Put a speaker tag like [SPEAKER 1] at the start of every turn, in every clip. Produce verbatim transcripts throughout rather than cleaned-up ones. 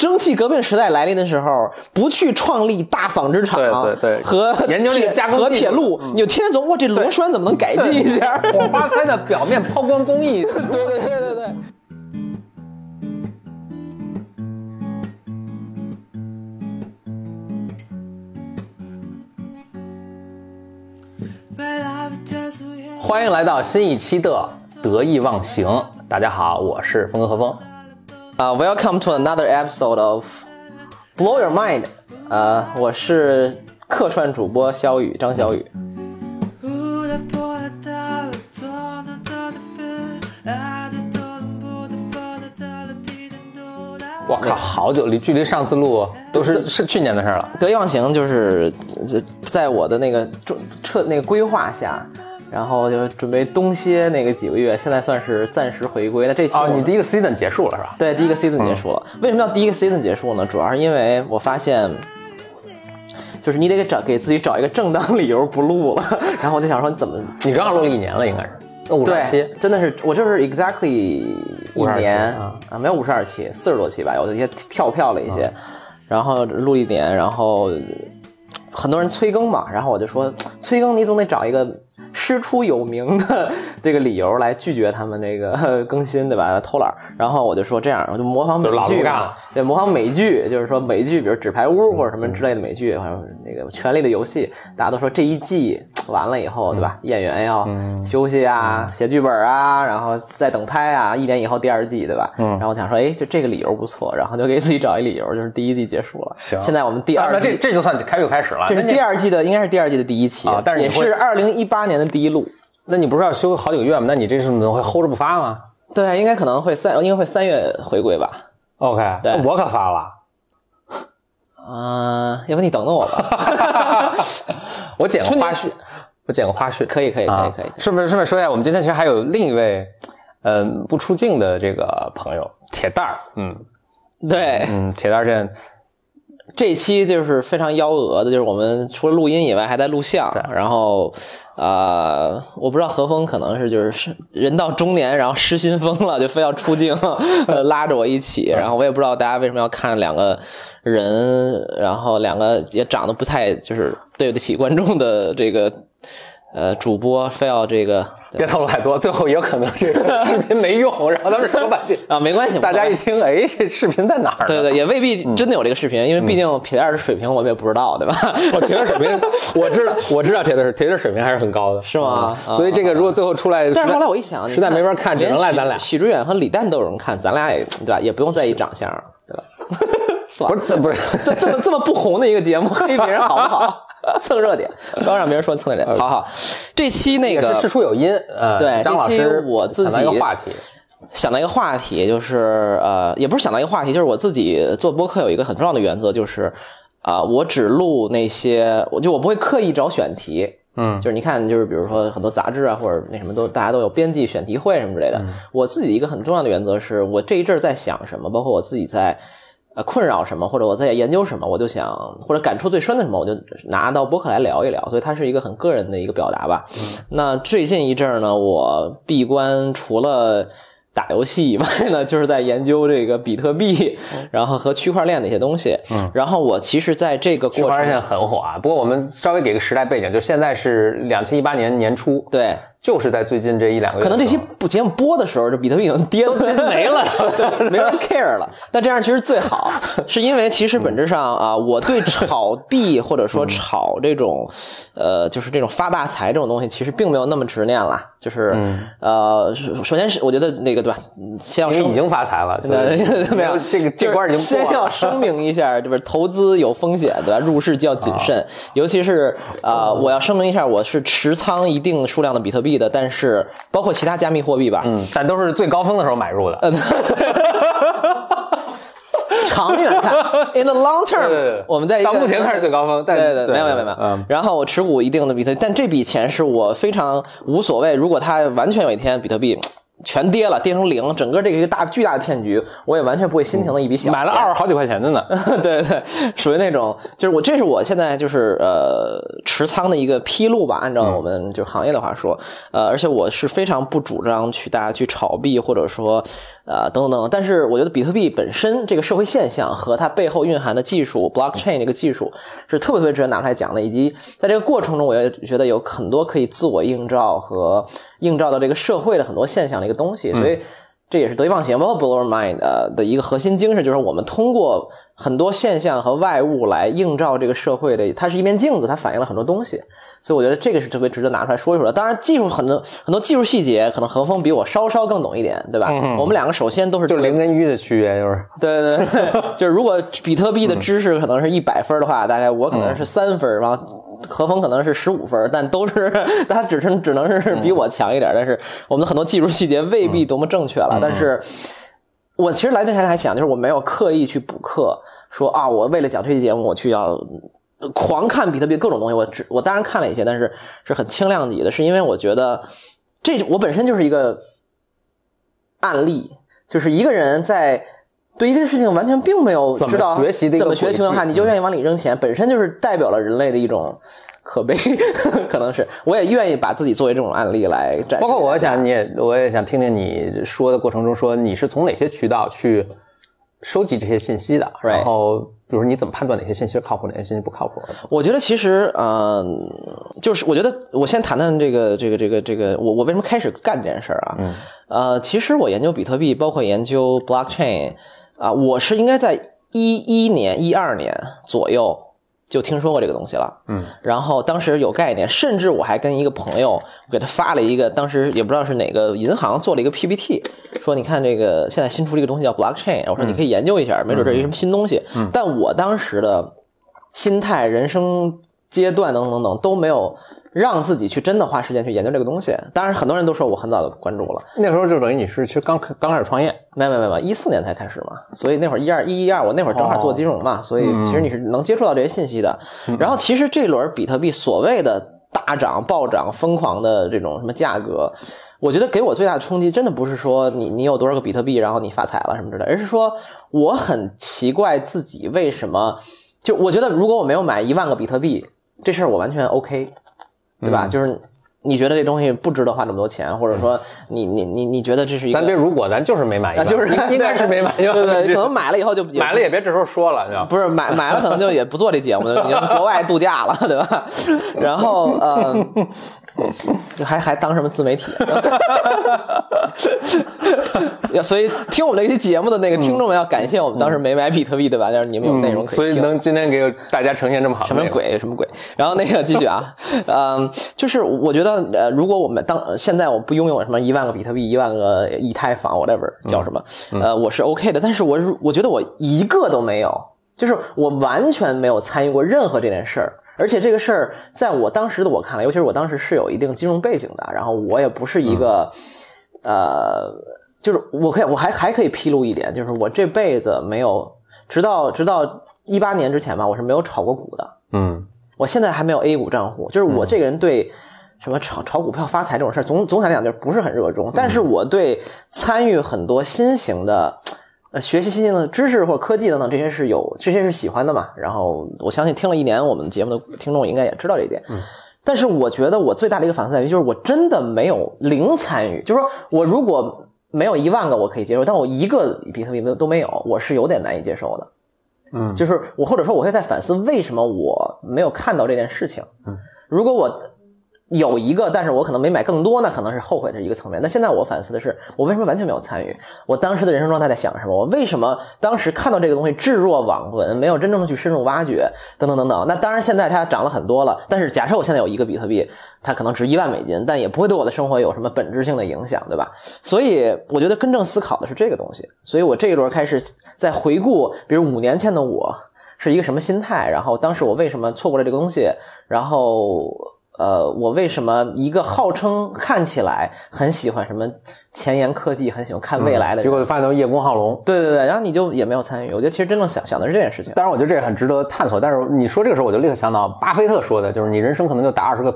[SPEAKER 1] 蒸汽革命时代来临的时候，不去创立大纺织厂，
[SPEAKER 2] 对对对，
[SPEAKER 1] 和
[SPEAKER 2] 研究这个加工
[SPEAKER 1] 和铁路，
[SPEAKER 2] 嗯、
[SPEAKER 1] 你就天天琢磨这螺栓怎么能改进一下。
[SPEAKER 2] 火花塞的表面抛光工艺，
[SPEAKER 1] 对对对对对。
[SPEAKER 2] 欢迎来到新一期的得意忘形。大家好，我是峰哥何峰。
[SPEAKER 1] Uh, welcome to another episode of Blow Your Mind. 呃、uh, 我是客串主播小雨张小雨。
[SPEAKER 2] 我靠，好久离距离上次录都是是去年的事了。
[SPEAKER 1] 得意忘形就是在我的那个彻那个规划下。然后就准备冬歇那个几个月，现在算是暂时回归。那这期
[SPEAKER 2] 哦，你第一个 season 结束了是吧？
[SPEAKER 1] 对，第一个 season 结束了。嗯、为什么要第一个 season 结束呢？主要是因为我发现，就是你得给找给自己找一个正当理由不录了。然后我就想说，你怎么？
[SPEAKER 2] 你正好录了一年了，应该是。五十二期，
[SPEAKER 1] 真的是我就是 exactly 一年
[SPEAKER 2] 啊、
[SPEAKER 1] 啊，没有五十二期，四十多期吧，有一些跳票了一些，嗯、然后录一年，然后很多人催更嘛，然后我就说催更你总得找一个师出有名的这个理由来拒绝他们那个更新，对吧？偷懒。然后我就说这样，我就模仿美剧啊，对，模仿美剧，就是说美剧，比如《纸牌屋》或者什么之类的美剧，或者那个《权力的游戏》，大家都说这一季完了以后，对吧？演员要休息啊，写剧本啊，然后再等拍啊，一年以后第二季，对吧？嗯。然后我想说，哎，就这个理由不错，然后就给自己找一理由，就是第一季结束了。
[SPEAKER 2] 行。
[SPEAKER 1] 现在我们第二季，
[SPEAKER 2] 啊、那这这就算开就开始了。
[SPEAKER 1] 这是第二季的，应该是第二季的第一期
[SPEAKER 2] 啊，但是
[SPEAKER 1] 也是二零一八年的第一录。
[SPEAKER 2] 那你不是要休好几个月吗？那你这是会 hold 着不发吗？
[SPEAKER 1] 对，应该可能会三，应该会三月回归吧。
[SPEAKER 2] OK， 对，我可发了。
[SPEAKER 1] 嗯、呃，要不你等等我吧。
[SPEAKER 2] 我剪个花絮，我剪个花絮，
[SPEAKER 1] 可以，可以，可以，可以。
[SPEAKER 2] 顺便顺便说一下，我们今天其实还有另一位，嗯、呃，不出镜的这个朋友，铁蛋儿。嗯，
[SPEAKER 1] 对，
[SPEAKER 2] 嗯，铁蛋儿现在。
[SPEAKER 1] 这一期就是非常幺蛾的，就是我们除了录音以外还在录像，然后呃我不知道何峰可能是就是人到中年然后失心疯了，就非要出镜呃拉着我一起，然后我也不知道大家为什么要看两个人，然后两个也长得不太就是对得起观众的这个呃，主播非要这个
[SPEAKER 2] 别透露太多，最后也有可能这个视频没用，然后他们说半天
[SPEAKER 1] 啊，没关系，
[SPEAKER 2] 大家一听，哎，这视频在哪儿？
[SPEAKER 1] 对对，也未必真的有这个视频，嗯、因为毕竟铁蛋的水平我们也不知道，对吧？
[SPEAKER 2] 我铁蛋水平我知道，我知道铁蛋铁蛋水平还是很高的，
[SPEAKER 1] 是吗？
[SPEAKER 2] 嗯、所以这个如果最后出来，
[SPEAKER 1] 但是后来我一想，
[SPEAKER 2] 实在没法看，只能赖咱俩。
[SPEAKER 1] 许知远和李诞都有人看，咱俩也对吧？也不用在意长相，对吧？
[SPEAKER 2] 不是不是，
[SPEAKER 1] 这这么这么不红的一个节目，黑别人好不好？蹭热点，不要让别人说蹭热点。好好，这期那个
[SPEAKER 2] 事出有因，呃，
[SPEAKER 1] 对，
[SPEAKER 2] 张老师
[SPEAKER 1] 我自己
[SPEAKER 2] 想到一个话题，
[SPEAKER 1] 想到一个话题，就是呃，也不是想到一个话题，就是我自己做播客有一个很重要的原则，就是啊、呃，我只录那些，我就我不会刻意找选题。嗯，就是你看，就是比如说很多杂志啊，或者那什么都大家都有编辑选题会什么之类的。嗯、我自己一个很重要的原则是，我这一阵在想什么，包括我自己在。呃，困扰什么，或者我在研究什么，我就想，或者感触最深的什么，我就拿到播客来聊一聊，所以它是一个很个人的一个表达吧。嗯、那最近一阵呢，我闭关除了打游戏以外呢，就是在研究这个比特币，嗯、然后和区块链的一些东西。嗯，然后我其实在这个过程，
[SPEAKER 2] 区块链很火啊。不过我们稍微给个时代背景，就现在是两千一八年年初，
[SPEAKER 1] 对。
[SPEAKER 2] 就是在最近这一两个月，
[SPEAKER 1] 可能这期节目播的时候，这比特币已经跌了
[SPEAKER 2] 没了，
[SPEAKER 1] 没人 care 了。那这样其实最好，是因为其实本质上啊，我对炒币或者说炒这种，呃，就是这种发大财这种东西，其实并没有那么执念啦。就是、嗯、呃，首先是我觉得那个对吧，先要
[SPEAKER 2] 因为已经发财了，
[SPEAKER 1] 对没有
[SPEAKER 2] 这个这关已经
[SPEAKER 1] 过了。先要声明一下，就是投资有风险，对吧？入市就要谨慎，哦、尤其是呃，我要声明一下，我是持仓一定数量的比特币的，但是包括其他加密货币吧，
[SPEAKER 2] 嗯，但都是最高峰的时候买入的。呃
[SPEAKER 1] 长远看 ，in the long term，
[SPEAKER 2] 对对对
[SPEAKER 1] 我们在
[SPEAKER 2] 到目前看是最高峰，
[SPEAKER 1] 对对对，没有没有没有。
[SPEAKER 2] 嗯，
[SPEAKER 1] 然后我持股一定的比特币，但这笔钱是我非常无所谓。如果它完全有一天比特币全跌了，跌成零，整个这个一个大巨大的骗局，我也完全不会心疼的一笔小钱，
[SPEAKER 2] 买了二十好几块钱的呢。
[SPEAKER 1] 对对，属于那种，就是我这是我现在就是呃持仓的一个披露吧，按照我们就行业的话说，呃，而且我是非常不主张去大家去炒币或者说呃等等等，但是我觉得比特币本身这个社会现象和它背后蕴含的技术 blockchain 这个技术是特别特别值得拿出来讲的，以及在这个过程中，我也觉得有很多可以自我映照和映照到这个社会的很多现象的一个东西，所以这也是得意忘形包括 Blow Your Mind 的一个核心精神，就是我们通过很多现象和外物来映照这个社会的，它是一面镜子，它反映了很多东西，所以我觉得这个是特别值得拿出来说一说的。当然技术很多很多技术细节可能何峰比我稍稍更懂一点，对吧？嗯、我们两个首先都是
[SPEAKER 2] 就是零跟一的区别，就是
[SPEAKER 1] 对对对，就是如果比特币的知识可能是一百分的话，大概我可能是三分，然后何峰可能是十五分，但都是他只是只能是比我强一点，但是我们的很多技术细节未必多么正确了。但是我其实来之前还想，就是我没有刻意去补课，说啊，我为了讲这期节目，我去要狂看比特币各种东西。我只我当然看了一些，但是是很轻量级的，是因为我觉得这我本身就是一个案例，就是一个人在对一个事情完全并没有知道
[SPEAKER 2] 怎么学习的
[SPEAKER 1] 怎么学的情况下，你就愿意往里扔钱，本身就是代表了人类的一种可悲，可能是我也愿意把自己作为这种案例来展示。
[SPEAKER 2] 包括我想你也我也想听听你说的过程中说你是从哪些渠道去收集这些信息的，
[SPEAKER 1] right.
[SPEAKER 2] 然后比如你怎么判断哪些信息是靠谱哪些信息不靠谱的？
[SPEAKER 1] 我觉得其实呃就是我觉得我先谈谈这个这个这个这个我我为什么开始干这件事啊？嗯呃其实我研究比特币包括研究 blockchain 啊、呃、我是应该在一一年一二年左右就听说过这个东西了，嗯，然后当时有概念，甚至我还跟一个朋友给他发了一个，当时也不知道是哪个银行做了一个 P P T， 说你看这个现在新出了一个东西叫 blockchain， 我说你可以研究一下，嗯、没准这是什么新东西。嗯，但我当时的心态、人生阶段等等等等都没有让自己去真的花时间去研究这个东西。当然，很多人都说我很早就关注了，
[SPEAKER 2] 那时候就等于你是其实刚刚开始创业，
[SPEAKER 1] 没没没没，一四年才开始嘛，所以那会儿一二一一二，我那会儿正好做金融嘛，哦、所以其实你是能接触到这些信息的。嗯、然后其实这轮比特币所谓的大涨、暴涨、疯狂的这种什么价格，我觉得给我最大的冲击，真的不是说你你有多少个比特币，然后你发财了什么之类的，而是说我很奇怪自己为什么，就我觉得如果我没有买一万个比特币，这事儿我完全 OK。对吧？嗯、就是你觉得这东西不值得花这么多钱，或者说你你你你觉得这是一个，
[SPEAKER 2] 咱别如果咱就是没买一万，
[SPEAKER 1] 就是
[SPEAKER 2] 应该是没买一万，
[SPEAKER 1] 对对，可能买了以后就
[SPEAKER 2] 买了也别这时候说了，
[SPEAKER 1] 不是买买了可能就也不做这节目，已经国外度假了，对吧？然后呃，就还还当什么自媒体？所以听我们这期节目的那个听众们要感谢我们当时没买比特币，对吧？但是你们有内容可以听、
[SPEAKER 2] 嗯，所以能今天给大家呈现这么好的
[SPEAKER 1] 什么鬼什么鬼？然后那个继续啊，嗯，就是我觉得呃，如果我们当现在我不拥有什么一万个比特币、一万个以太坊 whatever 叫什么，嗯、呃，我是 OK 的。但是我我觉得我一个都没有，就是我完全没有参与过任何这件事儿。而且这个事儿在我当时的我看来，尤其是我当时是有一定金融背景的，然后我也不是一个、嗯、呃，就是我可以我还还可以披露一点，就是我这辈子没有，直到直到一八年之前吧，我是没有炒过股的。嗯，我现在还没有 A 股账户，就是我这个人对什么炒炒股票发财这种事儿，总总体来讲就是不是很热衷，但是我对参与很多新型的。呃，学习新型的知识或者科技等等，这些是有，这些是喜欢的嘛。然后我相信听了一年我们节目的听众应该也知道这一点。嗯。但是我觉得我最大的一个反思在于，就是我真的没有零参与，就是说我如果没有一万个我可以接受，但我一个比特币都没有，我是有点难以接受的。嗯。就是我或者说我会在反思为什么我没有看到这件事情。嗯。如果我有一个，但是我可能没买更多，那可能是后悔的一个层面。那现在我反思的是，我为什么完全没有参与？我当时的人生状态在想什么？我为什么当时看到这个东西置若罔闻，没有真正的去深入挖掘，等等等等。那当然现在它涨了很多了，但是假设我现在有一个比特币，它可能值一万美金，但也不会对我的生活有什么本质性的影响，对吧？所以我觉得真正思考的是这个东西。所以我这一轮开始在回顾，比如五年前的我是一个什么心态，然后当时我为什么错过了这个东西，然后呃，我为什么一个号称看起来很喜欢什么前沿科技，很喜欢看未来的人，
[SPEAKER 2] 嗯、结果就发现都叶公好龙。
[SPEAKER 1] 对对对，然后你就也没有参与。我觉得其实真正想想的是这件事情。
[SPEAKER 2] 当然，我觉得这也很值得探索。但是你说这个时候，我就立刻想到巴菲特说的，就是你人生可能就打二十个坑。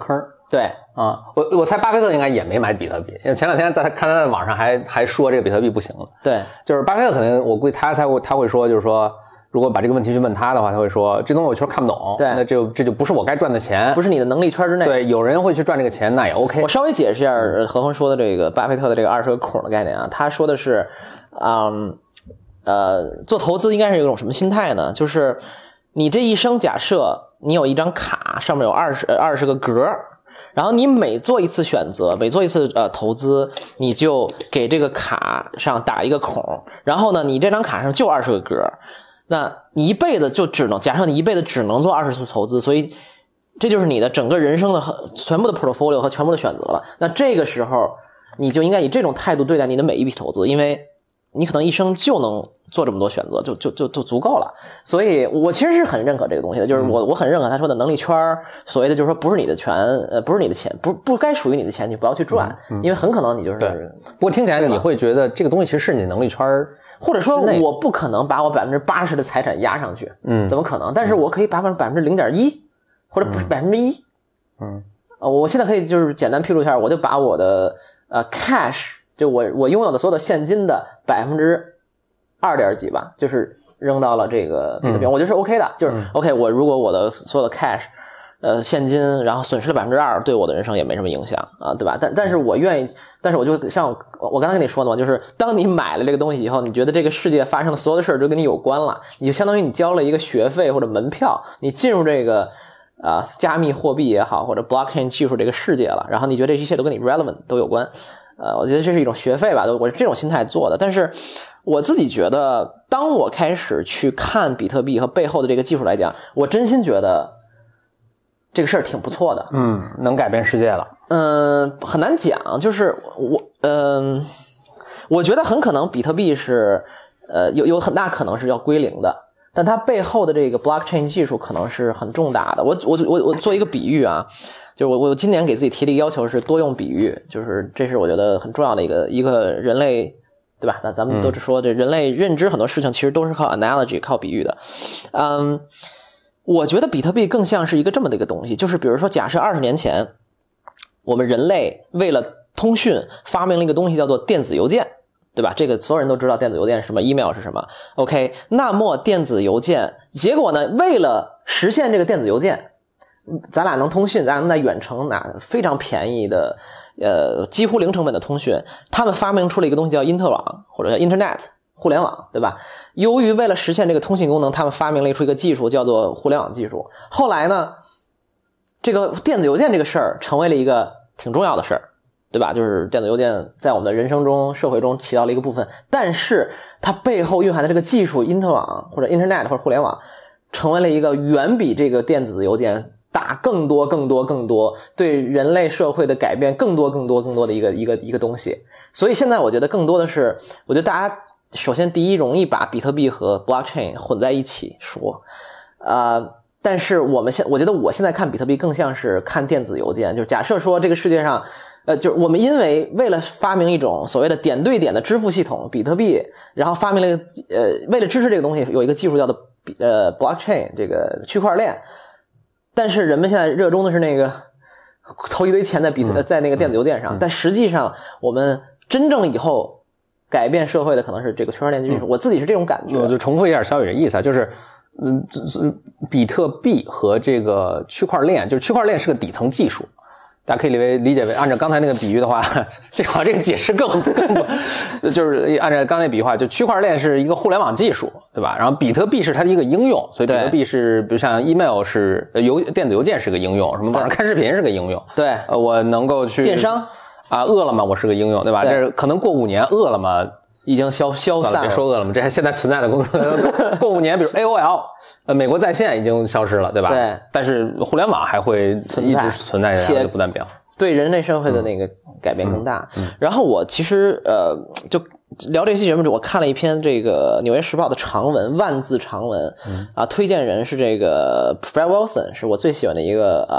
[SPEAKER 1] 对
[SPEAKER 2] 啊，我我猜巴菲特应该也没买比特币，因为前两天在他看他在网上还还说这个比特币不行了。
[SPEAKER 1] 对，
[SPEAKER 2] 就是巴菲特可能我估计他才会他会说，就是说如果把这个问题去问他的话，他会说这东西我确实看不懂，
[SPEAKER 1] 对，
[SPEAKER 2] 那就这就不是我该赚的钱，
[SPEAKER 1] 不是你的能力圈之内。
[SPEAKER 2] 对，有人会去赚这个钱，那也 OK。
[SPEAKER 1] 我稍微解释一下何峰说的这个巴菲特的这个二十个孔的概念啊，他说的是，嗯呃，做投资应该是一种什么心态呢？就是你这一生假设你有一张卡，上面有二十二十个格。然后你每做一次选择，每做一次呃投资，你就给这个卡上打一个孔，然后呢，你这张卡上就二十个格，那你一辈子就只能假设你一辈子只能做二十次投资，所以这就是你的整个人生的全部的 portfolio 和全部的选择了。那这个时候你就应该以这种态度对待你的每一笔投资，因为你可能一生就能做这么多选择，就就就就足够了。所以我其实是很认可这个东西的，就是我我很认可他说的能力圈，所谓的就是说不是你的权，呃，不是你的钱，不不该属于你的钱，你不要去赚，嗯嗯、因为很可能你就是。
[SPEAKER 2] 对。不过听起来你会觉得这个东西其实是你的能力圈，
[SPEAKER 1] 或者说我不可能把我百分之八十的财产压上去，嗯，怎么可能？但是我可以把百分之零点一，或者不是百分之一，嗯，呃，我现在可以就是简单披露一下，我就把我的呃 cash。就我我拥有的所有的现金的百分之二点几吧，就是扔到了这个比特币，嗯、我觉得是 OK 的，就是 OK。我如果我的所有的 cash， 呃现金，然后损失了百分之二，对我的人生也没什么影响啊，对吧？但但是我愿意，但是我就像我我刚才跟你说的嘛，就是当你买了这个东西以后，你觉得这个世界发生的所有的事儿就跟你有关了，你就相当于你交了一个学费或者门票，你进入这个啊、呃、加密货币也好，或者 blockchain 技术这个世界了，然后你觉得这一切都跟你 relevant 都有关。呃，我觉得这是一种学费吧，我是这种心态做的。但是我自己觉得，当我开始去看比特币和背后的这个技术来讲，我真心觉得这个事儿挺不错的。
[SPEAKER 2] 嗯，能改变世界了。
[SPEAKER 1] 嗯，很难讲，就是我，嗯、呃，我觉得很可能比特币是，呃，有有很大可能是要归零的，但它背后的这个 blockchain 技术可能是很重大的。我我我我做一个比喻啊。就是我我今年给自己提的一个要求是多用比喻，就是这是我觉得很重要的一个一个人类，对吧？咱咱们都是说这人类认知很多事情其实都是靠 analogy 靠比喻的。嗯，我觉得比特币更像是一个这么的一个东西，就是比如说假设二十年前我们人类为了通讯发明了一个东西叫做电子邮件，对吧？这个所有人都知道电子邮件是什么 email 是什么。 OK， 那么电子邮件结果呢，为了实现这个电子邮件，咱俩能通讯，咱俩能在远程拿非常便宜的呃几乎零成本的通讯，他们发明出了一个东西叫因特网或者叫 internet 互联网，对吧？由于为了实现这个通信功能，他们发明了出一个技术叫做互联网技术。后来呢，这个电子邮件这个事儿成为了一个挺重要的事儿，对吧？就是电子邮件在我们的人生中社会中起到了一个部分，但是它背后蕴含的这个技术因特网或者 internet 或者互联网成为了一个远比这个电子邮件大更多更多更多，对人类社会的改变更多更多更多的一个一个一个东西。所以现在我觉得更多的是，我觉得大家首先第一容易把比特币和 blockchain 混在一起说，呃，但是我们现我觉得我现在看比特币更像是看电子邮件，就是假设说这个世界上，呃，就是我们因为为了发明一种所谓的点对点的支付系统，比特币，然后发明了一个呃，为了支持这个东西，有一个技术叫做呃 blockchain 这个区块链。但是人们现在热衷的是那个投一堆钱在比特在那个电子邮件上，但实际上我们真正以后改变社会的可能是这个区块链技术。我自己是这种感觉。
[SPEAKER 2] 我就重复一下小雨的意思啊，就是嗯，比特币和这个区块链，就是区块链是个底层技术。大家可以理为理解为，按照刚才那个比喻的话，这好像这个解释更更不，就是按照刚才比喻的话，就区块链是一个互联网技术，对吧？然后比特币是它的一个应用，所以比特币是，比如像 email 是邮电子邮件是个应用，什么网上看视频是个应用，
[SPEAKER 1] 对，
[SPEAKER 2] 呃，我能够去
[SPEAKER 1] 电商
[SPEAKER 2] 啊，饿了么我是个应用，对吧？
[SPEAKER 1] 对，
[SPEAKER 2] 这是可能过五年饿了么
[SPEAKER 1] 已经消消散了，
[SPEAKER 2] 别说饿了么，这还现在存在的公司，过五年，比如 A O L， 呃，美国在线已经消失了，对吧？
[SPEAKER 1] 对，
[SPEAKER 2] 但是互联网还会一直存在，且不断变化。
[SPEAKER 1] 对人类社会的那个改变更大。嗯嗯、然后我其实呃，就聊这期节目，我看了一篇这个《纽约时报》的长文，万字长文，嗯、啊，推荐人是这个 Fred Wilson， 是我最喜欢的一个啊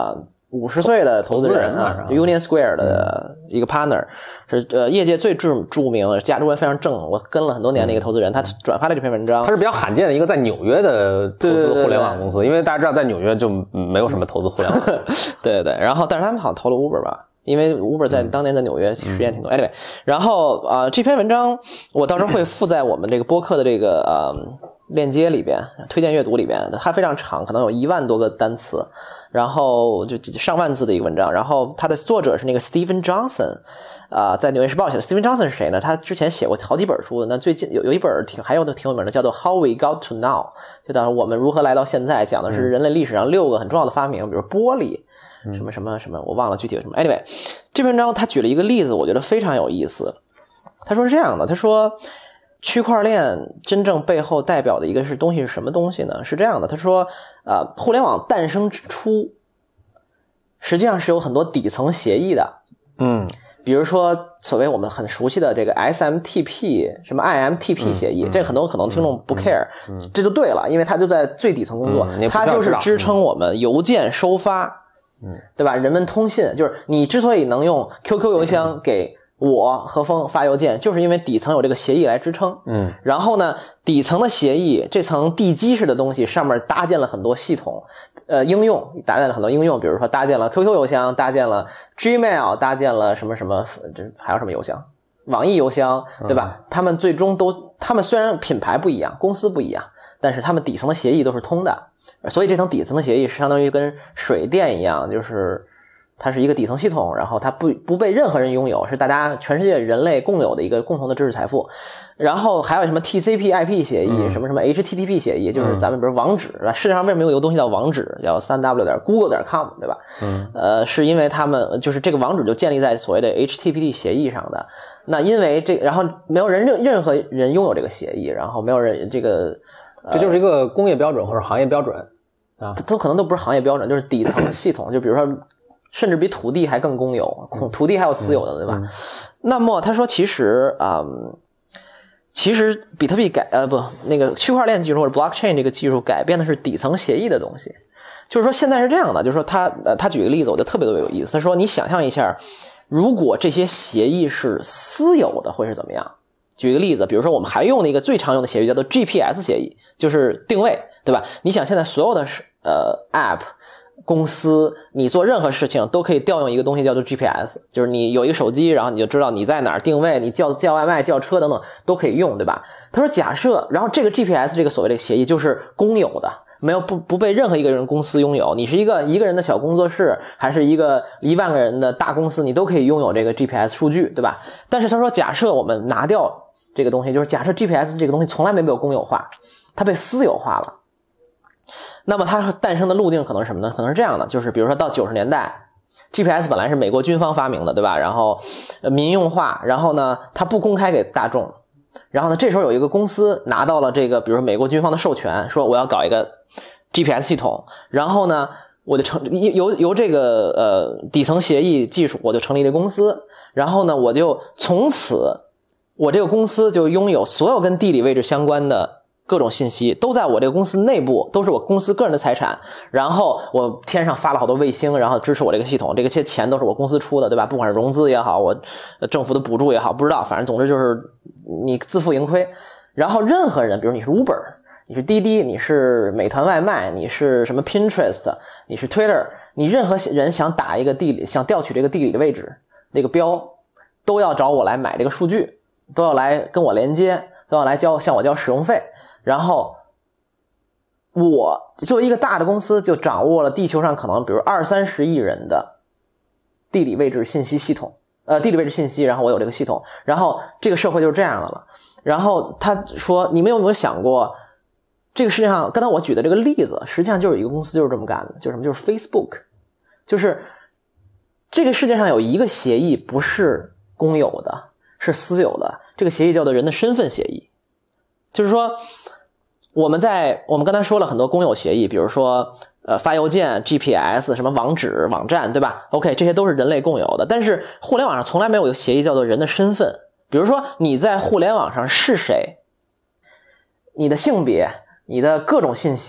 [SPEAKER 1] 五十岁的投资人啊，就 Union Square 的一个 partner，、嗯、是呃业界最著著名、价值观非常正，我跟了很多年的一个投资人，他转发了这篇文章。
[SPEAKER 2] 他是比较罕见的一个在纽约的投资互联网公司，对对对对，因为大家知道在纽约就没有什么投资互联网。
[SPEAKER 1] 对对对，然后但是他们好像投了 Uber 吧。因为 Uber 在当年在纽约实验挺多、嗯、，anyway， 然后啊、呃、这篇文章我到时候会附在我们这个播客的这个呃链接里边，推荐阅读里边，它非常长，可能有一万多个单词，然后就上万字的一个文章，然后它的作者是那个 Steven Johnson， 啊、呃，在纽约时报写的。Steven Johnson 是谁呢？他之前写过好几本书的，那最近有有一本挺还有的挺有名的，叫做 How We Got to Now， 就讲我们如何来到现在，讲的是人类历史上六个很重要的发明，比如玻璃。什么什么什么，我忘了具体什么。Anyway， 这篇文章他举了一个例子，我觉得非常有意思。他说是这样的，他说区块链真正背后代表的一个是东西是什么东西呢？是这样的，他说呃，互联网诞生之初，实际上是有很多底层协议的。
[SPEAKER 2] 嗯，
[SPEAKER 1] 比如说所谓我们很熟悉的这个 S M T P 什么 I M T P 协议、嗯、这很多可能听众不 care、嗯嗯、这就对了，因为它就在最底层工作、嗯、它就是支撑我们邮件收发，嗯，对吧？人们通信，就是你之所以能用 Q Q 邮箱给我何峰发邮件，就是因为底层有这个协议来支撑。嗯，然后呢，底层的协议这层地基式的东西上面搭建了很多系统，呃，应用搭建了很多应用，比如说搭建了 Q Q 邮箱，搭建了 Gmail， 搭建了什么什么，这还有什么邮箱？网易邮箱，对吧？嗯、他们最终都，他们虽然品牌不一样，公司不一样，但是他们底层的协议都是通的。所以这层底层的协议是相当于跟水电一样，就是它是一个底层系统，然后它不不被任何人拥有，是大家全世界人类共有的一个共同的知识财富。然后还有什么 T C P I P 协议、嗯、什么什么 H T T P 协议，就是咱们比如网址、嗯、世界上为什么有个东西叫网址，叫 三 w 点 google 点 com， 对吧？嗯，呃，是因为他们就是这个网址就建立在所谓的 H T T P 协议上的。那因为这然后没有人任任何人拥有这个协议，然后没有人这个
[SPEAKER 2] 这就是一个工业标准或者行业标准啊，
[SPEAKER 1] 都可能都不是行业标准，就是底层系统，就比如说甚至比土地还更公有，土地还有私有的，对吧？嗯嗯、那么他说其实啊、嗯，其实比特币改呃不那个区块链技术或者 blockchain 这个技术改变的是底层协议的东西，就是说现在是这样的，就是说他呃他举个例子，我觉得特别特别有意思。他说你想象一下，如果这些协议是私有的会是怎么样？举个例子，比如说我们还用的一个最常用的协议叫做 G P S 协议，就是定位，对吧？你想现在所有的呃 app 公司，你做任何事情都可以调用一个东西叫做 G P S， 就是你有一个手机，然后你就知道你在哪儿定位，你叫叫外卖、叫车等等都可以用，对吧？他说假设，然后这个 G P S 这个所谓的协议就是公有的，没有不不被任何一个人公司拥有，你是一个一个人的小工作室，还是一个一万个人的大公司，你都可以拥有这个 G P S 数据，对吧？但是他说假设我们拿掉这个东西，就是假设 G P S 这个东西从来没有公有化，它被私有化了，那么它诞生的路径可能是什么呢？可能是这样的，就是比如说到九十年代 G P S 本来是美国军方发明的，对吧？然后民用化，然后呢它不公开给大众，然后呢这时候有一个公司拿到了这个比如说美国军方的授权，说我要搞一个 G P S 系统，然后呢我就成由由这个呃底层协议技术，我就成立了公司，然后呢我就从此我这个公司就拥有所有跟地理位置相关的各种信息，都在我这个公司内部，都是我公司个人的财产。然后我天上发了好多卫星，然后支持我这个系统，这个些钱都是我公司出的，对吧？不管是融资也好，我政府的补助也好，不知道，反正总之就是你自负盈亏。然后任何人，比如你是 Uber， 你是滴滴，你是美团外卖，你是什么 Pinterest， 你是 Twitter， 你任何人想打一个地理，想调取这个地理的位置那个标，都要找我来买这个数据，都要来跟我连接，都要来交向我交使用费。然后我作为一个大的公司，就掌握了地球上可能比如二三十亿人的地理位置信息系统，呃，地理位置信息，然后我有这个系统，然后这个社会就是这样的了。然后他说，你们有没有想过，这个世界上刚才我举的这个例子，实际上就是有一个公司就是这么干的，就是什么？就是 Facebook， 就是这个世界上有一个协议不是公有的，是私有的，这个协议叫做人的身份协议，就是说。我们在我们刚才说了很多公有协议，比如说呃发邮件 G P S 什么网址网站，对吧？ OK， 这些都是人类共有的，但是互联网上从来没有一个协议叫做人的身份。比如说你在互联网上是谁，你的性别，你的各种信息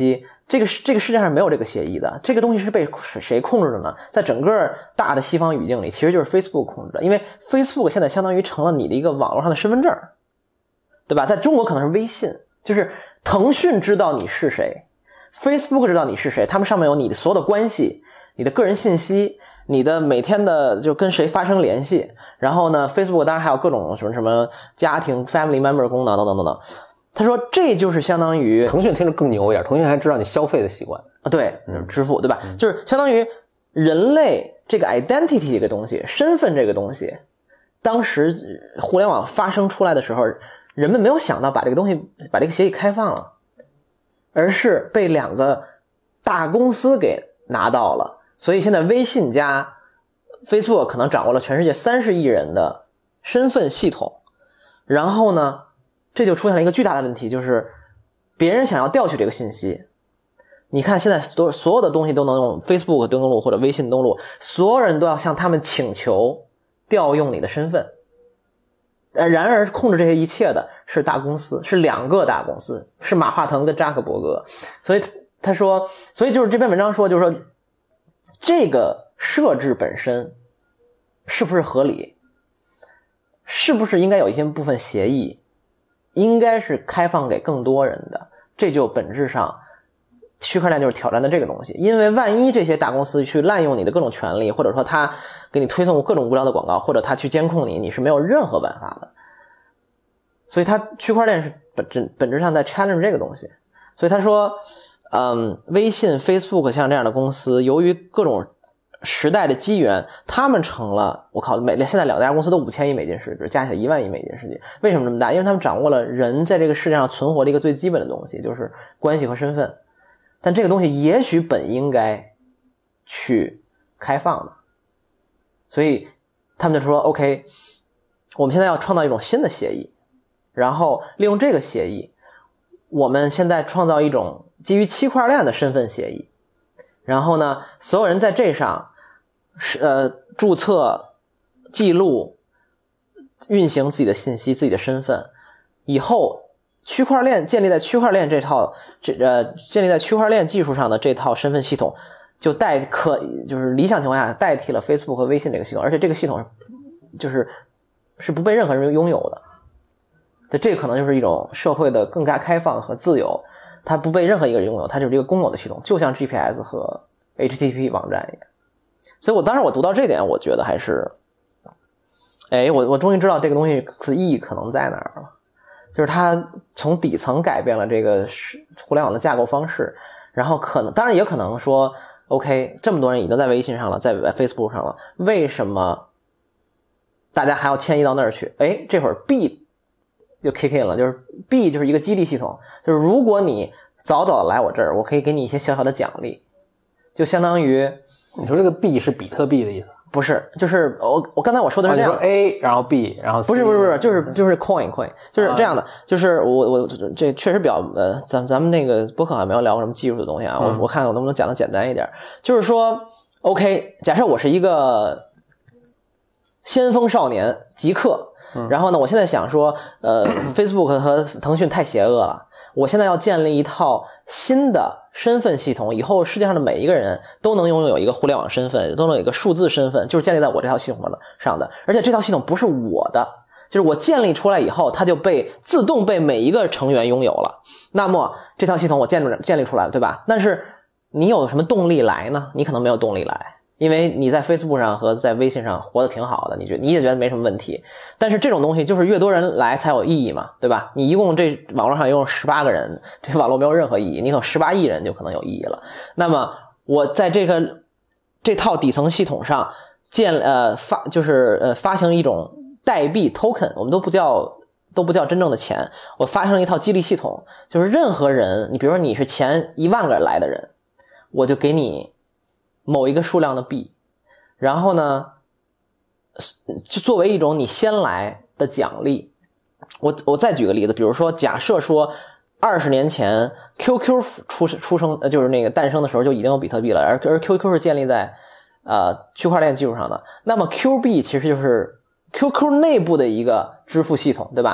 [SPEAKER 1] 这个这个世界上没有这个协议的，这个东西是被谁控制的呢？在整个大的西方语境里，其实就是 Facebook 控制的，因为 Facebook 现在相当于成了你的一个网络上的身份证，对吧？在中国可能是微信，就是腾讯知道你是谁， Facebook 知道你是谁，他们上面有你的所有的关系，你的个人信息，你的每天的就跟谁发生联系，然后呢 Facebook 当然还有各种什么什么家庭 family member 功能等等等等。他说这就是相当于
[SPEAKER 2] 腾讯听着更牛一点，腾讯还知道你消费的习惯
[SPEAKER 1] 啊，对，支付对吧、嗯、就是相当于人类这个 identity 这个东西，身份这个东西，当时互联网发生出来的时候，人们没有想到把这个东西把这个协议开放了，而是被两个大公司给拿到了。所以现在微信加 Facebook 可能掌握了全世界三十亿人的身份系统，然后呢这就出现了一个巨大的问题，就是别人想要调取这个信息。你看现在所所有的东西都能用 Facebook 登录或者微信登录，所有人都要向他们请求调用你的身份。然而控制这些一切的是大公司，是两个大公司，是马化腾跟扎克伯格。所以他说，所以就是这篇文章说，就是说这个设置本身是不是合理，是不是应该有一些部分协议应该是开放给更多人的，这就本质上区块链就是挑战的这个东西。因为万一这些大公司去滥用你的各种权利，或者说他给你推送各种无聊的广告，或者他去监控你，你是没有任何办法的。所以他区块链是本质本质上在 challenge 这个东西。所以他说嗯，微信 Facebook 像这样的公司，由于各种时代的机缘，他们成了我靠每现在两家公司都五千亿美金市值，加起来一万亿美金市值。为什么这么大？因为他们掌握了人在这个世界上存活的一个最基本的东西，就是关系和身份。但这个东西也许本应该去开放的，所以他们就说 OK 我们现在要创造一种新的协议，然后利用这个协议，我们现在创造一种基于区块链的身份协议，然后呢所有人在这上呃注册记录运行自己的信息自己的身份，以后区块链建立在区块链这套这呃建立在区块链技术上的这套身份系统就代可就是理想情况下代替了 Facebook 和微信这个系统，而且这个系统就是是不被任何人拥有的。这可能就是一种社会的更加开放和自由，它不被任何一个人拥有，它就是一个公有的系统，就像 G P S 和 H T T P 网站一样。所以我当时我读到这点，我觉得还是哎我我终于知道这个东西的意义可能在哪儿了，就是它从底层改变了这个互联网的架构方式，然后可能当然也可能说 OK 这么多人已经在微信上了，在 Facebook 上了，为什么大家还要迁移到那儿去？哎，这会儿 B 就 kick in 了，就是 B 就是一个激励系统，就是如果你早早来我这儿，我可以给你一些小小的奖励，就相当于
[SPEAKER 2] 你说这个 B 是比特币的意思？
[SPEAKER 1] 不是，就是我我刚才我说的是这样的、
[SPEAKER 2] 哦、你说 A 然后 B 然后 C，
[SPEAKER 1] 不是不是不是，就是就是 coin coin 就是这样的，就是我我这确实比较呃，咱咱们那个播客好像没有聊过什么技术的东西啊，我我看看我能不能讲的简单一点，就是说 OK 假设我是一个先锋少年极客，然后呢我现在想说呃 Facebook 和腾讯太邪恶了，我现在要建立一套新的身份系统，以后世界上的每一个人都能拥有一个互联网身份，都能有一个数字身份，就是建立在我这套系统上的，而且这套系统不是我的，就是我建立出来以后它就被自动被每一个成员拥有了，那么这套系统我建立建立出来了，对吧？但是你有什么动力来呢？你可能没有动力来，因为你在 Facebook 上和在微信上活得挺好的，你觉得你也觉得没什么问题，但是这种东西就是越多人来才有意义嘛，对吧？你一共这网络上一共十八个人，这个网络没有任何意义，你可能十八亿人就可能有意义了。那么我在这个这套底层系统上建呃发就是呃发行一种代币 token， 我们都不叫都不叫真正的钱，我发行一套激励系统，就是任何人，你比如说你是前一万个人来的人，我就给你某一个数量的币，然后呢就作为一种你先来的奖励。我我再举个例子，比如说假设说二十年前 Q Q 出出生就是那个诞生的时候就已经有比特币了，而而 Q Q 是建立在呃区块链技术上的，那么 Q 币其实就是 Q Q 内部的一个支付系统，对吧？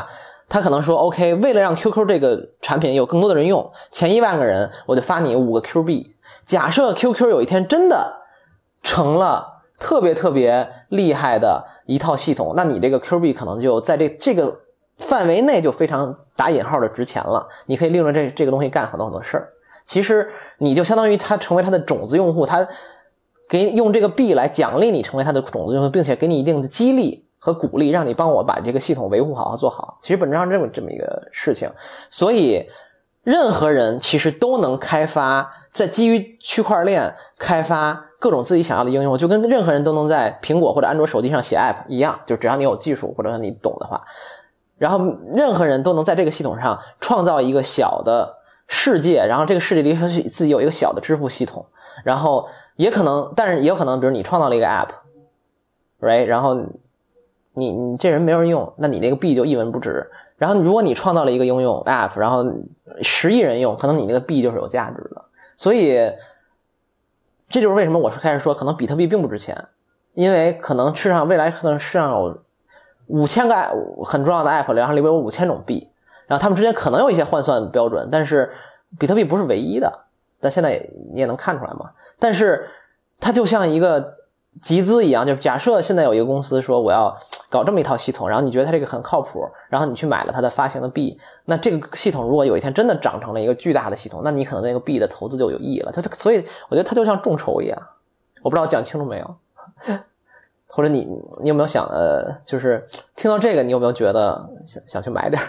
[SPEAKER 1] 他可能说 OK， 为了让 Q Q 这个产品有更多的人用，前一万个人我就发你五个 Q 币。假设 Q Q 有一天真的成了特别特别厉害的一套系统，那你这个 Q 币可能就在这这个范围内就非常打引号的值钱了，你可以利用这这个东西干很多很多事儿。其实你就相当于他成为他的种子用户，他给用这个币来奖励你成为他的种子用户，并且给你一定的激励和鼓励，让你帮我把这个系统维护好好做好。其实本质上这么这么一个事情，所以任何人其实都能开发，在基于区块链开发各种自己想要的应用，就跟任何人都能在苹果或者安卓手机上写 app 一样，就只要你有技术或者你懂的话，然后任何人都能在这个系统上创造一个小的世界，然后这个世界里自己有一个小的支付系统，然后也可能，但是也有可能比如你创造了一个 app right， 然后你你这人没人用，那你那个币就一文不值。然后如果你创造了一个应用 app， 然后十亿人用，可能你那个币就是有价值的。所以这就是为什么我是开始说可能比特币并不值钱，因为可能市场未来可能市场有五千个很重要的 app， 然后里边有五千种币，然后他们之间可能有一些换算标准，但是比特币不是唯一的，但现在你也能看出来嘛。但是它就像一个集资一样，就假设现在有一个公司说我要搞这么一套系统，然后你觉得它这个很靠谱，然后你去买了它的发行的币，那这个系统如果有一天真的长成了一个巨大的系统，那你可能那个币的投资就有意义了。它所以我觉得它就像众筹一样，我不知道我讲清楚没有，或者你你有没有想呃，就是听到这个你有没有觉得想想去买点？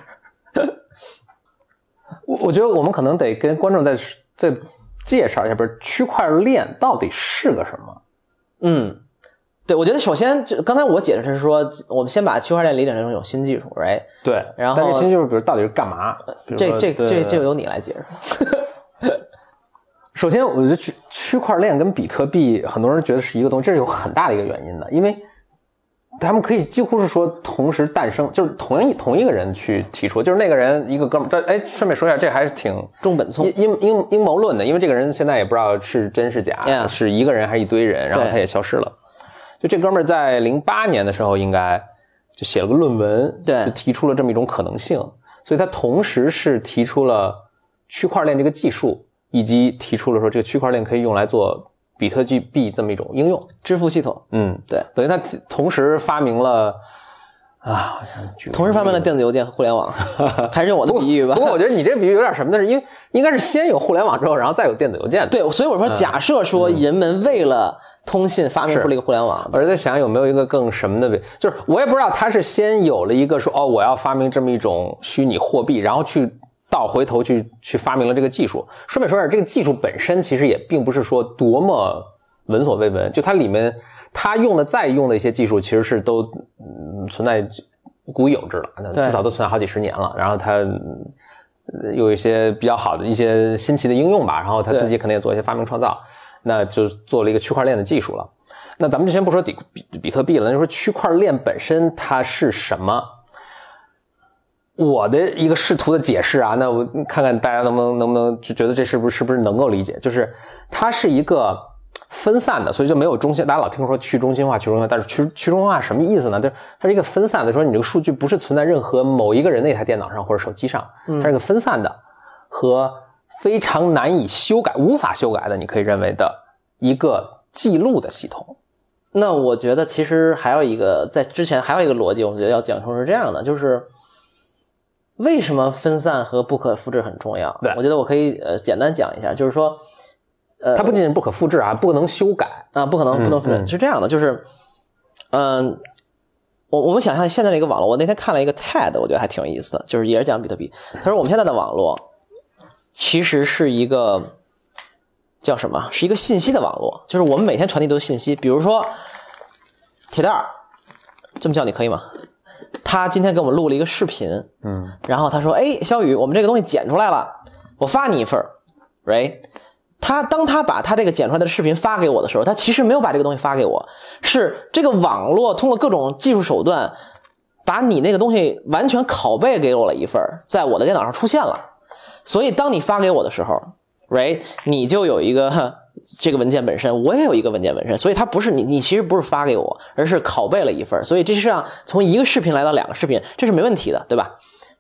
[SPEAKER 2] 我我觉得我们可能得跟观众再再介绍一下，不是区块链到底是个什么？
[SPEAKER 1] 嗯。对，我觉得首先就刚才我解释是说，我们先把区块链理解成一种新技术 right，
[SPEAKER 2] 对，
[SPEAKER 1] 然后
[SPEAKER 2] 但这新技术比如到底是干嘛？
[SPEAKER 1] 这这这这由你来解释。
[SPEAKER 2] 首先我觉得区区块链跟比特币很多人觉得是一个东西，这是有很大的一个原因的，因为他们可以几乎是说同时诞生，就是同一同一个人去提出，就是那个人一个哥们儿，哎，顺便说一下，这还是挺
[SPEAKER 1] 中本聪
[SPEAKER 2] 阴阴阴谋论的，因为这个人现在也不知道是真是假，
[SPEAKER 1] yeah.
[SPEAKER 2] 是一个人还是一堆人，然后他也消失了。就这哥们儿在零八年的时候应该就写了个论文，
[SPEAKER 1] 对，
[SPEAKER 2] 就提出了这么一种可能性，所以他同时是提出了区块链这个技术，以及提出了说这个区块链可以用来做比特币这么一种应用
[SPEAKER 1] 支付系统。
[SPEAKER 2] 嗯，
[SPEAKER 1] 对，
[SPEAKER 2] 等于他同时发明了啊，我想
[SPEAKER 1] 同时发明了电子邮件和互联网，还是用我的比喻吧。
[SPEAKER 2] 不过我觉得你这个比喻有点什么呢？是因为应该是先有互联网之后，然后再有电子邮件。
[SPEAKER 1] 对，所以我说假设说人们为了通信发明出了一个互联网，
[SPEAKER 2] 我是在想有没有一个更什么的，就是我也不知道他是先有了一个说哦我要发明这么一种虚拟货币，然后去倒回头去去发明了这个技术。顺便说一下，这个技术本身其实也并不是说多么闻所未闻，就它里面他用的再用的一些技术其实是都、嗯、存在古已有之了，那至少都存在好几十年了，然后它有一些比较好的一些新奇的应用吧，然后他自己可能也做一些发明创造，那就做了一个区块链的技术了。那咱们就先不说比比特币了，那就说区块链本身它是什么。我的一个试图的解释啊，那我看看大家能不能能不能就觉得这是不是是不是能够理解，就是它是一个分散的，所以就没有中心。大家老听说去中心化去中心化，但是去去中心化什么意思呢？就是它是一个分散的，说你这个数据不是存在任何某一个人的一台电脑上或者手机上，它是一个分散的和非常难以修改无法修改的，你可以认为的一个记录的系统。
[SPEAKER 1] 那我觉得其实还有一个在之前还有一个逻辑，我觉得要讲述是这样的，就是为什么分散和不可复制很重要。
[SPEAKER 2] 对，
[SPEAKER 1] 我觉得我可以呃简单讲一下，就是说呃，
[SPEAKER 2] 它不仅仅不可复制啊，不能修改
[SPEAKER 1] 啊，不可能不能复制、嗯嗯、是这样的，就是嗯、呃，我我们想象现在的一个网络，我那天看了一个 T E D， 我觉得还挺有意思的，就是也是讲比特币。他说我们现在的网络其实是一个叫什么？是一个信息的网络，就是我们每天传递都是信息。比如说铁蛋儿，这么叫你可以吗？他今天给我们录了一个视频，
[SPEAKER 2] 嗯，
[SPEAKER 1] 然后他说：“哎，小雨，我们这个东西剪出来了，我发你一份 ，right？” 他当他把他这个剪出来的视频发给我的时候，他其实没有把这个东西发给我，是这个网络通过各种技术手段，把你那个东西完全拷贝给我了一份，在我的电脑上出现了。所以当你发给我的时候 ，right， 你就有一个这个文件本身，我也有一个文件本身，所以它不是你，你其实不是发给我，而是拷贝了一份。所以这实际上从一个视频来到两个视频，这是没问题的，对吧？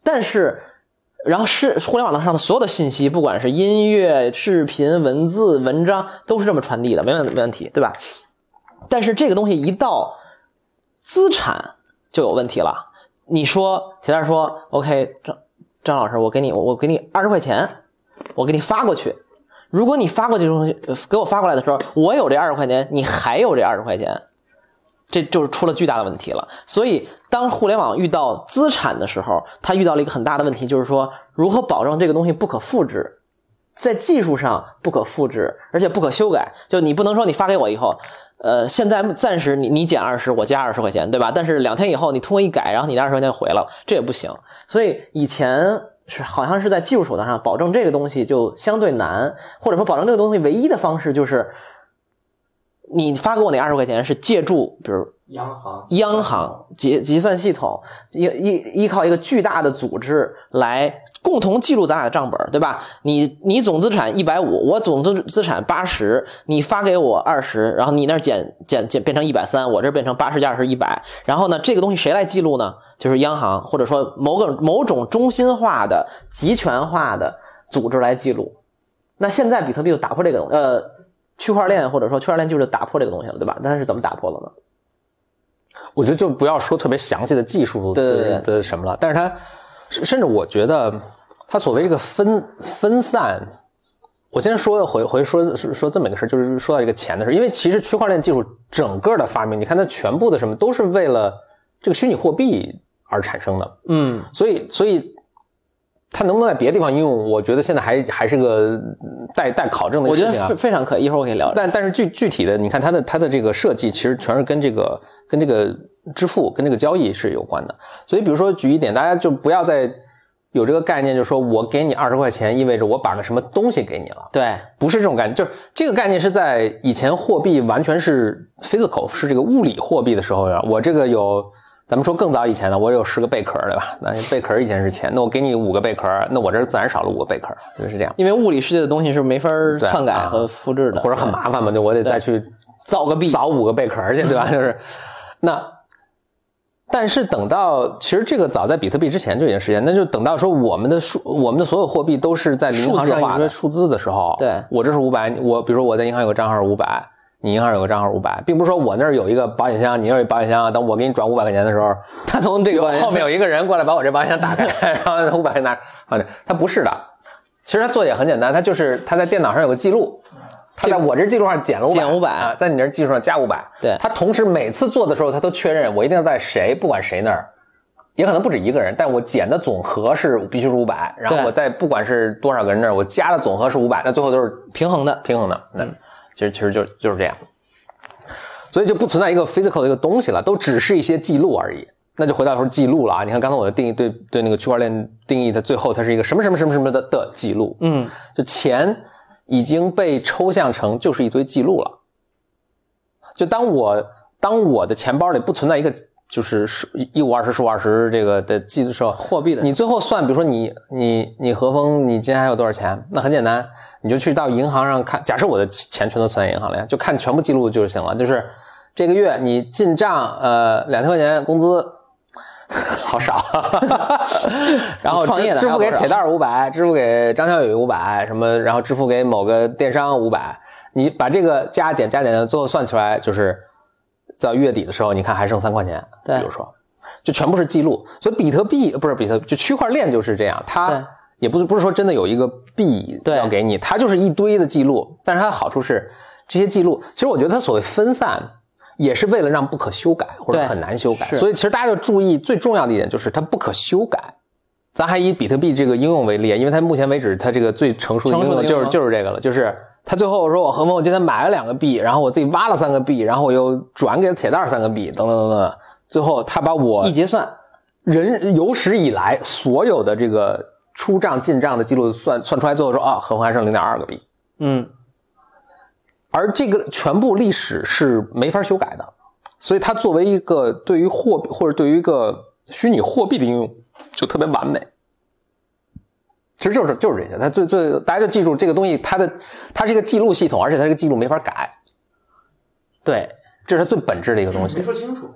[SPEAKER 1] 但是然后是互联网上的所有的信息，不管是音乐、视频、文字、文章，都是这么传递的，没问没问题，对吧？但是这个东西一到资产就有问题了。你说铁蛋说 OK 张张老师，我给你我给你二十块钱，我给你发过去。如果你发过去的东西给我发过来的时候，我有这二十块钱，你还有这二十块钱，这就是出了巨大的问题了。所以当互联网遇到资产的时候，它遇到了一个很大的问题，就是说如何保证这个东西不可复制，在技术上不可复制，而且不可修改。就你不能说你发给我以后，呃，现在暂时你你减二十，我加二十块钱，对吧？但是两天以后你通过一改，然后你的二十块钱回了，这也不行。所以以前是好像是在技术手段上保证这个东西就相对难，或者说保证这个东西唯一的方式就是你发给我那二十块钱是借助比如
[SPEAKER 3] 央行
[SPEAKER 1] 央行结计算系统依依依靠一个巨大的组织来共同记录咱俩的账本，对吧？你你总资产一百五十，我总资资产八十，你发给我二十，然后你那减减减变成一百三十，我这变成八十加二十一百，然后呢这个东西谁来记录呢？就是央行或者说某个某种中心化的集权化的组织来记录。那现在比特币就打破这个呃区块链或者说区块链就是打破这个东西了，对吧？但是怎么打破了呢？
[SPEAKER 2] 我觉得就不要说特别详细的技术的的什么了，但是它甚至我觉得它所谓这个分分散，我先说回回说说这么一个事，就是说到一个钱的事，因为其实区块链技术整个的发明，你看它全部的什么都是为了这个虚拟货币而产生的，
[SPEAKER 1] 嗯，
[SPEAKER 2] 所以所以它能不能在别的地方应用，我觉得现在还还是个待待考证的事情、啊。
[SPEAKER 1] 我觉得非常可以，一会儿我可以聊。
[SPEAKER 2] 但但是具具体的，你看它的它的这个设计，其实全是跟这个跟这个支付跟这个交易是有关的。所以比如说举一点，大家就不要再有这个概念，就是说我给你二十块钱，意味着我把那什么东西给你了。
[SPEAKER 1] 对，
[SPEAKER 2] 不是这种概念，就是这个概念是在以前货币完全是 physical 是这个物理货币的时候呀，我这个有。咱们说更早以前呢，我有十个贝壳，对吧？那贝壳以前是钱，那我给你五个贝壳，那我这自然少了五个贝壳，就是这样。
[SPEAKER 1] 因为物理世界的东西是没法篡改和复制的，
[SPEAKER 2] 啊、或者很麻烦嘛，就我得再去
[SPEAKER 1] 造个币，
[SPEAKER 2] 造五个贝壳去，对吧？就是那，但是等到其实这个早在比特币之前就已经实现，那就等到说我们的数，我们的所有货币都是在银行上一些数字的时候，
[SPEAKER 1] 对，
[SPEAKER 2] 我这是五百，我比如说我在银行有个账号五百。你银行有个账号五百，并不是说我那儿有一个保险箱，你那儿有保险箱，等我给你转五百块钱的时候，他从这个后面有一个人过来把我这保险箱打开，然后五百块钱拿放这，他不是的。其实他做的也很简单，他就是他在电脑上有个记录，他在我这记录上减了五百，
[SPEAKER 1] 减五百
[SPEAKER 2] 啊，在你这记录上加五百。
[SPEAKER 1] 对，
[SPEAKER 2] 他同时每次做的时候，他都确认我一定要在谁，不管谁那儿，也可能不止一个人，但我减的总和是必须是五百，然后我在不管是多少个人那儿，我加的总和是五百，那最后都是
[SPEAKER 1] 平衡的，
[SPEAKER 2] 平衡的。那、嗯、其实其实就就是这样。所以就不存在一个 physical 的一个东西了，都只是一些记录而已。那就回到说记录了啊！你看刚才我的定义，对对那个区块链定义，它最后它是一个什么什么什么什么的的记录。
[SPEAKER 1] 嗯，
[SPEAKER 2] 就钱已经被抽象成就是一堆记录了。就当我当我的钱包里不存在一个就是一五二十十五二十这个的记录时候，
[SPEAKER 1] 货币的，
[SPEAKER 2] 你最后算，比如说你你你何峰，你今天还有多少钱？那很简单，你就去到银行上看。假设我的钱全都存在银行了呀，就看全部记录就行了，就是。这个月你进账呃两千块钱工资，好少，然后
[SPEAKER 1] 创业的
[SPEAKER 2] 支付给铁蛋五百，支付给张小雨五百，什么，然后支付给某个电商五百，你把这个加减加减最后算起来，就是到月底的时候，你看还剩三块钱，
[SPEAKER 1] 对，
[SPEAKER 2] 比如说，就全部是记录。所以比特币不是比特币，就区块链就是这样，它也不是不是说真的有一个币要给你，它就是一堆的记录。但是它的好处是这些记录，其实我觉得它所谓分散。也是为了让不可修改或者很难修改，所以其实大家要注意最重要的一点就是它不可修改。咱还以比特币这个应用为例，因为它目前为止它这个最成熟的应用就是就是这个了，就是它最后我说我何峰我今天买了两个币，然后我自己挖了三个币，然后我又转给了铁蛋三个币，等等等等，最后他把我
[SPEAKER 1] 一结算，
[SPEAKER 2] 人有史以来所有的这个出账进账的记录算算出来，最后说啊何峰还剩 零点二 个币，
[SPEAKER 1] 嗯。
[SPEAKER 2] 而这个全部历史是没法修改的，所以它作为一个对于货币或者对于一个虚拟货币的应用就特别完美。其实就是就是这些，它最最大家就记住这个东西，它的它是一个记录系统，而且它这个记录没法改。
[SPEAKER 1] 对，
[SPEAKER 2] 这是最本质的一个东西。
[SPEAKER 3] 没说清楚。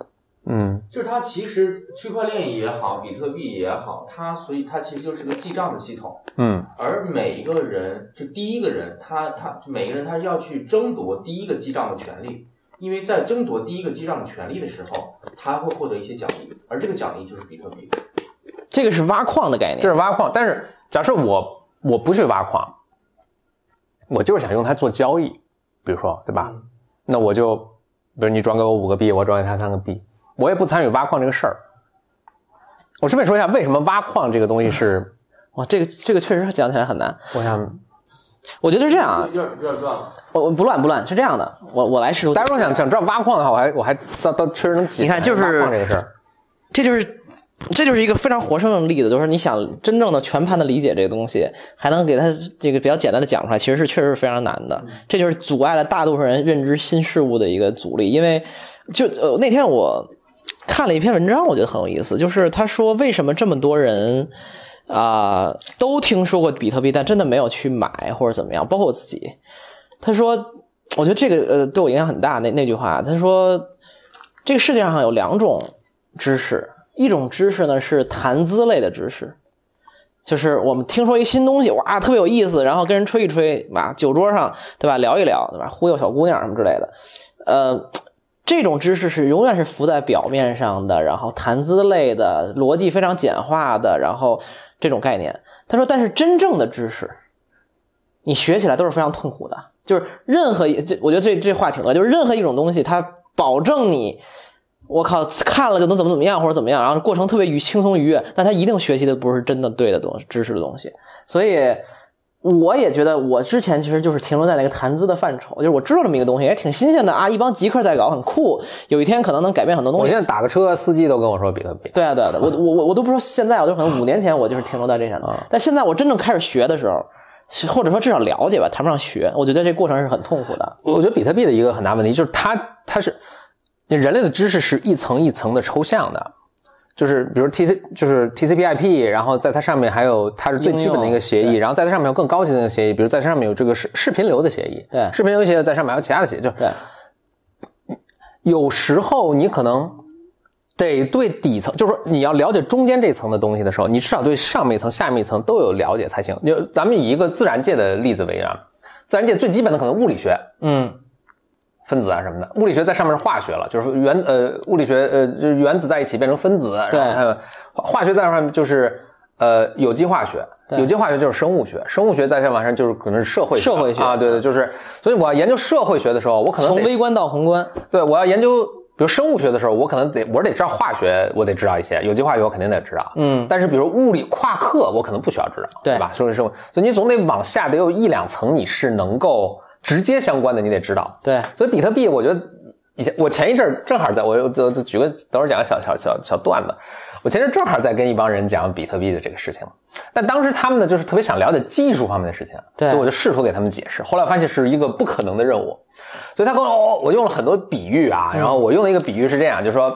[SPEAKER 3] 嗯，就是它其实区块链也好，比特币也好，它所以它其实就是个记账的系统。
[SPEAKER 2] 嗯，
[SPEAKER 3] 而每一个人，就第一个人，他他每个人他要去争夺第一个记账的权利，因为在争夺第一个记账的权利的时候，他会获得一些奖励，而这个奖励就是比特币。
[SPEAKER 1] 这个是挖矿的概念，
[SPEAKER 2] 这是挖矿。但是假设我我不去挖矿，我就是想用它做交易，比如说，对吧？嗯、那我就，比如你转给我五个币，我转给他三个币，我也不参与挖矿这个事儿。我顺便说一下，为什么挖矿这个东西是，
[SPEAKER 1] 哇，这个这个确实讲起来很难。
[SPEAKER 2] 我想，
[SPEAKER 1] 我觉得是这样啊，
[SPEAKER 3] 有点有点乱。
[SPEAKER 1] 我我不乱不乱，是这样的，我我来试图。
[SPEAKER 2] 大家如果想想知道挖矿的话，我还我还倒倒确实能解。
[SPEAKER 1] 你看，就是
[SPEAKER 2] 挖矿这个事儿，
[SPEAKER 1] 这就是。这就是一个非常活生生的例子，就是你想真正的全盘的理解这个东西，还能给它这个比较简单的讲出来，其实是确实是非常难的。这就是阻碍了大多数人认知新事物的一个阻力。因为就呃那天我看了一篇文章，我觉得很有意思，就是他说为什么这么多人啊、呃、都听说过比特币，但真的没有去买或者怎么样，包括我自己。他说，我觉得这个呃对我影响很大。那那句话，他说这个世界上有两种知识。一种知识呢是谈资类的知识，就是我们听说一新东西，哇，特别有意思，然后跟人吹一吹，啊，酒桌上，对吧，聊一聊，对吧，忽悠小姑娘什么之类的。呃，这种知识是永远是浮在表面上的，然后谈资类的，逻辑非常简化的，然后这种概念。他说，但是真正的知识，你学起来都是非常痛苦的，就是任何一，这我觉得这这话挺对，就是任何一种东西，它保证你。我靠，看了就能怎么怎么样或者怎么样，然后过程特别愉轻松愉悦，但他一定学习的不是真的对的东西，知识的东西。所以我也觉得我之前其实就是停留在那个谈资的范畴，就是我知道这么一个东西也挺新鲜的啊，一帮极客在搞很酷，有一天可能能改变很多东西。
[SPEAKER 2] 我现在打个车，司机都跟我说比特币。
[SPEAKER 1] 对啊对啊，我我我我都不说现在，我就可能五年前我就是停留在这上的，但现在我真正开始学的时候，或者说至少了解吧，谈不上学，我觉得这过程是很痛苦的。
[SPEAKER 2] 我觉得比特币的一个很大问题就是它它是。人类的知识是一层一层的抽象的，就是比如 T C 就是 T C P I P， 然后在它上面还有它是最基本的一个协议，然后在它上面有更高级的一个协议，比如在它上面有这个视视频流的协议，
[SPEAKER 1] 对，
[SPEAKER 2] 视频流协议在上面还有其他的协议，就
[SPEAKER 1] 对。
[SPEAKER 2] 有时候你可能得对底层，就是说你要了解中间这层的东西的时候，你至少对上面一层、下面一层都有了解才行。就咱们以一个自然界的例子为啊，自然界最基本的可能物理学，
[SPEAKER 1] 嗯。
[SPEAKER 2] 分子啊什么的，物理学在上面是化学了，就是原呃物理学呃就是原子在一起变成分子，
[SPEAKER 1] 对，
[SPEAKER 2] 然后还有化学在上面就是呃有机化学，有机化学就是生物学，生物学在上面就是可能是社会学
[SPEAKER 1] 社会学
[SPEAKER 2] 啊，对对，就是所以我要研究社会学的时候，我可能
[SPEAKER 1] 从微观到宏观，
[SPEAKER 2] 对，我要研究比如生物学的时候，我可能得我得知道化学，我得知道一些，有机化学我肯定得知道，
[SPEAKER 1] 嗯，
[SPEAKER 2] 但是比如物理跨课我可能不需要知道，
[SPEAKER 1] 对,
[SPEAKER 2] 对吧？所以说，所以你总得往下得有一两层你是能够直接相关的，你得知道，
[SPEAKER 1] 对，
[SPEAKER 2] 所以比特币我觉得。以前我前一阵正好在我就就举个等会儿讲个小小小小段子，我前阵正好在跟一帮人讲比特币的这个事情，但当时他们呢就是特别想了解技术方面的事情，
[SPEAKER 1] 对，
[SPEAKER 2] 所以我就试图给他们解释，后来发现是一个不可能的任务，所以他跟我、哦、我用了很多比喻啊，然后我用的一个比喻是这样，就是说，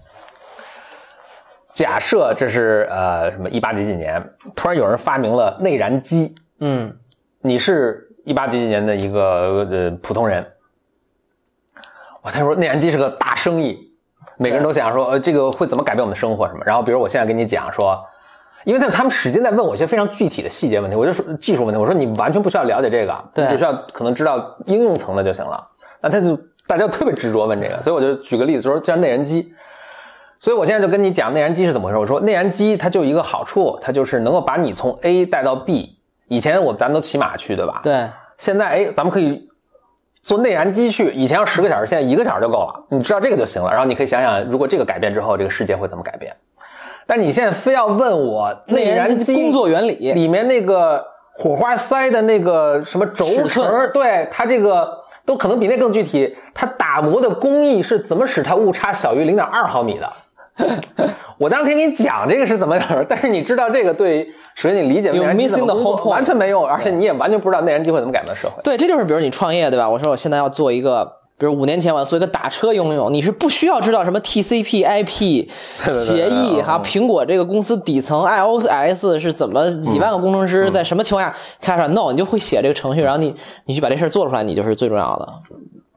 [SPEAKER 2] 假设这是呃什么一八几几年，突然有人发明了内燃机，
[SPEAKER 1] 嗯，
[SPEAKER 2] 你是一八几几年的一个呃普通人。我他说内燃机是个大生意，每个人都想说呃这个会怎么改变我们的生活什么，然后比如我现在跟你讲说，因为他们使劲在问我一些非常具体的细节问题，我就说技术问题，我说你完全不需要了解这个，你只需要可能知道应用层的就行了，那他就大家特别执着问这个，所以我就举个例子说像内燃机，所以我现在就跟你讲内燃机是怎么回事，我说内燃机它就有一个好处，它就是能够把你从 A 带到 B， 以前我咱们都骑马去对吧，
[SPEAKER 1] 对，
[SPEAKER 2] 现在哎咱们可以坐内燃机去，以前要十个小时，现在一个小时就够了，你知道这个就行了，然后你可以想想如果这个改变之后这个世界会怎么改变，但你现在非要问我内燃机
[SPEAKER 1] 工作原理
[SPEAKER 2] 里面那个火花塞的那个什么轴承，对，它这个都可能比那更具体，它打磨的工艺是怎么使它误差小于 零点二毫米的我当然可以给你讲这个是怎么样，但是你知道这个对首先你理解内燃机怎么工作完全没用，而且你也完全不知道内燃机会怎么改变社会。
[SPEAKER 1] 对，这就是比如你创业对吧，我说我现在要做一个比如五年前我要做一个打车应用，你是不需要知道什么 T C P I P 协议哈，苹果这个公司底层 iOS 是怎么几万个工程师在什么情况下开发出来 no 你就会写这个程序，然后你你去把这事做出来，你就是最重要的。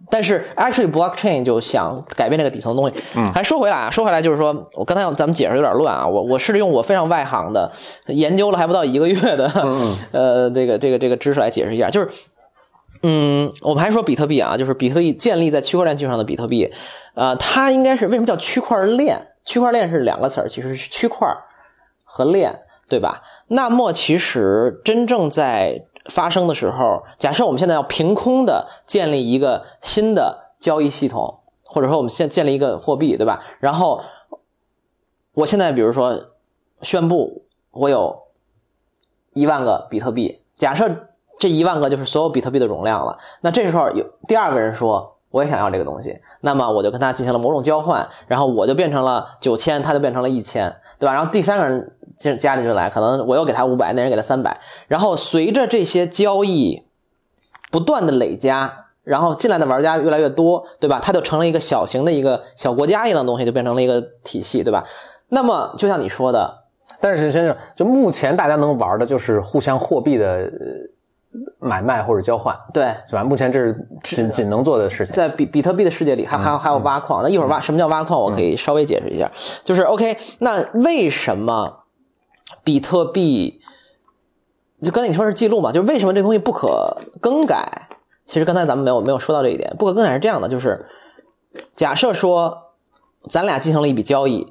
[SPEAKER 1] 但是 actually blockchain 就想改变这个底层的东西。嗯，还说回来啊，说回来就是说，我刚才咱们解释有点乱啊，我我试着用我非常外行的研究了还不到一个月的、嗯、呃这个这个这个知识来解释一下，就是嗯，我们还说比特币啊，就是比特币建立在区块链技术上的比特币，呃，它应该是为什么叫区块链？区块链是两个词儿，其实是区块和链，对吧？那么其实真正在发生的时候，假设我们现在要凭空的建立一个新的交易系统，或者说我们现在建立一个货币，对吧？然后我现在比如说宣布我有一万个比特币，假设这一万个就是所有比特币的容量了，那这时候有第二个人说我也想要这个东西，那么我就跟他进行了某种交换，然后我就变成了九千，他就变成了一千，对吧？然后第三个人加进去来，可能我又给他五百，那人给他三百，然后随着这些交易不断的累加，然后进来的玩家越来越多，对吧？它就成了一个小型的一个小国家一样的东西，就变成了一个体系，对吧？那么就像你说的，
[SPEAKER 2] 但是先生，就目前大家能玩的就是互相货币的买卖或者交换，
[SPEAKER 1] 对，
[SPEAKER 2] 是吧？目前这是仅仅能做的事情。
[SPEAKER 1] 在比比特币的世界里，还还有还有挖矿。那一会儿挖什么叫挖矿，我可以稍微解释一下。就是 OK， 那为什么比特币？就刚才你说是记录嘛，就是为什么这东西不可更改？其实刚才咱们没有没有说到这一点。不可更改是这样的，就是假设说咱俩进行了一笔交易，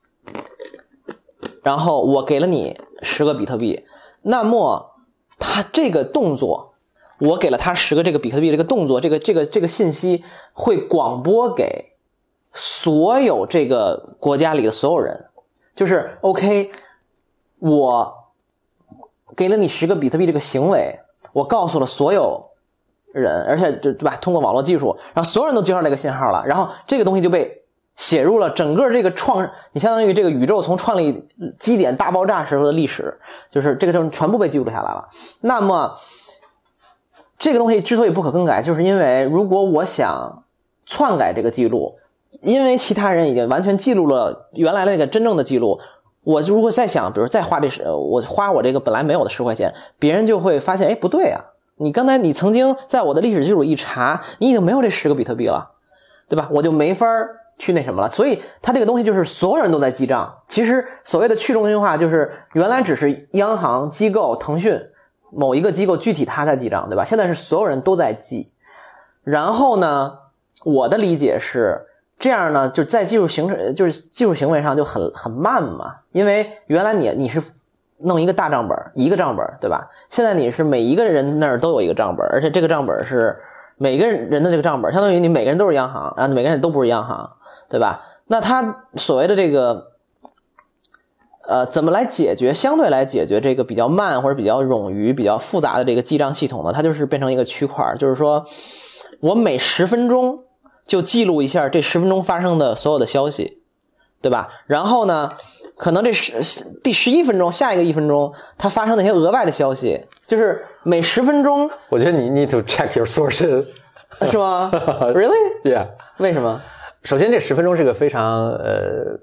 [SPEAKER 1] 然后我给了你十个比特币，那么他这个动作，我给了他十个这个比特币，这个动作，这个这个这个信息会广播给所有这个国家里的所有人，就是 OK， 我给了你十个比特币这个行为，我告诉了所有人，而且就对吧？通过网络技术，然后所有人都接受这个信号了，然后这个东西就被写入了整个这个创，你相当于这个宇宙从创立基点大爆炸时候的历史，就是这个东西全部被记录下来了。那么这个东西之所以不可更改，就是因为如果我想篡改这个记录，因为其他人已经完全记录了原来的那个真正的记录，我如果再想，比如再花这十，我花我这个本来没有的十块钱，别人就会发现，哎，不对啊，你刚才你曾经在我的历史记录一查，你已经没有这十个比特币了，对吧？我就没法去那什么了。所以它这个东西就是所有人都在记账。其实所谓的去中心化，就是原来只是央行机构腾讯某一个机构具体它在记账，对吧？现在是所有人都在记。然后呢，我的理解是这样呢，就在技术行程就是技术行为上就很很慢嘛，因为原来你你是弄一个大账本，一个账本，对吧？现在你是每一个人那儿都有一个账本，而且这个账本是每个人的这个账本，相当于你每个人都是央行，然后每个人都不是央行，对吧？那他所谓的这个呃怎么来解决相对来解决这个比较慢或者比较冗余比较复杂的这个记账系统呢？它就是变成一个区块，就是说我每十分钟就记录一下这十分钟发生的所有的消息，对吧？然后呢，可能这十第十一分钟，下一个一分钟，它发生那些额外的消息，就是每十分钟。
[SPEAKER 2] 我觉得你 need to check your sources，
[SPEAKER 1] 是吗 ？Really？
[SPEAKER 2] Yeah。
[SPEAKER 1] 为什么？
[SPEAKER 2] 首先，这十分钟是个非常呃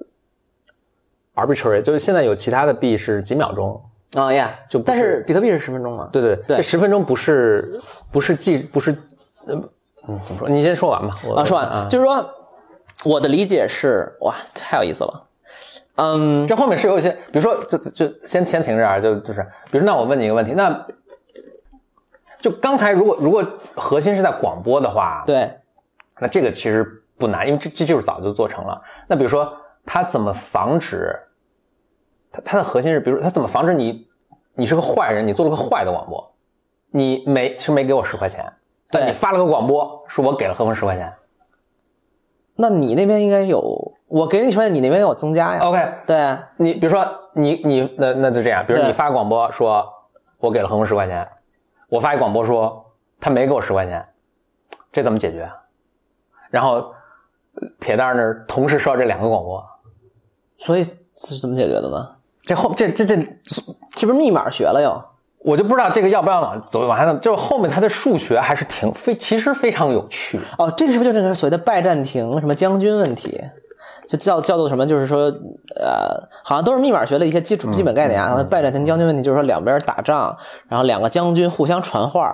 [SPEAKER 2] arbitrary， 就是现在有其他的币是几秒钟。
[SPEAKER 1] 哦、oh, 呀、yeah ，
[SPEAKER 2] 就
[SPEAKER 1] 但是比特币是十分钟嘛？
[SPEAKER 2] 对对
[SPEAKER 1] 对，
[SPEAKER 2] 这十分钟不是不是记不是嗯。嗯，怎么说？你先说完吧。我
[SPEAKER 1] 啊，说完、啊、就是说，我的理解是，哇，太有意思了。嗯，
[SPEAKER 2] 这后面是有一些，比如说，就就先先停这儿，就就是，比如说，那我问你一个问题，那就刚才如果如果核心是在广播的话，
[SPEAKER 1] 对，
[SPEAKER 2] 那这个其实不难，因为这这就是早就做成了。那比如说，它怎么防止？它它的核心是，比如说，它怎么防止你你是个坏人，你做了个坏的广播，你没其实没给我十块钱。对，你发了个广播，说我给了何峰十块钱，
[SPEAKER 1] 那你那边应该有，我给你十块钱，你那边有增加呀。
[SPEAKER 2] OK，
[SPEAKER 1] 对，
[SPEAKER 2] 你比如说你你那那就这样，比如你发广播说我给了何峰十块钱，我发一广播说他没给我十块钱，这怎么解决？然后铁蛋那儿同时收到这两个广播，
[SPEAKER 1] 所以是怎么解决的呢？
[SPEAKER 2] 这后这这这
[SPEAKER 1] 这不是密码学了又？
[SPEAKER 2] 我就不知道这个要不要往走往下走，就是后面它的数学还是挺非，其实非常有趣。
[SPEAKER 1] 哦，这个是不是就是所谓的拜占庭什么将军问题？就叫叫做什么？就是说，呃，好像都是密码学的一些基础基本概念啊。嗯嗯、拜占庭将军问题就是说两边打仗，然后两个将军互相传话，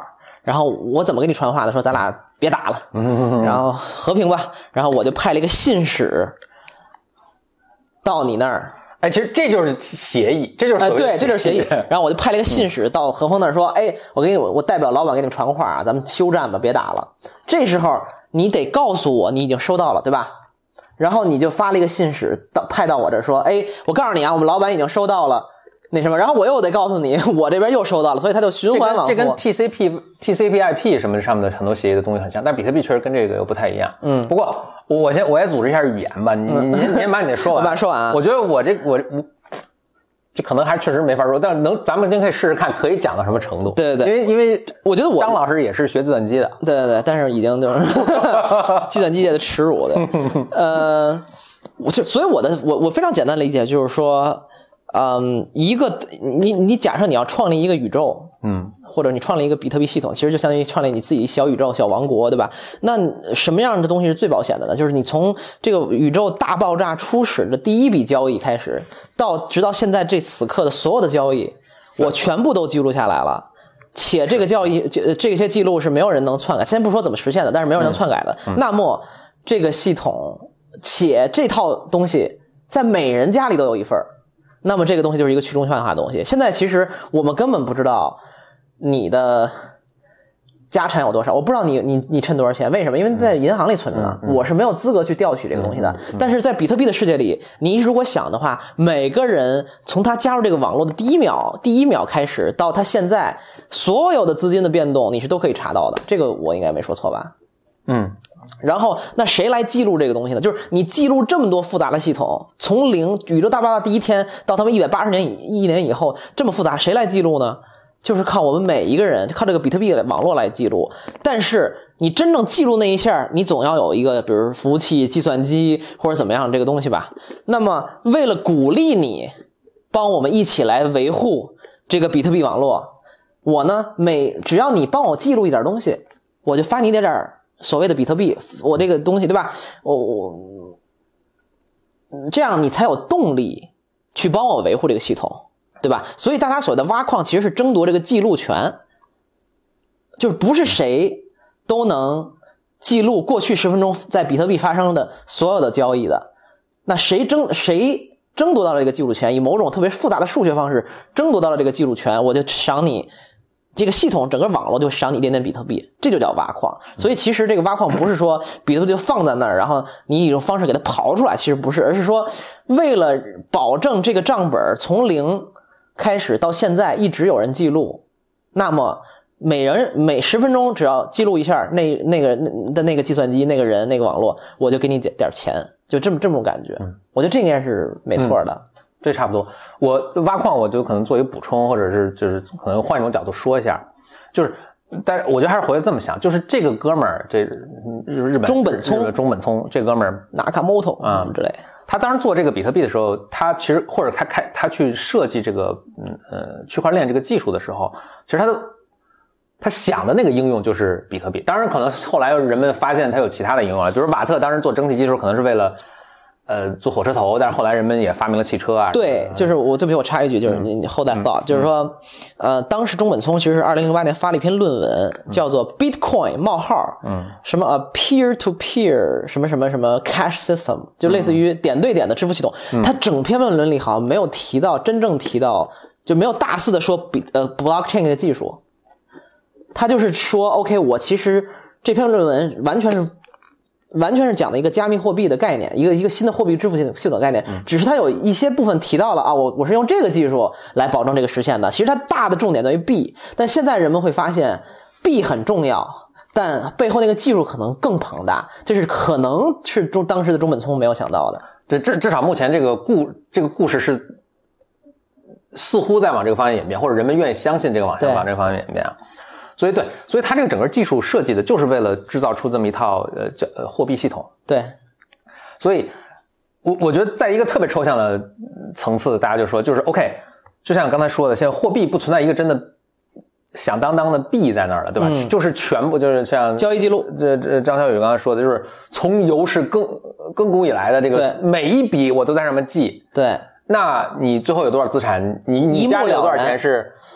[SPEAKER 1] 然后我怎么给你传话的？说咱俩别打了，然后和平吧。然后我就派了一个信使到你那儿。
[SPEAKER 2] 哎，其实这就是协议，这就是所谓的
[SPEAKER 1] 哎，对，这就是协议。然后我就派了一个信使到何峰那儿说：“哎，我给你，我代表老板给你们传个话啊，咱们休战吧，别打了。”这时候你得告诉我你已经收到了，对吧？然后你就发了一个信使到派到我这儿说：“哎，我告诉你啊，我们老板已经收到了那什么。”然后我又得告诉你，我这边又收到了，所以他就循环往复。
[SPEAKER 2] 这跟 T C P、T C P I P 什么上面的很多协议的东西很像，但比特币确实跟这个又不太一样。嗯，不过我先我也组织一下语言吧，你你你先把你的说完，
[SPEAKER 1] 我把它说完啊。
[SPEAKER 2] 我觉得我这我我。这可能还确实没法说，但是能，咱们今天可以试试看，可以讲到什么程度。
[SPEAKER 1] 对对对，
[SPEAKER 2] 因为因为
[SPEAKER 1] 我觉得我
[SPEAKER 2] 张老师也是学计算机的，
[SPEAKER 1] 对对对，但是已经就是计算机界的耻辱的。呃，我就所以我的我我非常简单理解就是说，嗯，一个你你假设你要创立一个宇宙，嗯，或者你创立一个比特币系统，其实就相当于创立你自己小宇宙、小王国，对吧？那什么样的东西是最保险的呢？就是你从这个宇宙大爆炸初始的第一笔交易开始，到直到现在这此刻的所有的交易，我全部都记录下来了。且这个交易这些记录是没有人能篡改，先不说怎么实现的，但是没有人能篡改的。嗯嗯、那么这个系统，且这套东西在每人家里都有一份，那么这个东西就是一个去中心化的东西。现在其实我们根本不知道你的家产有多少，我不知道你你你趁多少钱，为什么？因为在银行里存着呢，我是没有资格去调取这个东西的。但是在比特币的世界里，你如果想的话，每个人从他加入这个网络的第一秒第一秒开始到他现在所有的资金的变动，你是都可以查到的。这个我应该没说错吧？嗯。然后那谁来记录这个东西呢？就是你记录这么多复杂的系统，从零宇宙大爆炸第一天到他们一百八十年一年以后这么复杂，谁来记录呢？就是靠我们每一个人，靠这个比特币网络来记录。但是你真正记录那一下，你总要有一个比如服务器、计算机或者怎么样这个东西吧。那么为了鼓励你帮我们一起来维护这个比特币网络，我呢每只要你帮我记录一点东西，我就发你点点所谓的比特币，我这个东西对吧？我我这样你才有动力去帮我维护这个系统。对吧？所以大家所谓的挖矿其实是争夺这个记录权，就是不是谁都能记录过去十分钟在比特币发生的所有的交易的。那谁争谁争夺到了这个记录权，以某种特别复杂的数学方式争夺到了这个记录权，我就赏你这个系统整个网络就赏你一点点比特币，这就叫挖矿。所以其实这个挖矿不是说比特币就放在那儿，然后你以一种方式给它刨出来，其实不是，而是说为了保证这个账本从零开始到现在一直有人记录，那么每人每十分钟只要记录一下那那个的那个计算机那个人那个网络，我就给你点点钱，就这么这么种感觉。嗯、我觉得这应该是没错的。
[SPEAKER 2] 嗯，这差不多。我挖矿我就可能做一个补充，或者是就是可能换一种角度说一下，就是但是我觉得还是回来这么想，就是这个哥们儿，这日日本
[SPEAKER 1] 中本聪，
[SPEAKER 2] 中本聪这哥们儿
[SPEAKER 1] 纳卡莫托啊之类。
[SPEAKER 2] 他当时做这个比特币的时候，他其实或者他开他去设计这个嗯呃区块链这个技术的时候，其实他的他想的那个应用就是比特币。当然可能后来人们发现他有其他的应用了，比如瓦特当时做蒸汽机的时候可能是为了呃做火车头，但是后来人们也发明了汽车啊。
[SPEAKER 1] 对，就是我对不起我插一句，就是你你 hold that thought，、嗯、就是说呃当时中本聪其实是二零零八年发了一篇论文，叫做 Bitcoin 冒号嗯什么 a peer to peer 什么什么什么 cash system， 就类似于点对点的支付系统。嗯、他整篇论文里好像没有提到真正提到，就没有大肆的说比呃 blockchain 的技术。他就是说 OK， 我其实这篇论文完全是完全是讲的一个加密货币的概念，一个一个新的货币支付系统概念，只是它有一些部分提到了啊，我我是用这个技术来保证这个实现的。其实它大的重点在于币，但现在人们会发现币很重要，但背后那个技术可能更庞大，这是可能是中当时的中本聪没有想到的。
[SPEAKER 2] 这至至少目前这个故这个故事是似乎在往这个方向演变，或者人们愿意相信这个往向往这个方向演变啊。所以对，所以它这个整个技术设计的就是为了制造出这么一套呃叫呃货币系统。
[SPEAKER 1] 对，
[SPEAKER 2] 所以我我觉得在一个特别抽象的层次，大家就说就是 OK， 就像刚才说的，现在货币不存在一个真的响当当的币在那儿了，对吧？嗯、就是全部就是像
[SPEAKER 1] 交易记录，
[SPEAKER 2] 这这张小雨刚才说的，就是从有史亘亘古以来的这个每一笔我都在上面记。
[SPEAKER 1] 对，
[SPEAKER 2] 那你最后有多少资产？你你家里有多少钱是？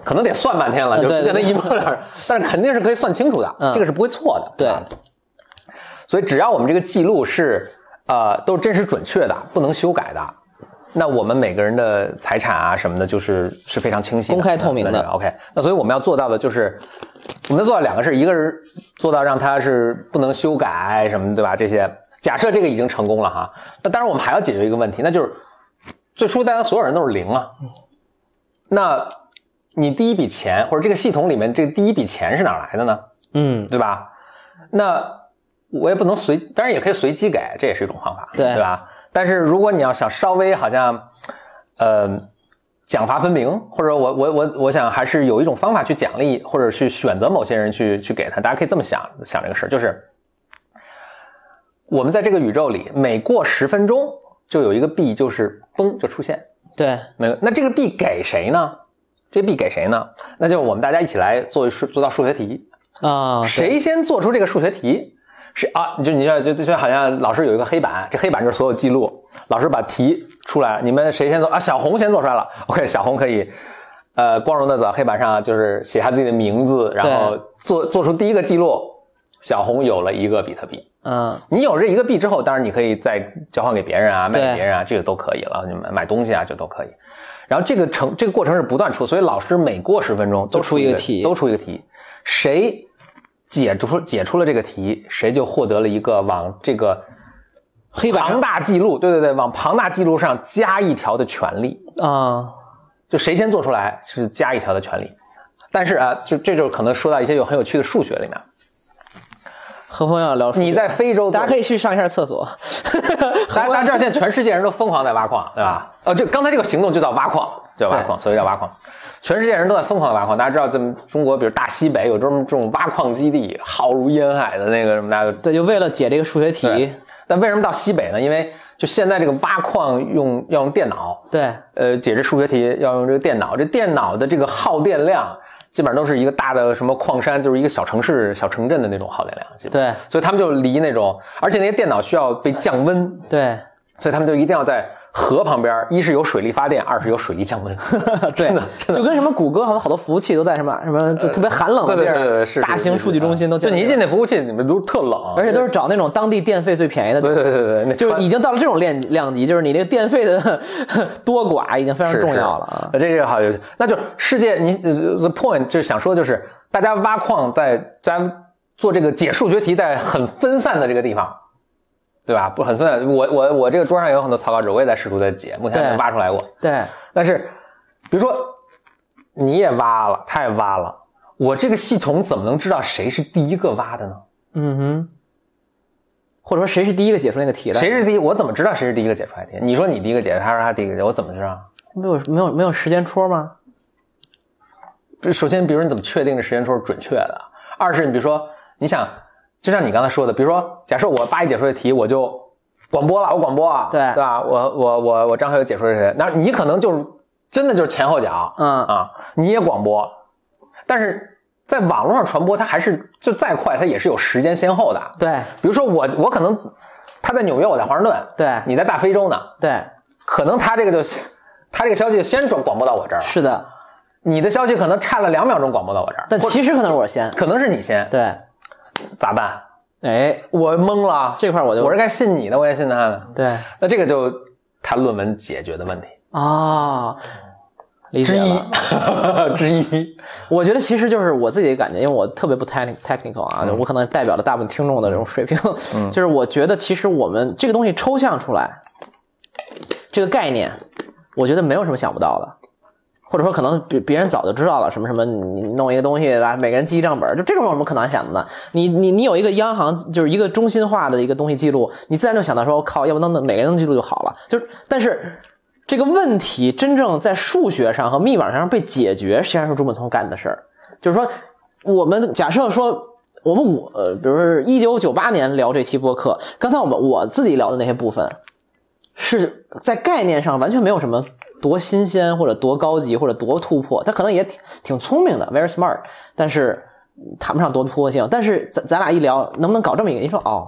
[SPEAKER 2] 可能得算半天了，就就那一目了，但是肯定是可以算清楚的，
[SPEAKER 1] 嗯、
[SPEAKER 2] 这个是不会错的。
[SPEAKER 1] 对，
[SPEAKER 2] 所以只要我们这个记录是呃都是真实准确的，不能修改的，那我们每个人的财产啊什么的，就是是非常清晰的、
[SPEAKER 1] 公开透明的。
[SPEAKER 2] OK， 那所以我们要做到的就是，我们要做到两个事，一个是做到让它是不能修改什么，对吧？这些假设这个已经成功了哈，那当然我们还要解决一个问题，那就是最初大家所有人都是零啊，那你第一笔钱或者这个系统里面这个第一笔钱是哪来的呢？
[SPEAKER 1] 嗯，
[SPEAKER 2] 对吧？那我也不能随，当然也可以随机给，这也是一种方法，
[SPEAKER 1] 对
[SPEAKER 2] 对吧？但是如果你要想稍微好像，呃，奖罚分明，或者我我我我想还是有一种方法去奖励，或者去选择某些人去去给他，大家可以这么想想这个事儿，就是我们在这个宇宙里，每过十分钟就有一个币，就是嘣就出现，
[SPEAKER 1] 对，
[SPEAKER 2] 没有，那这个币给谁呢？这个币给谁呢？那就是我们大家一起来做数做道数学题
[SPEAKER 1] 啊，
[SPEAKER 2] 谁先做出这个数学题？是啊，就你就就就好像老师有一个黑板，这黑板就是所有记录。老师把题出来，你们谁先做啊？小红先做出来了。OK， 小红可以，呃，光荣的在黑板上就是写下自己的名字，然后做做出第一个记录。小红有了一个比特币。
[SPEAKER 1] 嗯，
[SPEAKER 2] 你有这一个币之后，当然你可以再交换给别人啊，卖给别人啊，这个都可以了。你们买东西啊，这都可以。然后这个程这个过程是不断出，所以老师每过十分钟都出一个题，都出一个题，谁解出解出了这个题，谁就获得了一个往这个
[SPEAKER 1] 黑板
[SPEAKER 2] 庞大记录，对对对，往庞大记录上加一条的权利
[SPEAKER 1] 啊，
[SPEAKER 2] 就谁先做出来是加一条的权利。但是啊，就这就可能说到一些有很有趣的数学里面。
[SPEAKER 1] 何峰要聊
[SPEAKER 2] 你在非洲，
[SPEAKER 1] 大家可以去上一下厕所。
[SPEAKER 2] 大家大家知道现在全世界人都疯狂在挖矿，对吧？哦，这刚才这个行动就叫挖矿，叫挖矿，所以叫挖矿。全世界人都在疯狂的挖矿，大家知道，咱们中国，比如大西北有这种这种挖矿基地，浩如烟海的那个什么的。
[SPEAKER 1] 对，就为了解这个数学题。
[SPEAKER 2] 但为什么到西北呢？因为就现在这个挖矿用要用电脑，
[SPEAKER 1] 对，呃，
[SPEAKER 2] 解这数学题要用这个电脑，这电脑的这个耗电量。基本上都是一个大的什么矿山，就是一个小城市、小城镇的那种耗电量。基本
[SPEAKER 1] 对，
[SPEAKER 2] 所以他们就离那种，而且那些电脑需要被降温。
[SPEAKER 1] 对，
[SPEAKER 2] 所以他们就一定要在河旁边，一是有水力发电，二是有水力降温。
[SPEAKER 1] 对，就跟什么谷歌好多好多服务器都在什么什么就特别寒冷的地儿，
[SPEAKER 2] 对对对，是
[SPEAKER 1] 大型数据中心都
[SPEAKER 2] 就你一进那服务器，里面都特冷，
[SPEAKER 1] 而且都是找那种当地电费最便宜的。
[SPEAKER 2] 对对对对，
[SPEAKER 1] 就是已经到了这种量量级，就是你这个电费的多寡已经非常重要了啊。
[SPEAKER 2] 这这个好有趣，那就世界你 the point 就是想说就是大家挖矿在在做这个解数学题，在很分散的这个地方。对吧？不很分散。我我我这个桌上也有很多草稿纸，我也在试图在解，目前还没挖出来过。
[SPEAKER 1] 对，
[SPEAKER 2] 但是比如说你也挖了，他也挖了，我这个系统怎么能知道谁是第一个挖的呢？
[SPEAKER 1] 嗯哼，或者说谁是第一个解出那个题的？
[SPEAKER 2] 谁是第一？我怎么知道谁是第一个解出来题？你说你第一个解，他说他第一个解，我怎么知道？
[SPEAKER 1] 没有没有没有时间戳吗？
[SPEAKER 2] 首先，比如你怎么确定这时间戳是准确的？二是你比如说，你想。就像你刚才说的，比如说，假设我八一解出的题，我就广播了，我广播啊，
[SPEAKER 1] 对
[SPEAKER 2] 对吧？我我我我张学友解出的题，那你可能就是真的就是前后脚，
[SPEAKER 1] 嗯
[SPEAKER 2] 啊，你也广播，但是在网络上传播，它还是就再快，它也是有时间先后的。
[SPEAKER 1] 对，
[SPEAKER 2] 比如说我我可能他在纽约，我在华盛顿，
[SPEAKER 1] 对，
[SPEAKER 2] 你在大非洲呢，
[SPEAKER 1] 对，
[SPEAKER 2] 可能他这个就他这个消息先转广播到我这儿了，
[SPEAKER 1] 是的，
[SPEAKER 2] 你的消息可能差了两秒钟广播到我这儿，
[SPEAKER 1] 但其实可能是我先，
[SPEAKER 2] 可能是你先，
[SPEAKER 1] 对。
[SPEAKER 2] 咋办？
[SPEAKER 1] 哎，
[SPEAKER 2] 我懵了，
[SPEAKER 1] 这块我就
[SPEAKER 2] 我是该信你的，我也信他的。
[SPEAKER 1] 对，
[SPEAKER 2] 那这个就他论文解决的问题
[SPEAKER 1] 啊、哦，理解
[SPEAKER 2] 了。之一，之一，
[SPEAKER 1] 我觉得其实就是我自己的感觉，因为我特别不 technical 啊，嗯、我可能代表了大部分听众的这种水平。嗯，就是我觉得其实我们这个东西抽象出来，这个概念，我觉得没有什么想不到的。或者说可能别别人早就知道了什么什么，你弄一个东西来，每个人记一账本，就这种有什么可能想的呢？你你你有一个央行，就是一个中心化的一个东西记录，你自然就想到说，我靠，要不能每个人能记录就好了。就是，但是这个问题真正在数学上和密码上被解决，实际上是朱本聪干的事儿。就是说，我们假设说，我们五呃，比如说一九九八年聊这期播客，刚才我们我自己聊的那些部分，是在概念上完全没有什么多新鲜或者多高级或者多突破，他可能也挺挺聪明的 very smart， 但是谈不上多突破性。但是咱咱俩一聊能不能搞这么一个，你说哦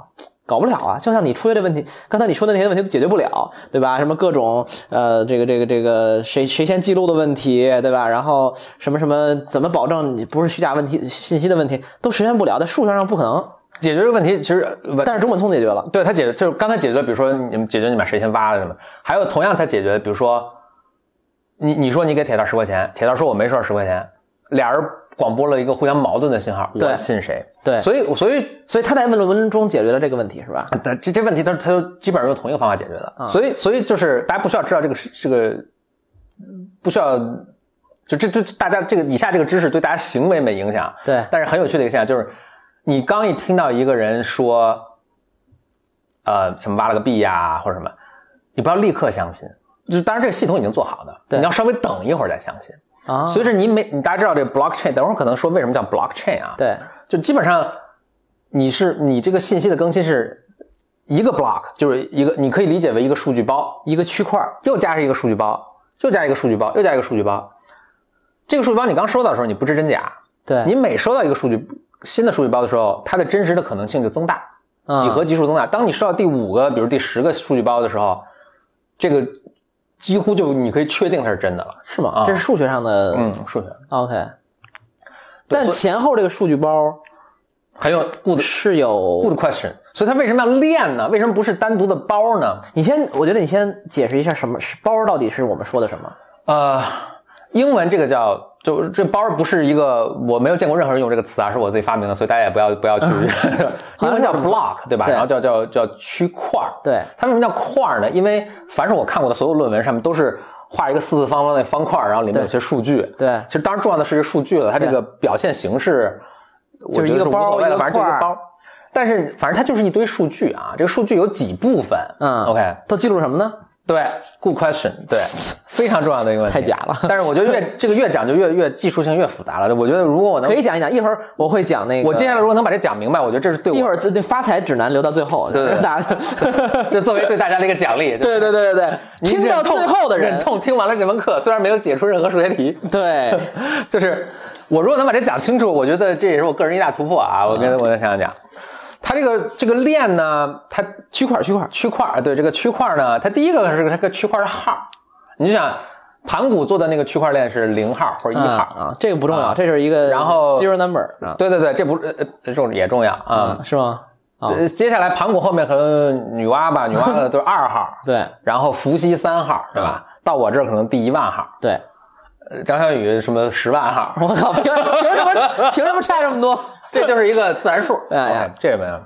[SPEAKER 1] 搞不了啊，就像你出现的问题，刚才你说的那些问题都解决不了，对吧？什么各种呃，这个这个这个谁谁先记录的问题，对吧？然后什么什么怎么保证你不是虚假问题信息的问题，都实现不了，在数学上不可能
[SPEAKER 2] 解决这个问题。其实，
[SPEAKER 1] 但是中本聪解决了，
[SPEAKER 2] 对他解决就是刚才解决，比如说你们解决你把谁先挖了什么，还有同样他解决，比如说你你说你给铁道十块钱，铁道说我没收十块钱，俩人广播了一个互相矛盾的信号，我信谁？
[SPEAKER 1] 对，
[SPEAKER 2] 所以所以
[SPEAKER 1] 所以他在论文中解决了这个问题，是吧？
[SPEAKER 2] 这这问题他他都基本上用同一个方法解决的，嗯、所以所以就是大家不需要知道这个这个不需要就这这大家这个以下这个知识对大家行为没影响，
[SPEAKER 1] 对，
[SPEAKER 2] 但是很有趣的一个现象就是，你刚一听到一个人说，呃，什么挖了个币呀或者什么，你不要立刻相信，就当然这个系统已经做好的，你要稍微等一会儿再相信。啊，随着你每你大家知道这个 blockchain， 等会儿可能说为什么叫 blockchain 啊？
[SPEAKER 1] 对，
[SPEAKER 2] 就基本上你是你这个信息的更新是一个 block， 就是一个你可以理解为一个数据包，
[SPEAKER 1] 一个区块，
[SPEAKER 2] 又加上一个数据包，又加一个数据包，又加一个数据包。这个数据包你刚收到的时候你不知真假，
[SPEAKER 1] 对，
[SPEAKER 2] 你每收到一个数据新的数据包的时候，它的真实的可能性就增大，几何级数增大。嗯、当你收到第五个，比如第十个数据包的时候，这个。几乎就你可以确定它是真的了，
[SPEAKER 1] 是吗？啊、这是数学上的，
[SPEAKER 2] 嗯，数学。
[SPEAKER 1] OK， 但前后这个数据包
[SPEAKER 2] 还有 good
[SPEAKER 1] 是有
[SPEAKER 2] good question， 所以它为什么要链呢？为什么不是单独的包呢？
[SPEAKER 1] 你先，我觉得你先解释一下什么是包到底是我们说的什么？
[SPEAKER 2] 呃，英文这个叫就这包不是一个我没有见过任何人用这个词啊，是我自己发明的，所以大家也不要不要去。英文叫 block 对吧？
[SPEAKER 1] 对，
[SPEAKER 2] 然后叫叫叫区块。
[SPEAKER 1] 对，
[SPEAKER 2] 它为什么叫块呢？因为凡是我看过的所有论文上面都是画一个四四方方的方块，然后里面有些数据。
[SPEAKER 1] 对，
[SPEAKER 2] 其实当然重要的是这数据了，它这个表现形式
[SPEAKER 1] 就是一个包，
[SPEAKER 2] 反正就一个包。但是反正它就是一堆数据啊，这个数据有几部分？
[SPEAKER 1] 嗯
[SPEAKER 2] ，OK，
[SPEAKER 1] 都记录什么呢？
[SPEAKER 2] 对 ，good question， 对，非常重要的一个问题。
[SPEAKER 1] 太假了，
[SPEAKER 2] 但是我觉得越这个越讲就越越技术性越复杂了。我觉得如果我能
[SPEAKER 1] 可以讲一讲，一会儿我会讲那个。
[SPEAKER 2] 我接下来如果能把这讲明白，我觉得这是对我
[SPEAKER 1] 一会儿这这发财指南留到最后，
[SPEAKER 2] 对对对，
[SPEAKER 1] 大家
[SPEAKER 2] 这作为对大家的一个奖励。
[SPEAKER 1] 对对对对对，听到最后的人
[SPEAKER 2] 忍痛听完了这门课，虽然没有解出任何数学题，
[SPEAKER 1] 对，
[SPEAKER 2] 就是我如果能把这讲清楚，我觉得这也是我个人一大突破啊！我跟我再想想讲。它这个这个链呢，它
[SPEAKER 1] 区块区块
[SPEAKER 2] 区块，对这个区块呢，它第一个是这个区块的号，你就想盘古做的那个区块链是零号或者一号、
[SPEAKER 1] 嗯、啊，这个不重要，啊、这是一个
[SPEAKER 2] 然后
[SPEAKER 1] zero number
[SPEAKER 2] 啊，对对对，这不呃这也重要啊、
[SPEAKER 1] 嗯，是吗？
[SPEAKER 2] 啊、呃，接下来盘古后面可能女娲吧，女娲的都是二号，
[SPEAKER 1] 对，
[SPEAKER 2] 然后伏羲三号，对吧？嗯、到我这儿可能第一万号，
[SPEAKER 1] 对。
[SPEAKER 2] 张小雨什么十万号？
[SPEAKER 1] 我靠，凭凭什么凭什么差这么多？
[SPEAKER 2] 这就是一个自然数。
[SPEAKER 1] 哎呀，
[SPEAKER 2] okay, 这没有。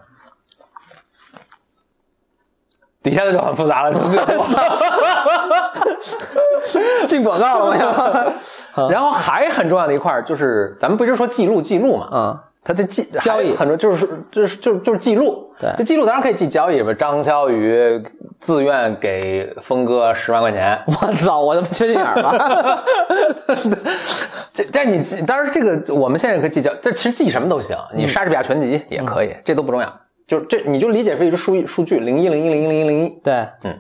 [SPEAKER 2] 底下的就很复杂了，
[SPEAKER 1] 进广告了吗？
[SPEAKER 2] 然后还很重要的一块就是，咱们不是说记录记录嘛？
[SPEAKER 1] 嗯，
[SPEAKER 2] 它的记
[SPEAKER 1] 交易
[SPEAKER 2] 很多就是就是就是就是记录。
[SPEAKER 1] 对，
[SPEAKER 2] 这记录当然可以记交易，什么张小雨自愿给峰哥十万块钱。
[SPEAKER 1] 我操，我他妈缺心眼了。
[SPEAKER 2] 这这你当然这个我们现在可以记交，这其实记什么都行，你莎士比亚全集也可以，嗯、这都不重要。就这你就理解是一个数数据零一零一零一零一零一。
[SPEAKER 1] 对，
[SPEAKER 2] 嗯。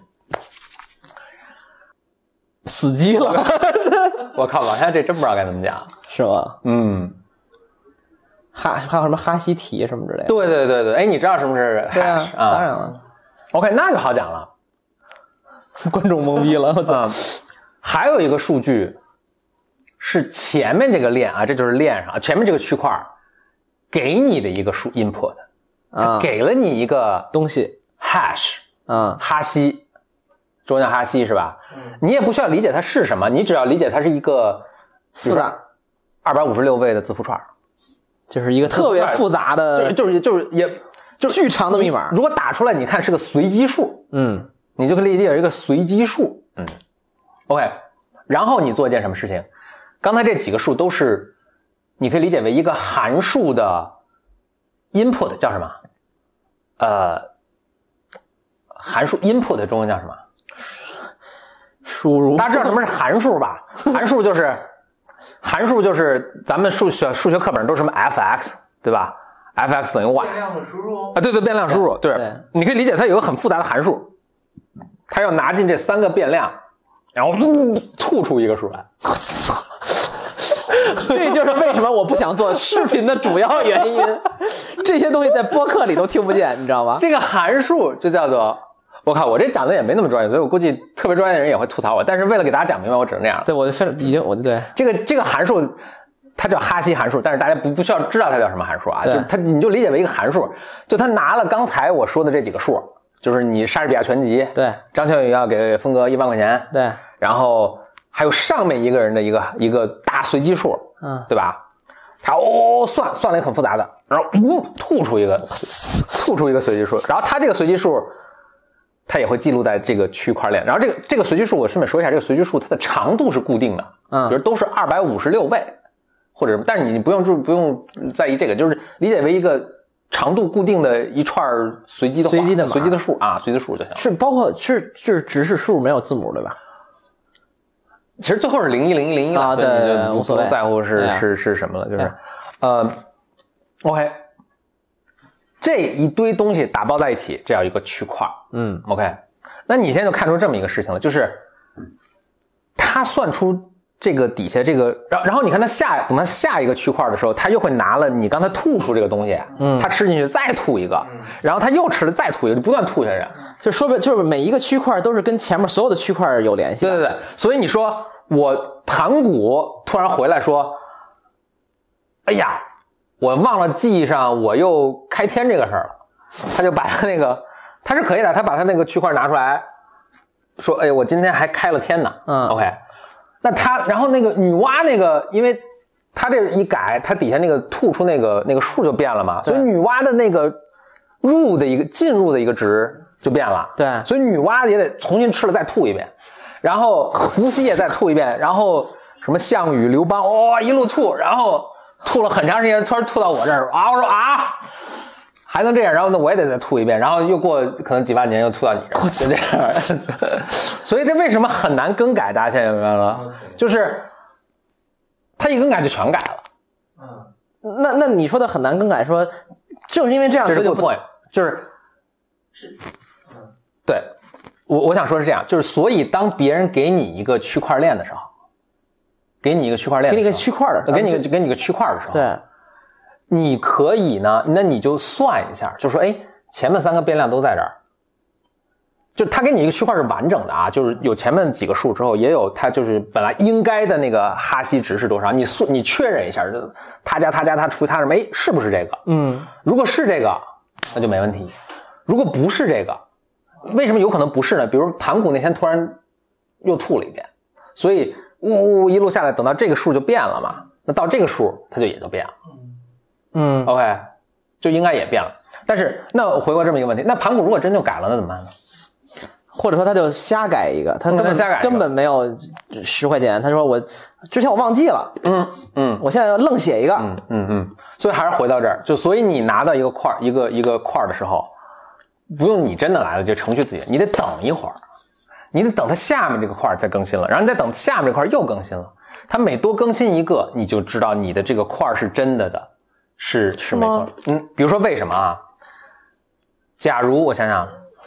[SPEAKER 1] 死机了。
[SPEAKER 2] 我靠，往下这真不知道该怎么讲，
[SPEAKER 1] 是吗？
[SPEAKER 2] 嗯。
[SPEAKER 1] 哈还有什么哈希体什么之类的？
[SPEAKER 2] 对对对对，哎，你知道什么是 hash
[SPEAKER 1] 啊？当然了。
[SPEAKER 2] OK， 那就好讲了。
[SPEAKER 1] 观众懵逼了，我操！
[SPEAKER 2] 还有一个数据是前面这个链啊，这就是链上前面这个区块给你的一个数 input， 它给了你一个
[SPEAKER 1] 东西
[SPEAKER 2] hash，
[SPEAKER 1] 嗯，
[SPEAKER 2] 哈希，中文叫哈希是吧？你也不需要理解它是什么，你只要理解它是一个
[SPEAKER 1] 复杂
[SPEAKER 2] 二百五十六位的字符串。
[SPEAKER 1] 就是一个特别复杂的，
[SPEAKER 2] 就是就是也
[SPEAKER 1] 就是巨长的密码。
[SPEAKER 2] 如果打出来，你看是个随机数，
[SPEAKER 1] 嗯，
[SPEAKER 2] 你就可以理解为一个随机数，嗯 ，OK。然后你做一件什么事情？刚才这几个数都是，你可以理解为一个函数的 input 叫什么？呃，函数 input 的中文叫什么？
[SPEAKER 1] 输入。
[SPEAKER 2] 大家知道什么是函数吧？函数就是。函数就是咱们数学数学课本都是什么 f(x) 对吧 ？f(x) 等于 y。
[SPEAKER 3] 变量的输入
[SPEAKER 2] 啊，对对，变量输入，对，
[SPEAKER 1] 对
[SPEAKER 2] 你可以理解它有一个很复杂的函数，它要拿进这三个变量，然后吐出一个数来。
[SPEAKER 1] 这就是为什么我不想做视频的主要原因。这些东西在播客里都听不见，你知道吗？
[SPEAKER 2] 这个函数就叫做，我靠，我这讲的也没那么专业，所以我估计特别专业的人也会吐槽我。但是为了给大家讲明白，我只能这样。
[SPEAKER 1] 对，我就非已经我就对
[SPEAKER 2] 这个这个函数，它叫哈希函数，但是大家不不需要知道它叫什么函数啊，就它你就理解为一个函数，就它拿了刚才我说的这几个数，就是你莎士比亚全集，
[SPEAKER 1] 对，
[SPEAKER 2] 张小雨要给峰哥一万块钱，
[SPEAKER 1] 对，
[SPEAKER 2] 然后还有上面一个人的一个一个大随机数，
[SPEAKER 1] 嗯，
[SPEAKER 2] 对吧？他哦算算了一个很复杂的，然后呜吐出一个吐出一个随机数，然后他这个随机数，它也会记录在这个区块链。然后这个这个随机数，我顺便说一下，这个随机数它的长度是固定的，
[SPEAKER 1] 嗯，
[SPEAKER 2] 比如都是二百五十六位，或者但是你不用注不用在意这个，就是理解为一个长度固定的一串随机的
[SPEAKER 1] 随机的
[SPEAKER 2] 随机的数啊，随机数就行。
[SPEAKER 1] 是包括是是只是数没有字母对吧？
[SPEAKER 2] 其实最后是零一零一零一
[SPEAKER 1] 啊，对，
[SPEAKER 2] 就无所谓在乎是、哎、是是什么了，就是、哎、呃 ，OK， 这一堆东西打包在一起，这叫一个区块，
[SPEAKER 1] 嗯
[SPEAKER 2] ，OK， 那你现在就看出这么一个事情了，就是他算出这个底下这个，然然后你看他下等他下一个区块的时候，他又会拿了你刚才吐出这个东西，嗯，他吃进去再吐一个，嗯、然后他又吃了再吐一个，就不断吐下去，
[SPEAKER 1] 就说白就是每一个区块都是跟前面所有的区块有联系。
[SPEAKER 2] 对对对，所以你说。我盘古突然回来说，哎呀，我忘了记上我又开天这个事儿了，他就把他那个他是可以的，他把他那个区块拿出来说，哎，我今天还开了天呢，
[SPEAKER 1] 嗯
[SPEAKER 2] ，OK， 那他然后那个女娲那个，因为他这一改，他底下那个吐出那个那个数就变了嘛，所以女娲的那个入的一个进入的一个值就变了，
[SPEAKER 1] 对，
[SPEAKER 2] 所以女娲也得重新吃了再吐一遍。然后伏羲也再吐一遍，然后什么项羽、刘邦，哇、哦，一路吐，然后吐了很长时间，突然吐到我这儿啊！我说啊，还能这样？然后呢，我也得再吐一遍，然后又过可能几万年又吐到你这儿，就这样。所以这为什么很难更改？大家现在明白了？就是他一更改就全改了。
[SPEAKER 1] 嗯，那那你说的很难更改，说正是因为这样，
[SPEAKER 2] 这是 good point， 就是是，嗯，对。我我想说是这样，就是所以当别人给你一个区块链的时候，给你一个区块链，
[SPEAKER 1] 给你一个区块的，
[SPEAKER 2] 给你给你一个区块的时候，
[SPEAKER 1] 对，
[SPEAKER 2] 你可以呢，那你就算一下，就说，哎，前面三个变量都在这儿，就他给你一个区块是完整的啊，就是有前面几个数之后，也有它就是本来应该的那个哈希值是多少，你算你确认一下，他加他加他除他什么，哎，是不是这个？
[SPEAKER 1] 嗯，
[SPEAKER 2] 如果是这个，那就没问题；如果不是这个。为什么有可能不是呢？比如盘古那天突然又吐了一遍，所以呜呜一路下来，等到这个数就变了嘛，那到这个数它就也就变了。
[SPEAKER 1] 嗯
[SPEAKER 2] ，OK， 就应该也变了。但是那我回过这么一个问题，那盘古如果真就改了，那怎么办呢？
[SPEAKER 1] 或者说他就瞎改一个，他根本
[SPEAKER 2] 瞎改
[SPEAKER 1] 根本没有十块钱，他说我之前我忘记了，
[SPEAKER 2] 嗯嗯，
[SPEAKER 1] 我现在要愣写一个，
[SPEAKER 2] 嗯嗯嗯，所以还是回到这儿，就所以你拿到一个块一个一个块的时候。不用你真的来了，就程序自己，你得等一会儿，你得等它下面这个块再更新了，然后你再等下面这块又更新了，它每多更新一个，你就知道你的这个块是真的的，是是没错。嗯，比如说为什么啊？假如我想想，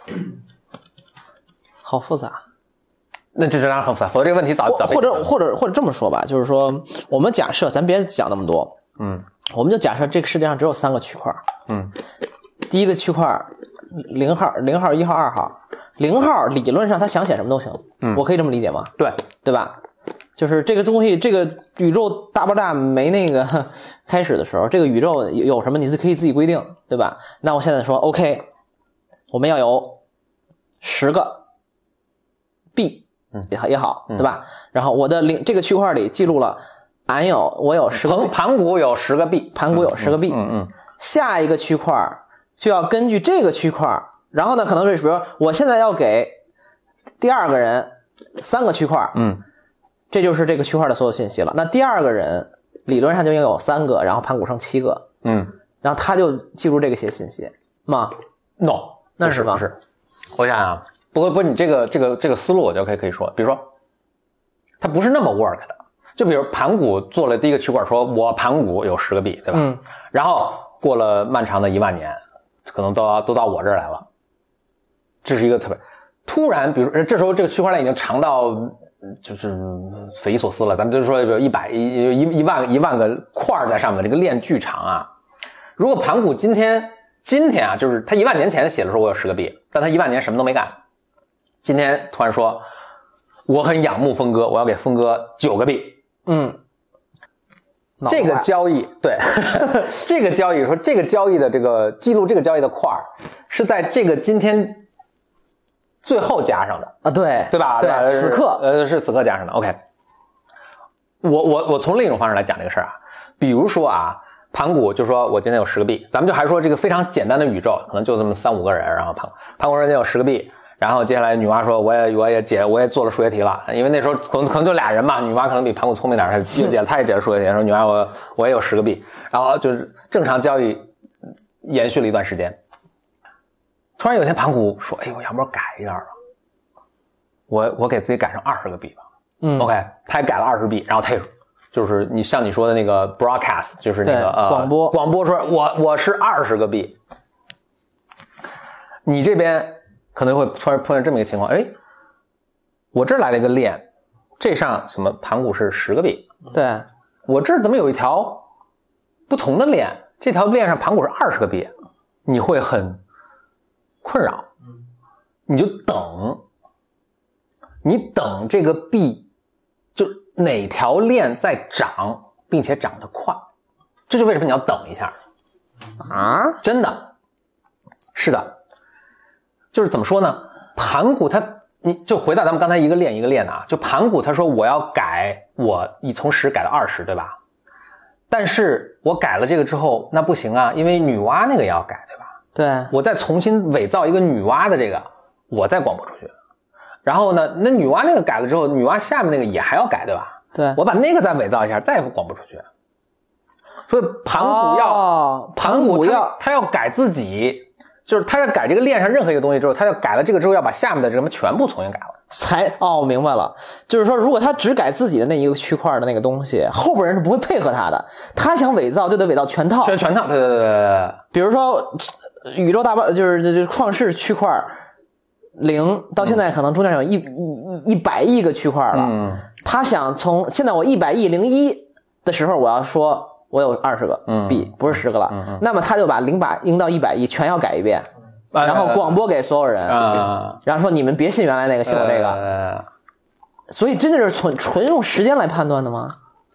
[SPEAKER 1] 好复杂，
[SPEAKER 2] 那这当然很复杂，否则这个问题早早
[SPEAKER 1] 或者或者或者这么说吧，就是说我们假设咱别讲那么多，
[SPEAKER 2] 嗯，
[SPEAKER 1] 我们就假设这个世界上只有三个区块，
[SPEAKER 2] 嗯，
[SPEAKER 1] 第一个区块。零号、零号、一号、二号，零号理论上他想写什么都行，嗯，我可以这么理解吗？
[SPEAKER 2] 对，
[SPEAKER 1] 对吧？就是这个东西，这个宇宙大爆炸没那个开始的时候，这个宇宙有什么你是可以自己规定，对吧？那我现在说 OK， 我们要有十个 B， 嗯，也好也好，对吧？然后我的零这个区块里记录了，俺有我有十个
[SPEAKER 2] 盘古有十个 B，
[SPEAKER 1] 盘古有十个 B，
[SPEAKER 2] 嗯嗯，
[SPEAKER 1] 下一个区块。就要根据这个区块，然后呢，可能是比如说我现在要给第二个人三个区块，
[SPEAKER 2] 嗯，
[SPEAKER 1] 这就是这个区块的所有信息了。那第二个人理论上就应该有三个，然后盘古剩七个，
[SPEAKER 2] 嗯，
[SPEAKER 1] 然后他就记住这个些信息吗
[SPEAKER 2] ？No，
[SPEAKER 1] 那是吗？
[SPEAKER 2] 不是，我想想，不过不，你这个这个这个思路我就可以可以说，比如说，它不是那么 work 的。就比如盘古做了第一个区块，说我盘古有十个币，对吧？
[SPEAKER 1] 嗯，
[SPEAKER 2] 然后过了漫长的一万年。可能都到都到我这儿来了，这是一个特别突然，比如这时候这个区块链已经长到就是匪夷所思了。咱们就是说有一百一一一万一万个块在上面，这个链巨长啊。如果盘古今天今天啊，就是他一万年前写的时候我有十个币，但他一万年什么都没干，今天突然说我很仰慕峰哥，我要给峰哥九个币。
[SPEAKER 1] 嗯，
[SPEAKER 2] 这个交易对这个交易说这个交易的这个记录这个交易的块是在这个今天最后加上的
[SPEAKER 1] 啊，对
[SPEAKER 2] 对吧？
[SPEAKER 1] 对，此刻
[SPEAKER 2] 呃是此刻加上的。OK， 我我我从另一种方式来讲这个事儿啊，比如说啊，盘古就说我今天有十个币，咱们就还说这个非常简单的宇宙，可能就这么三五个人，然后盘盘古说今天有十个币，然后接下来女娲说我也我也解我也做了数学题了，因为那时候可能可能就俩人嘛，女娲可能比盘古聪明点，她又解了，她也解了数学题，说女娲我我也有十个币，然后就是正常交易延续了一段时间。突然有一天盘古说：“哎呦，要不然改一下吧，我我给自己改成二十个币吧。”嗯 ，OK， 他也改了二十币，然后他也就是你像你说的那个 broadcast， 就是那个呃
[SPEAKER 1] 广播
[SPEAKER 2] 广播说我我是二十个币。你这边可能会突然碰见这么一个情况，哎，我这儿来了一个链，这上什么盘古是十个币，
[SPEAKER 1] 对，
[SPEAKER 2] 我这儿怎么有一条不同的链？这条链上盘古是二十个币，你会很困扰，你就等，你等这个币，就哪条链在涨，并且涨得快，这就为什么你要等一下
[SPEAKER 1] 啊？
[SPEAKER 2] 真的，是的，就是怎么说呢？盘古他，你就回到咱们刚才一个链一个链啊，就盘古他说我要改，我你从十改到二十，对吧？但是我改了这个之后，那不行啊，因为女娲那个也要改，对吧？
[SPEAKER 1] 对，
[SPEAKER 2] 我再重新伪造一个女娲的这个，我再广播出去。然后呢，那女娲那个改了之后，女娲下面那个也还要改，对吧？
[SPEAKER 1] 对，
[SPEAKER 2] 我把那个再伪造一下，再广播出去。所以盘古要，
[SPEAKER 1] 哦、
[SPEAKER 2] 盘古要他要改自己，就是他要改这个链上任何一个东西之后，他要改了这个之后，要把下面的什么全部重新改了。
[SPEAKER 1] 才哦，我明白了，就是说，如果他只改自己的那一个区块的那个东西，后边人是不会配合他的。他想伪造就得伪造全套，
[SPEAKER 2] 全全套，对对对对对。
[SPEAKER 1] 比如说宇宙大爆，就是就是创世区块零到现在可能中间有一一一百亿个区块了。嗯，他想从现在我一百亿零一的时候，我要说我有二十个币，嗯，不是十个了。嗯嗯，那么他就把零百零到一百亿全要改一遍。然后广播给所有人，
[SPEAKER 2] 啊，
[SPEAKER 1] 然后说你们别信原来那个，信我这个。
[SPEAKER 2] 呃、
[SPEAKER 1] 所以真的是纯纯用时间来判断的吗？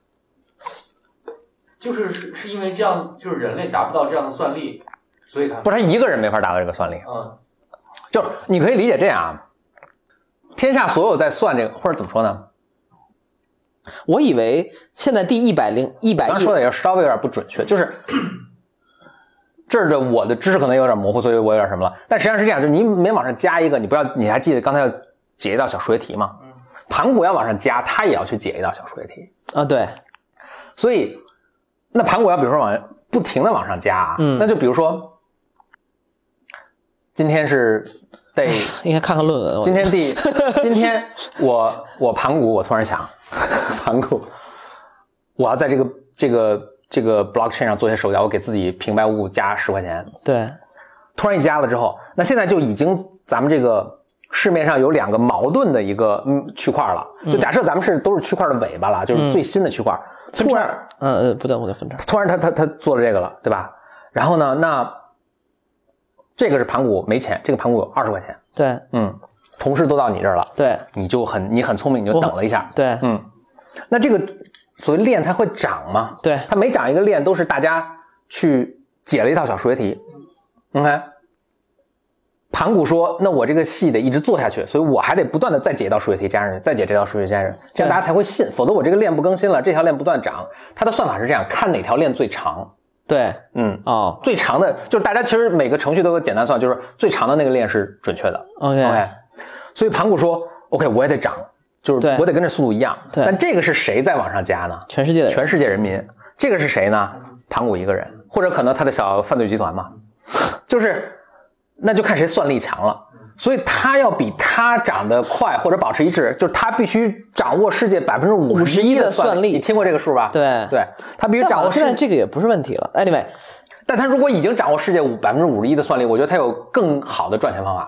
[SPEAKER 3] 就是是是因为这样，就是人类达不到这样的算力，所以他
[SPEAKER 2] 不是他一个人没法达到这个算力。
[SPEAKER 3] 嗯，
[SPEAKER 2] 就你可以理解这样啊，天下所有在算这个，或者怎么说呢？
[SPEAKER 1] 我以为现在第一百零一百亿，
[SPEAKER 2] 刚说的也稍微有点不准确，就是。这儿的我的知识可能有点模糊，所以我有点什么了。但实际上是这样，就是你每往上加一个，你不要，你还记得刚才要解一道小数学题吗？嗯。盘古要往上加，他也要去解一道小数学题
[SPEAKER 1] 啊。对。
[SPEAKER 2] 所以，那盘古要比如说往不停的往上加啊，嗯，那就比如说，今天是得
[SPEAKER 1] 应该看看论文。
[SPEAKER 2] 今天第今天我我盘古，我突然想，盘古，我要在这个这个。这个 blockchain 上做些手脚，我给自己平白无故加十块钱。
[SPEAKER 1] 对，
[SPEAKER 2] 突然一加了之后，那现在就已经咱们这个市面上有两个矛盾的一个嗯区块了。就假设咱们是都是区块的尾巴了，嗯、就是最新的区块。
[SPEAKER 1] 嗯、突然，嗯呃，不对，我得分叉。
[SPEAKER 2] 突然他他他做了这个了，对吧？然后呢，那这个是盘古没钱，这个盘古有二十块钱。
[SPEAKER 1] 对，
[SPEAKER 2] 嗯，同时都到你这儿了。
[SPEAKER 1] 对，
[SPEAKER 2] 你就很你很聪明，你就等了一下。
[SPEAKER 1] 对，
[SPEAKER 2] 嗯，那这个。所谓链它会涨吗？
[SPEAKER 1] 对，
[SPEAKER 2] 它每涨一个链都是大家去解了一套小数学题。OK， 盘古说：“那我这个戏得一直做下去，所以我还得不断的再解一道数学题加上去，再解这道数学加上去，这样大家才会信。否则我这个链不更新了，这条链不断涨。它的算法是这样，看哪条链最长。
[SPEAKER 1] 对，
[SPEAKER 2] 嗯，
[SPEAKER 1] 哦，
[SPEAKER 2] 最长的就是大家其实每个程序都有简单算，就是最长的那个链是准确的。
[SPEAKER 1] OK，
[SPEAKER 2] OK， 所以盘古说 ：OK， 我也得涨。”就是我得跟这速度一样，
[SPEAKER 1] 对。
[SPEAKER 2] 但这个是谁在往上加呢？
[SPEAKER 1] 全世界的
[SPEAKER 2] 全世界人民。这个是谁呢？盘古一个人，或者可能他的小犯罪集团嘛。就是，那就看谁算力强了。所以他要比他长得快或者保持一致，就是他必须掌握世界百分之五十一的算力。你听过这个数吧？
[SPEAKER 1] 对
[SPEAKER 2] 对，他必须掌握。
[SPEAKER 1] 现在这个也不是问题了。Anyway，
[SPEAKER 2] 但他如果已经掌握世界百分之五十一的算力，我觉得他有更好的赚钱方法。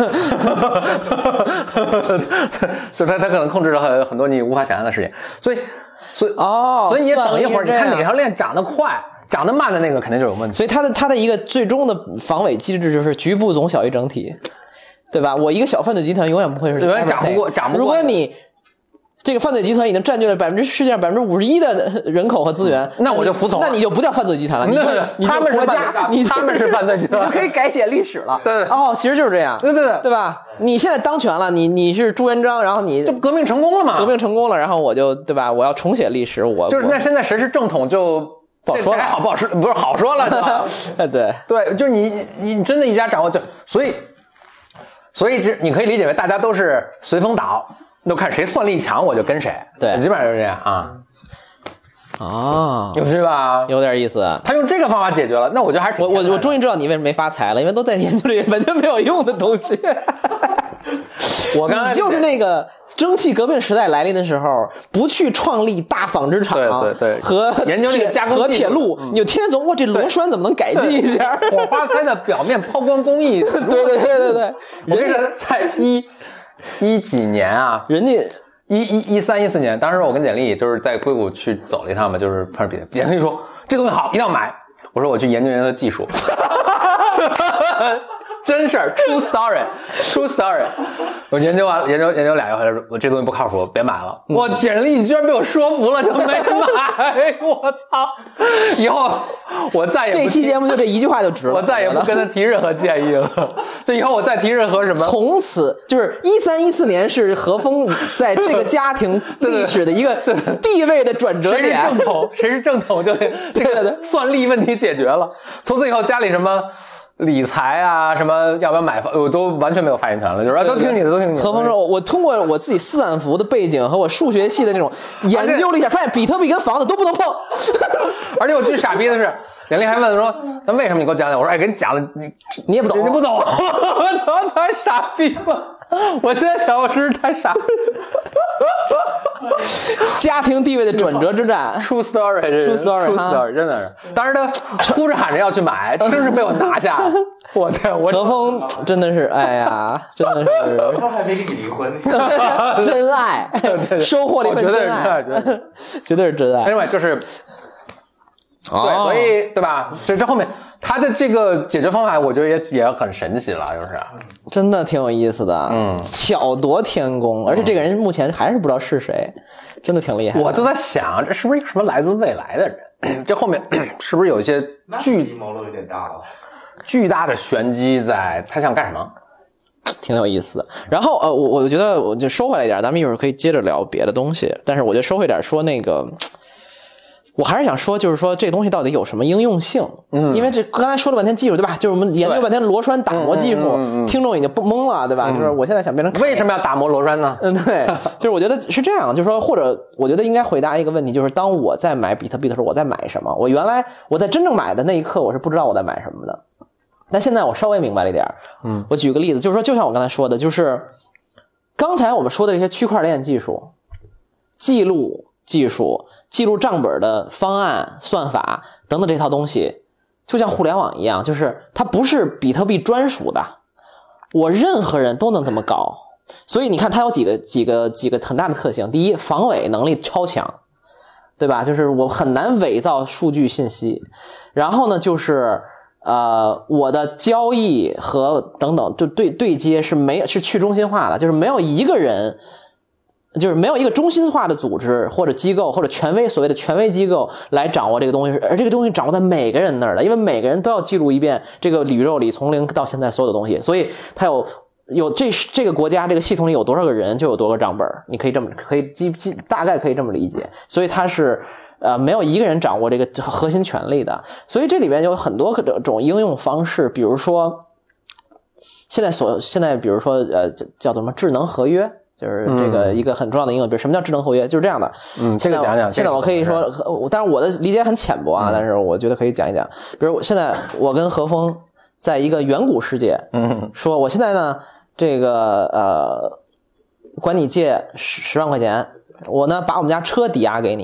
[SPEAKER 2] 就他他可能控制了很很多你无法想象的事情，所以所以
[SPEAKER 1] 哦，
[SPEAKER 2] 所以你等一会儿，你看哪条链长得快，长得慢的那个肯定就有问题。
[SPEAKER 1] 所以它的它的一个最终的防伪机制就是局部总小于整体，对吧？我一个小犯罪集团永远不会是
[SPEAKER 2] 永远涨不过涨不过。
[SPEAKER 1] 如果你这个犯罪集团已经占据了百分之世界上百分之五十一的人口和资源，
[SPEAKER 2] 嗯、那我就服从了，
[SPEAKER 1] 那你就不叫犯罪集团了，你就
[SPEAKER 2] 他们是国家，你他们是犯罪集团，
[SPEAKER 1] 你就可以改写历史了。
[SPEAKER 2] 对对
[SPEAKER 1] 哦，其实就是这样，
[SPEAKER 2] 对对对，
[SPEAKER 1] 对吧？你现在当权了，你你是朱元璋，然后你
[SPEAKER 2] 就革命成功了嘛？
[SPEAKER 1] 革命成功了，然后我就对吧？我要重写历史，我
[SPEAKER 2] 就是那现在谁是正统就
[SPEAKER 1] 不好说了，
[SPEAKER 2] 还好不好说？不是好说了，对吧？
[SPEAKER 1] 对
[SPEAKER 2] 对，就是你你真的一家掌握就所以所以这你可以理解为大家都是随风倒。都看谁算力强，我就跟谁。
[SPEAKER 1] 对，
[SPEAKER 2] 基本上就是这样啊。
[SPEAKER 1] 哦，
[SPEAKER 2] 有趣吧？
[SPEAKER 1] 有点意思。
[SPEAKER 2] 他用这个方法解决了，那我觉得还是挺
[SPEAKER 1] 我我我终于知道你为什么没发财了，因为都在研究这些完全没有用的东西。
[SPEAKER 2] 我刚才
[SPEAKER 1] 就是那个蒸汽革命时代来临的时候，不去创立大纺织厂，
[SPEAKER 2] 对对对，
[SPEAKER 1] 和
[SPEAKER 2] 研究这个加工
[SPEAKER 1] 和铁路，嗯、你就天天琢磨这螺栓怎么能改进一下。
[SPEAKER 2] 火花塞的表面抛光工艺，对
[SPEAKER 1] 对对对对，
[SPEAKER 2] 我这是在一。一几年啊，
[SPEAKER 1] 人家
[SPEAKER 2] 一一一三一四年，当时我跟简历就是在硅谷去走了一趟嘛，就是碰上彼得，彼得跟你说这个东西好，一定要买。我说我去研究研究技术，真事儿 ，true story，true story。我研究完研究研究俩月回来说，我这东西不靠谱，别买了。嗯、我简历居然被我说服了，就没买。我操！以后我再也不
[SPEAKER 1] 这期节目就这一句话就值了。
[SPEAKER 2] 我再也不跟他提任何建议了。就以后我再提任何什么，
[SPEAKER 1] 从此就是一三一四年是何峰在这个家庭历史的一个地位的转折点。
[SPEAKER 2] 谁是正统？谁是正统？就这个算力问题解决了。从此以后家里什么。理财啊，什么要不要买房，我都完全没有发言权了，就是都听你的，都听你的。
[SPEAKER 1] 何峰说，我通过我自己斯坦福的背景和我数学系的那种研究了一下，发现比特币跟房子都不能碰。
[SPEAKER 2] 而且我最傻逼的是，袁丽还问说：“那为什么你给我讲讲？”我说：“哎，给你讲了，你
[SPEAKER 1] 你也不懂，
[SPEAKER 2] 你不懂。”我操，太傻逼了！我现在想，我真是太傻。
[SPEAKER 1] 家庭地位的转折之战
[SPEAKER 2] ，True story，True
[SPEAKER 1] story，True
[SPEAKER 2] story， 真的是。当时他哭着喊着要去买，真是被我拿下。我天，我
[SPEAKER 1] 何峰真的是，哎呀，真的是。
[SPEAKER 3] 他还没跟你离婚。
[SPEAKER 1] 真爱，收获了一份真爱，绝对是真爱。
[SPEAKER 2] 另外就是。对，所以对吧？这这后面他的这个解决方法，我觉得也也很神奇了，就是
[SPEAKER 1] 真的挺有意思的，嗯，巧夺天工，而且这个人目前还是不知道是谁，真的挺厉害的。
[SPEAKER 2] 我都在想，这是不是什么来自未来的人？这后面是不是有一些巨
[SPEAKER 3] 阴谋论有点大了，
[SPEAKER 2] 巨大的玄机在？他想干什么？
[SPEAKER 1] 挺有意思的。然后呃，我我觉得我就收回来一点，咱们一会儿可以接着聊别的东西。但是我就收回点说那个。我还是想说，就是说这东西到底有什么应用性？嗯，因为这刚才说了半天技术，对吧？就是我们研究半天螺栓打磨技术，嗯嗯嗯、听众已经不懵了，对吧？嗯、就是我现在想变成
[SPEAKER 2] 为什么要打磨螺栓呢？
[SPEAKER 1] 嗯，对，就是我觉得是这样，就是说，或者我觉得应该回答一个问题，就是当我在买比特币的时候，我在买什么？我原来我在真正买的那一刻，我是不知道我在买什么的，但现在我稍微明白了一点。嗯，我举个例子，就是说，就像我刚才说的，就是刚才我们说的这些区块链技术、记录技术。记录账本的方案、算法等等这套东西，就像互联网一样，就是它不是比特币专属的，我任何人都能这么搞。所以你看，它有几个几个几个很大的特性：第一，防伪能力超强，对吧？就是我很难伪造数据信息。然后呢，就是呃，我的交易和等等就对对接是没是去中心化的，就是没有一个人。就是没有一个中心化的组织或者机构或者权威所谓的权威机构来掌握这个东西，而这个东西掌握在每个人那儿的，因为每个人都要记录一遍这个宇宙里从零到现在所有的东西，所以它有有这这个国家这个系统里有多少个人就有多个账本，你可以这么可以基基大概可以这么理解，所以它是呃没有一个人掌握这个核心权力的，所以这里面有很多种应用方式，比如说现在所现在比如说呃叫做什么智能合约。就是这个一个很重要的应用，比如什么叫智能合约，就是这样的。
[SPEAKER 2] 嗯，这个讲讲。
[SPEAKER 1] 现在我可以说，当然我的理解很浅薄啊，嗯、但是我觉得可以讲一讲。比如现在我跟何峰在一个远古世界，嗯，说我现在呢，这个呃，管你借十十万块钱，我呢把我们家车抵押给你，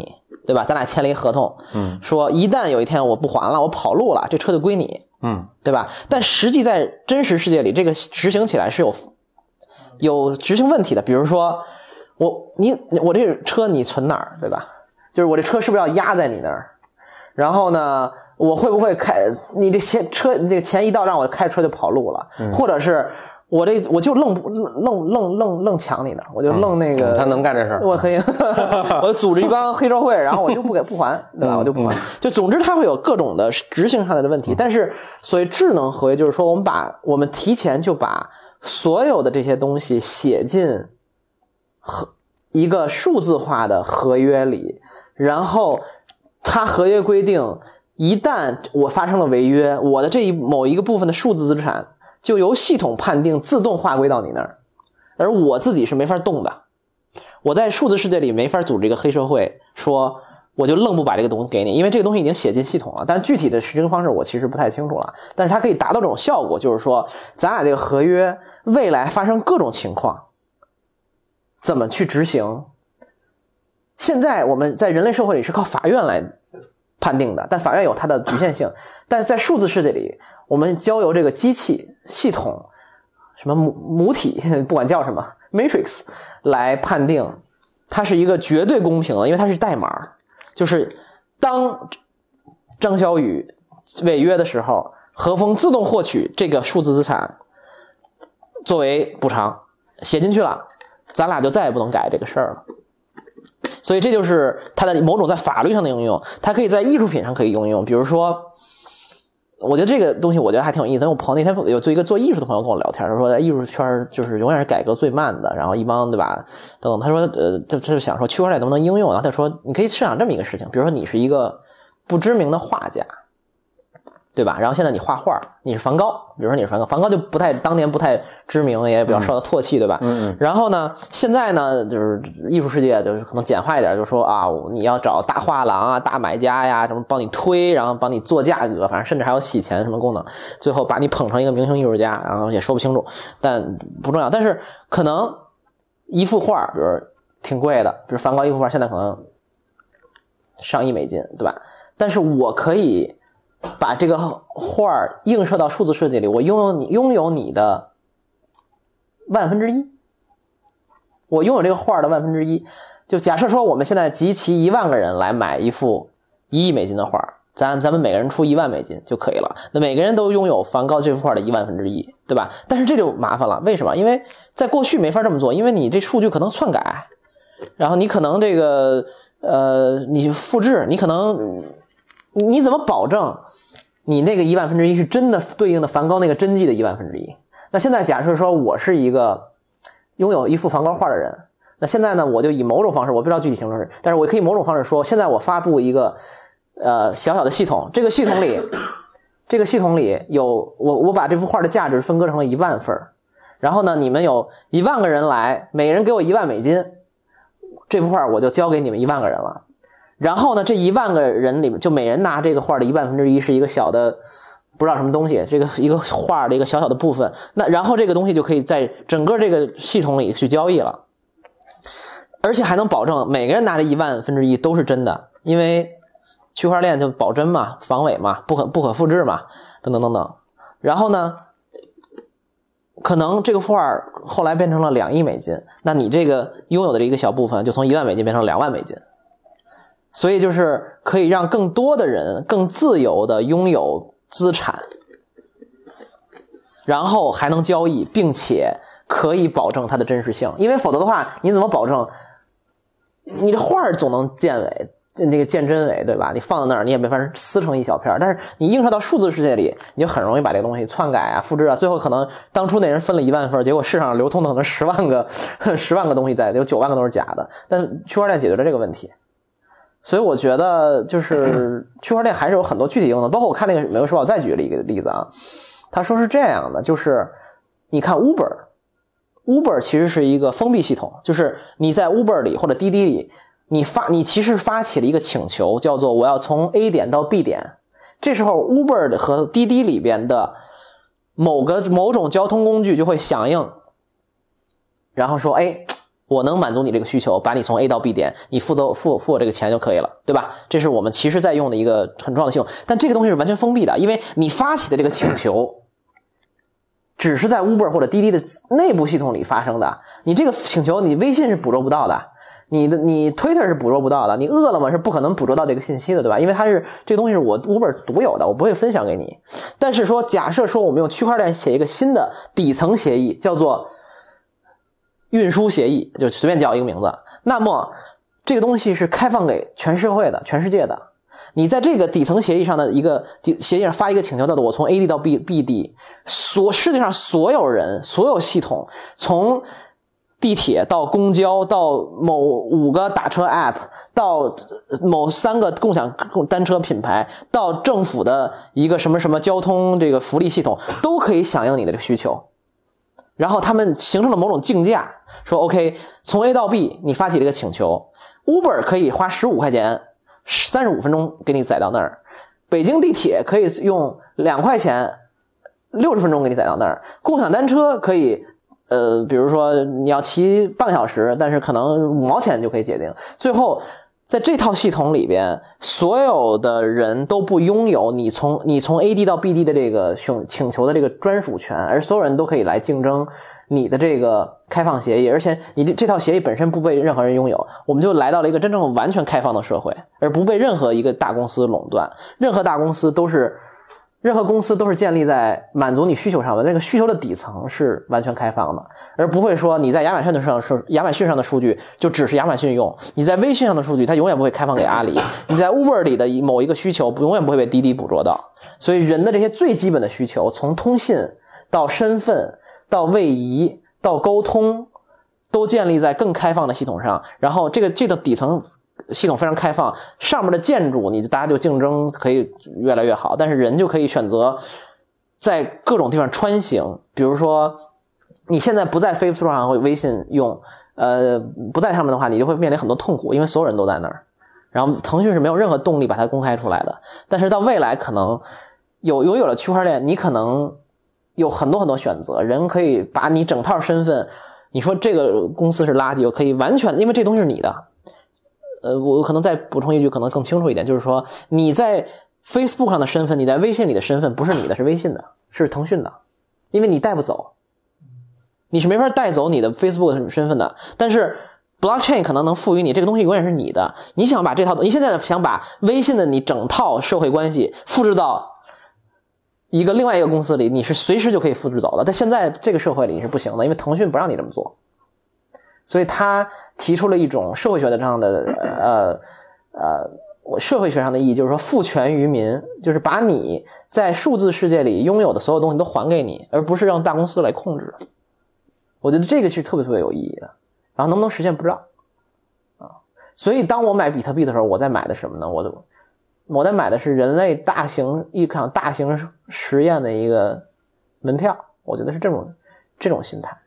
[SPEAKER 1] 对吧？咱俩签了一合同，
[SPEAKER 2] 嗯，
[SPEAKER 1] 说一旦有一天我不还了，我跑路了，这车就归你，
[SPEAKER 2] 嗯，
[SPEAKER 1] 对吧？但实际在真实世界里，这个执行起来是有有执行问题的。比如说，我你我这车你存哪儿，对吧？就是我这车是不是要压在你那儿？然后呢，我会不会开你这钱车你这个钱一到账，我开车就跑路了，嗯、或者是？我这我就愣愣愣愣愣抢你的，我就愣那个、
[SPEAKER 2] 嗯、他能干这事儿，
[SPEAKER 1] 我可以，我组织一帮黑社会，然后我就不给不还，对吧？我就不还。就总之，它会有各种的执行上的问题。但是，所谓智能合约，就是说我们把我们提前就把所有的这些东西写进合一个数字化的合约里，然后它合约规定，一旦我发生了违约，我的这一某一个部分的数字资产。就由系统判定自动划归到你那儿，而我自己是没法动的。我在数字世界里没法组织一个黑社会，说我就愣不把这个东西给你，因为这个东西已经写进系统了。但是具体的实行方式我其实不太清楚了，但是它可以达到这种效果，就是说咱俩这个合约未来发生各种情况，怎么去执行？现在我们在人类社会里是靠法院来判定的，但法院有它的局限性。但是在数字世界里，我们交由这个机器系统什么母母体不管叫什么 matrix 来判定，它是一个绝对公平的，因为它是代码。就是当张小雨违约的时候，何峰自动获取这个数字资产作为补偿写进去了，咱俩就再也不能改这个事儿了。所以这就是它的某种在法律上的应用，它可以在艺术品上可以应用。比如说，我觉得这个东西我觉得还挺有意思。因为我朋友那天有做一个做艺术的朋友跟我聊天，他说在艺术圈就是永远是改革最慢的，然后一帮对吧等等。他说呃，他他就想说区块链能不能应用，然后他说你可以设想这么一个事情，比如说你是一个不知名的画家，对吧？然后现在你画画，你是梵高，比如说你是梵高，梵高就不太当年不太知名，也比较受到唾弃，对吧？
[SPEAKER 2] 嗯嗯。
[SPEAKER 1] 然后呢，现在呢，就是艺术世界就是可能简化一点，就是说啊，你要找大画廊啊、大买家呀，什么帮你推，然后帮你做价格，反正甚至还有洗钱什么功能，最后把你捧成一个明星艺术家，然后也说不清楚，但不重要。但是可能一幅画，比如挺贵的，比如梵高一幅画，现在可能上亿美金，对吧？但是我可以把这个画映射到数字世界里，我拥有你拥有你的万分之一，我拥有这个画的万分之一。就假设说我们现在集齐一万个人来买一幅一亿美金的画，咱咱们每个人出一万美金就可以了，那每个人都拥有梵高这幅画的一万分之一，对吧？但是这就麻烦了，为什么？因为在过去没法这么做，因为你这数据可能篡改，然后你可能这个呃你复制，你可能你怎么保证你那个一万分之一是真的对应的梵高那个真迹的一万分之一？那现在假设说我是一个拥有一幅梵高画的人，那现在呢，我就以某种方式，我不知道具体形式是，但是我可以某种方式说，现在我发布一个呃小小的系统，这个系统里，这个系统里有我我把这幅画的价值分割成了一万份，然后呢，你们有一万个人来，每人给我一万美金，这幅画我就交给你们一万个人了。然后呢，这一万个人里面，就每人拿这个画的一万分之一是一个小的不知道什么东西，这个一个画的一个小小的部分。那然后这个东西就可以在整个这个系统里去交易了，而且还能保证每个人拿着一万分之一都是真的，因为区块链就保真嘛、防伪嘛、不可不可复制嘛，等等等等。然后呢，可能这个画后来变成了两亿美金，那你这个拥有的这一个小部分就从一万美金变成两万美金。所以就是可以让更多的人更自由的拥有资产，然后还能交易，并且可以保证它的真实性。因为否则的话，你怎么保证你的画总能见伪，那个见真伪，对吧？你放在那儿你也没法撕成一小片，但是你映射到数字世界里，你就很容易把这个东西篡改啊、复制啊，最后可能当初那人分了一万份，结果市场上流通的可能十万个十万个东西在，有九万个都是假的。但区块链解决了这个问题。所以我觉得就是区块链还是有很多具体用的，包括我看那个美国时报再举了一个例子啊，他说是这样的，就是你看 Uber Uber 其实是一个封闭系统，就是你在 Uber 里或者滴滴里，你发你其实发起了一个请求，叫做我要从 A 点到 B 点，这时候 Uber 和滴滴里边的某个某种交通工具就会响应，然后说哎， 我能满足你这个需求，把你从 A 到 B 点，你负责付付我这个钱就可以了，对吧？这是我们其实在用的一个很重要的系统，但这个东西是完全封闭的，因为你发起的这个请求只是在 Uber 或者滴滴的内部系统里发生的，你这个请求你微信是捕捉不到的，你的你 Twitter 是捕捉不到的，你饿了么是不可能捕捉到这个信息的，对吧？因为它是这个东西是我 Uber 独有的，我不会分享给你。但是说假设说我们用区块链写一个新的底层协议，叫做运输协议，就随便叫一个名字，那么这个东西是开放给全社会的，全世界的。你在这个底层协议上的一个协议上发一个请求，叫做我从 A 地到 B B 地，所世界上所有人所有系统，从地铁到公交到某五个打车 app 到某三个共享单车品牌到政府的一个什么什么交通这个福利系统，都可以响应你的这个需求。然后他们形成了某种竞价，说 OK 从 A 到 B 你发起这个请求， Uber 可以花十五块钱三十五分钟给你载到那儿，北京地铁可以用两块钱六十分钟给你载到那儿，共享单车可以呃，比如说你要骑半个小时，但是可能五毛钱就可以解定。最后在这套系统里边，所有的人都不拥有你从你从 A 地到 B 地的这个请求的这个专属权，而所有人都可以来竞争你的这个开放协议，而且你这套协议本身不被任何人拥有，我们就来到了一个真正完全开放的社会，而不被任何一个大公司垄断。任何大公司都是任何公司都是建立在满足你需求上的，那个需求的底层是完全开放的，而不会说你在亚马逊上亚马逊上的数据就只是亚马逊用，你在微信上的数据它永远不会开放给阿里，你在 Uber 里的某一个需求永远不会被滴滴捕捉到。所以人的这些最基本的需求，从通信到身份到位移到沟通，都建立在更开放的系统上，然后这个这个底层系统非常开放，上面的建筑你大家就竞争可以越来越好，但是人就可以选择在各种地方穿行。比如说你现在不在 Facebook 上或微信用，呃，不在上面的话，你就会面临很多痛苦，因为所有人都在那儿。然后腾讯是没有任何动力把它公开出来的，但是到未来可能有拥有了区块链，你可能有很多很多选择，人可以把你整套身份，你说这个公司是垃圾，我可以完全，因为这东西是你的。呃，我可能再补充一句，可能更清楚一点，就是说你在 Facebook 上的身份，你在微信里的身份不是你的，是微信的，是腾讯的，因为你带不走，你是没法带走你的 Facebook 身份的。但是 blockchain 可能能赋予你这个东西永远是你的，你想把这套，你现在想把微信的你整套社会关系复制到一个另外一个公司里，你是随时就可以复制走的，但现在这个社会里是不行的，因为腾讯不让你这么做。所以他提出了一种社会学的这样的呃呃社会学上的意义，就是说赋权于民，就是把你在数字世界里拥有的所有东西都还给你，而不是让大公司来控制。我觉得这个是特别特别有意义的，然后能不能实现不知道啊。所以当我买比特币的时候，我在买的什么呢？我的我在买的是人类大型一场大型实验的一个门票，我觉得是这种这种心态。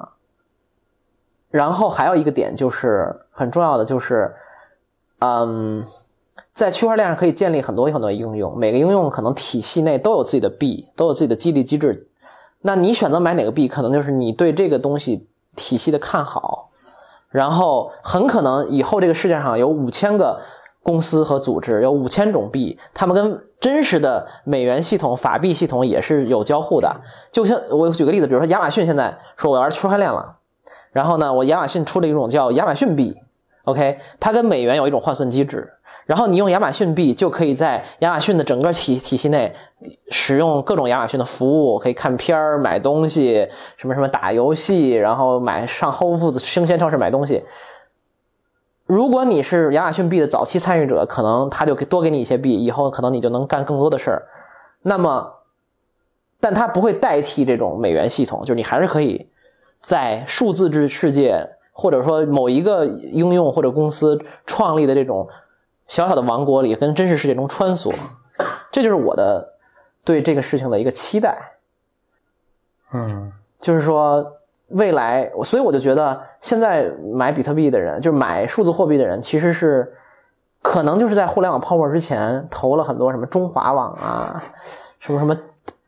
[SPEAKER 1] 然后还有一个点就是很重要的，就是嗯，在区块链上可以建立很多很多应用，每个应用可能体系内都有自己的币，都有自己的激励机制。那你选择买哪个币，可能就是你对这个东西体系的看好，然后很可能以后这个世界上有五千个公司和组织，有五千种币，他们跟真实的美元系统法币系统也是有交互的。就像我举个例子，比如说亚马逊现在说我要玩区块链了，然后呢，我亚马逊出了一种叫亚马逊币 ，OK， 它跟美元有一种换算机制，然后你用亚马逊币就可以在亚马逊的整个体体系内使用各种亚马逊的服务，可以看片儿、买东西，什么什么打游戏，然后买上 Whole Foods 生鲜超市买东西。如果你是亚马逊币的早期参与者，可能他就多给你一些币，以后可能你就能干更多的事儿。那么，但它不会代替这种美元系统，就是你还是可以在数字制世界，或者说某一个应用或者公司创立的这种小小的王国里，跟真实世界中穿梭。这就是我的对这个事情的一个期待。
[SPEAKER 2] 嗯，
[SPEAKER 1] 就是说未来，所以我就觉得现在买比特币的人，就是买数字货币的人，其实是可能就是在互联网泡沫之前投了很多什么中华网啊，什么什么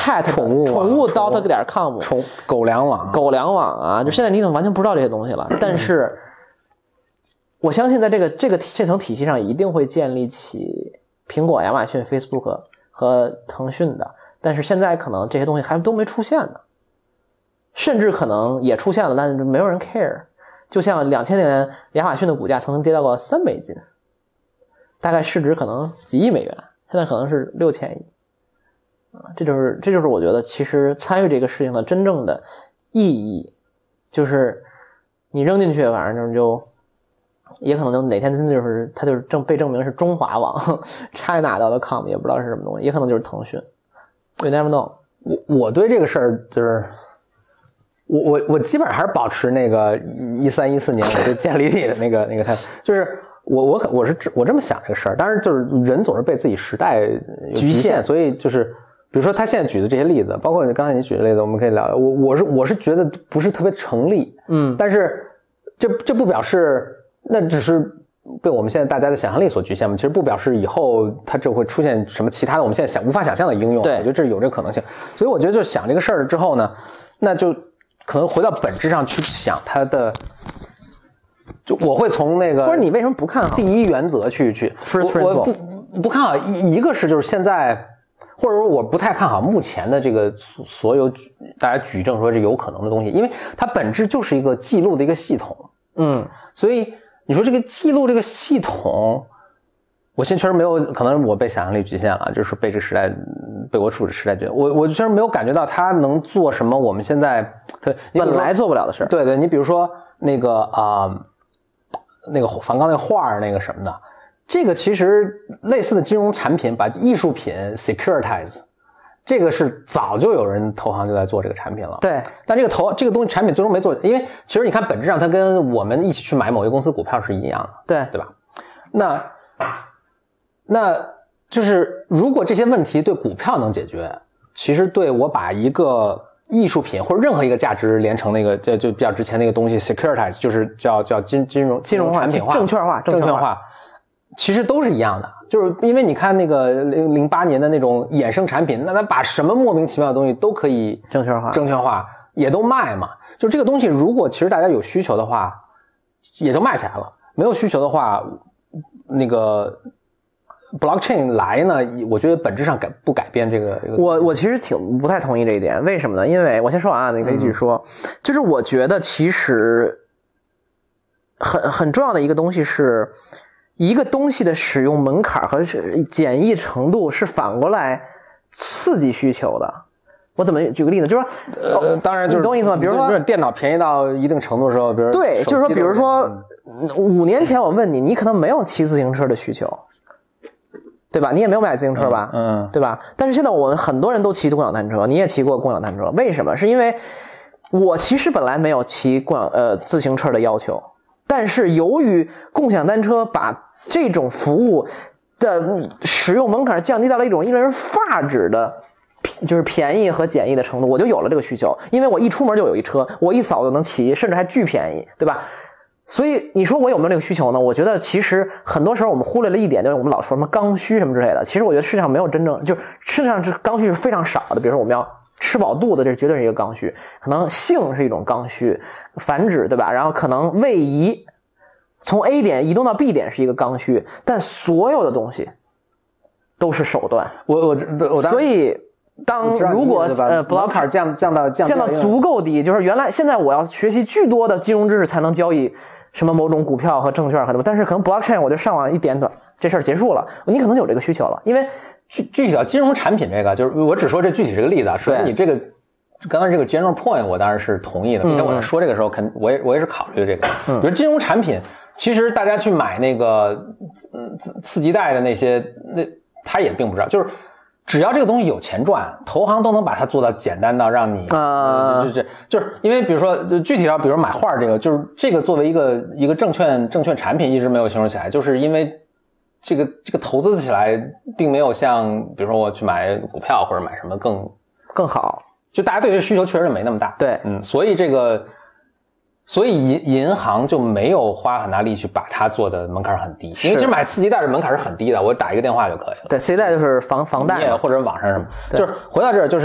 [SPEAKER 1] cat
[SPEAKER 2] 宠物
[SPEAKER 1] 宠物 dot 点 com
[SPEAKER 2] 宠狗粮网
[SPEAKER 1] 狗粮网啊，就现在你可能完全不知道这些东西了，但是我相信在这个这个这层体系上一定会建立起苹果、亚马逊、Facebook 和腾讯的，但是现在可能这些东西还都没出现呢，甚至可能也出现了，但是没有人 care。就像两千年亚马逊的股价曾经跌到过三美金，大概市值可能几亿美元，现在可能是六千亿。这就是这就是我觉得其实参与这个事情的真正的意义，就是你扔进去反正就也可能就哪天真的就是它就是正被证明是中华网 China dot com 也不知道是什么东西，也可能就是腾讯 You never know。
[SPEAKER 2] 我我对这个事儿就是我我我基本上还是保持那个一三一四年我就建立你的那个那个态度，就是我我可我是我这么想这个事儿，当然就是人总是被自己时代局限，所以就是比如说他现在举的这些例子，包括刚才你举的例子，我们可以聊。我我是我是觉得不是特别成立，
[SPEAKER 1] 嗯，
[SPEAKER 2] 但是这这不表示那只是被我们现在大家的想象力所局限嘛？其实不表示以后它就会出现什么其他的我们现在想无法想象的应用。
[SPEAKER 1] 对，
[SPEAKER 2] 我觉得这有这个可能性。所以我觉得就想这个事儿之后呢，那就可能回到本质上去想它的。就我会从那个，
[SPEAKER 1] 或者你为什么不看好
[SPEAKER 2] 第一原则去去
[SPEAKER 1] first principle？
[SPEAKER 2] 我不不看好一一个是就是现在，或者说我不太看好目前的这个所有大家举证说这有可能的东西，因为它本质就是一个记录的一个系统。
[SPEAKER 1] 嗯，
[SPEAKER 2] 所以你说这个记录这个系统，我现在确实没有，可能我被想象力局限了，就是被这个时代被我处的时代局限，我我确实没有感觉到它能做什么我们现在
[SPEAKER 1] 本来做不了的事儿。
[SPEAKER 2] 对对，你比如说那个啊。呃那个梵高那个画那个什么的，这个其实类似的金融产品把艺术品 securitize， 这个是早就有人投行就在做这个产品了。
[SPEAKER 1] 对，
[SPEAKER 2] 但这个投这个东西产品最终没做，因为其实你看本质上它跟我们一起去买某一个公司股票是一样的，
[SPEAKER 1] 对
[SPEAKER 2] 对吧？那那就是如果这些问题对股票能解决，其实对我把一个艺术品或者任何一个价值连成那个就就比较值钱那个东西 securitize， 就是叫叫金金融
[SPEAKER 1] 金融
[SPEAKER 2] 产品化、
[SPEAKER 1] 证券化、
[SPEAKER 2] 证券化，其实都是一样的。就是因为你看那个零零八年的那种衍生产品，那它把什么莫名其妙的东西都可以
[SPEAKER 1] 证券化，
[SPEAKER 2] 证券化也都卖嘛。就这个东西，如果其实大家有需求的话，也就卖起来了；没有需求的话，那个。blockchain 来呢，我觉得本质上改不改变这个。这个
[SPEAKER 1] 我我其实挺不太同意这一点，为什么呢？因为我先说完啊，你可以继续说。嗯、就是我觉得其实很很重要的一个东西是，一个东西的使用门槛和简易程度是反过来刺激需求的。我怎么举个例子？就是说，
[SPEAKER 2] 呃，当然就是
[SPEAKER 1] 你懂我意思吗？比如说，
[SPEAKER 2] 电脑便宜到一定程度的时候，比如
[SPEAKER 1] 对，就是说，比如说，五年前我问你，你可能没有骑自行车的需求。对吧？你也没有买自行车吧？
[SPEAKER 2] 嗯，
[SPEAKER 1] 对吧？但是现在我们很多人都骑共享单车，你也骑过共享单车，为什么？是因为我其实本来没有骑共享呃自行车的要求，但是由于共享单车把这种服务的使用门槛降低到了一种令人发指的，就是便宜和简易的程度，我就有了这个需求，因为我一出门就有一车，我一扫就能骑，甚至还巨便宜，对吧？所以你说我有没有这个需求呢？我觉得其实很多时候我们忽略了一点，就是我们老说什么刚需什么之类的。其实我觉得市场没有真正，就市场上刚需是非常少的。比如说我们要吃饱肚子，这绝对是一个刚需。可能性是一种刚需，繁殖对吧？然后可能位移，从 A 点移动到 B 点是一个刚需，但所有的东西都是手段。
[SPEAKER 2] 我我我
[SPEAKER 1] 所以。当如果呃
[SPEAKER 2] blocker 降降到降
[SPEAKER 1] 降到足够低，就是原来现在我要学习巨多的金融知识才能交易什么某种股票和证券和什么，但是可能 blockchain 我就上网一点短，这事儿结束了，你可能有这个需求了，因为
[SPEAKER 2] 具具体到金融产品这个，就是我只说这具体这个例子啊，说你这个刚刚这个 general point 我当然是同意的，并且我在说这个时候肯我也我也是考虑这个，
[SPEAKER 1] 嗯，
[SPEAKER 2] 比如金融产品，其实大家去买那个嗯次次级贷的那些，那他也并不知道，就是。只要这个东西有钱赚，投行都能把它做到简单到让你
[SPEAKER 1] 啊，
[SPEAKER 2] 就就就是因为比如说具体到比如买画这个，就是这个作为一个一个证券证券产品一直没有形成起来，就是因为这个这个投资起来并没有像比如说我去买股票或者买什么更
[SPEAKER 1] 更好，
[SPEAKER 2] 就大家对这需求确实没那么大，
[SPEAKER 1] 对，
[SPEAKER 2] 嗯，所以这个。所以银银行就没有花很大力去把它做的门槛很低，因为其实买次级贷的门槛是很低的，我打一个电话就可以了。
[SPEAKER 1] 对，次级贷就是房房贷
[SPEAKER 2] 或者网上什么。就是回到这儿，就是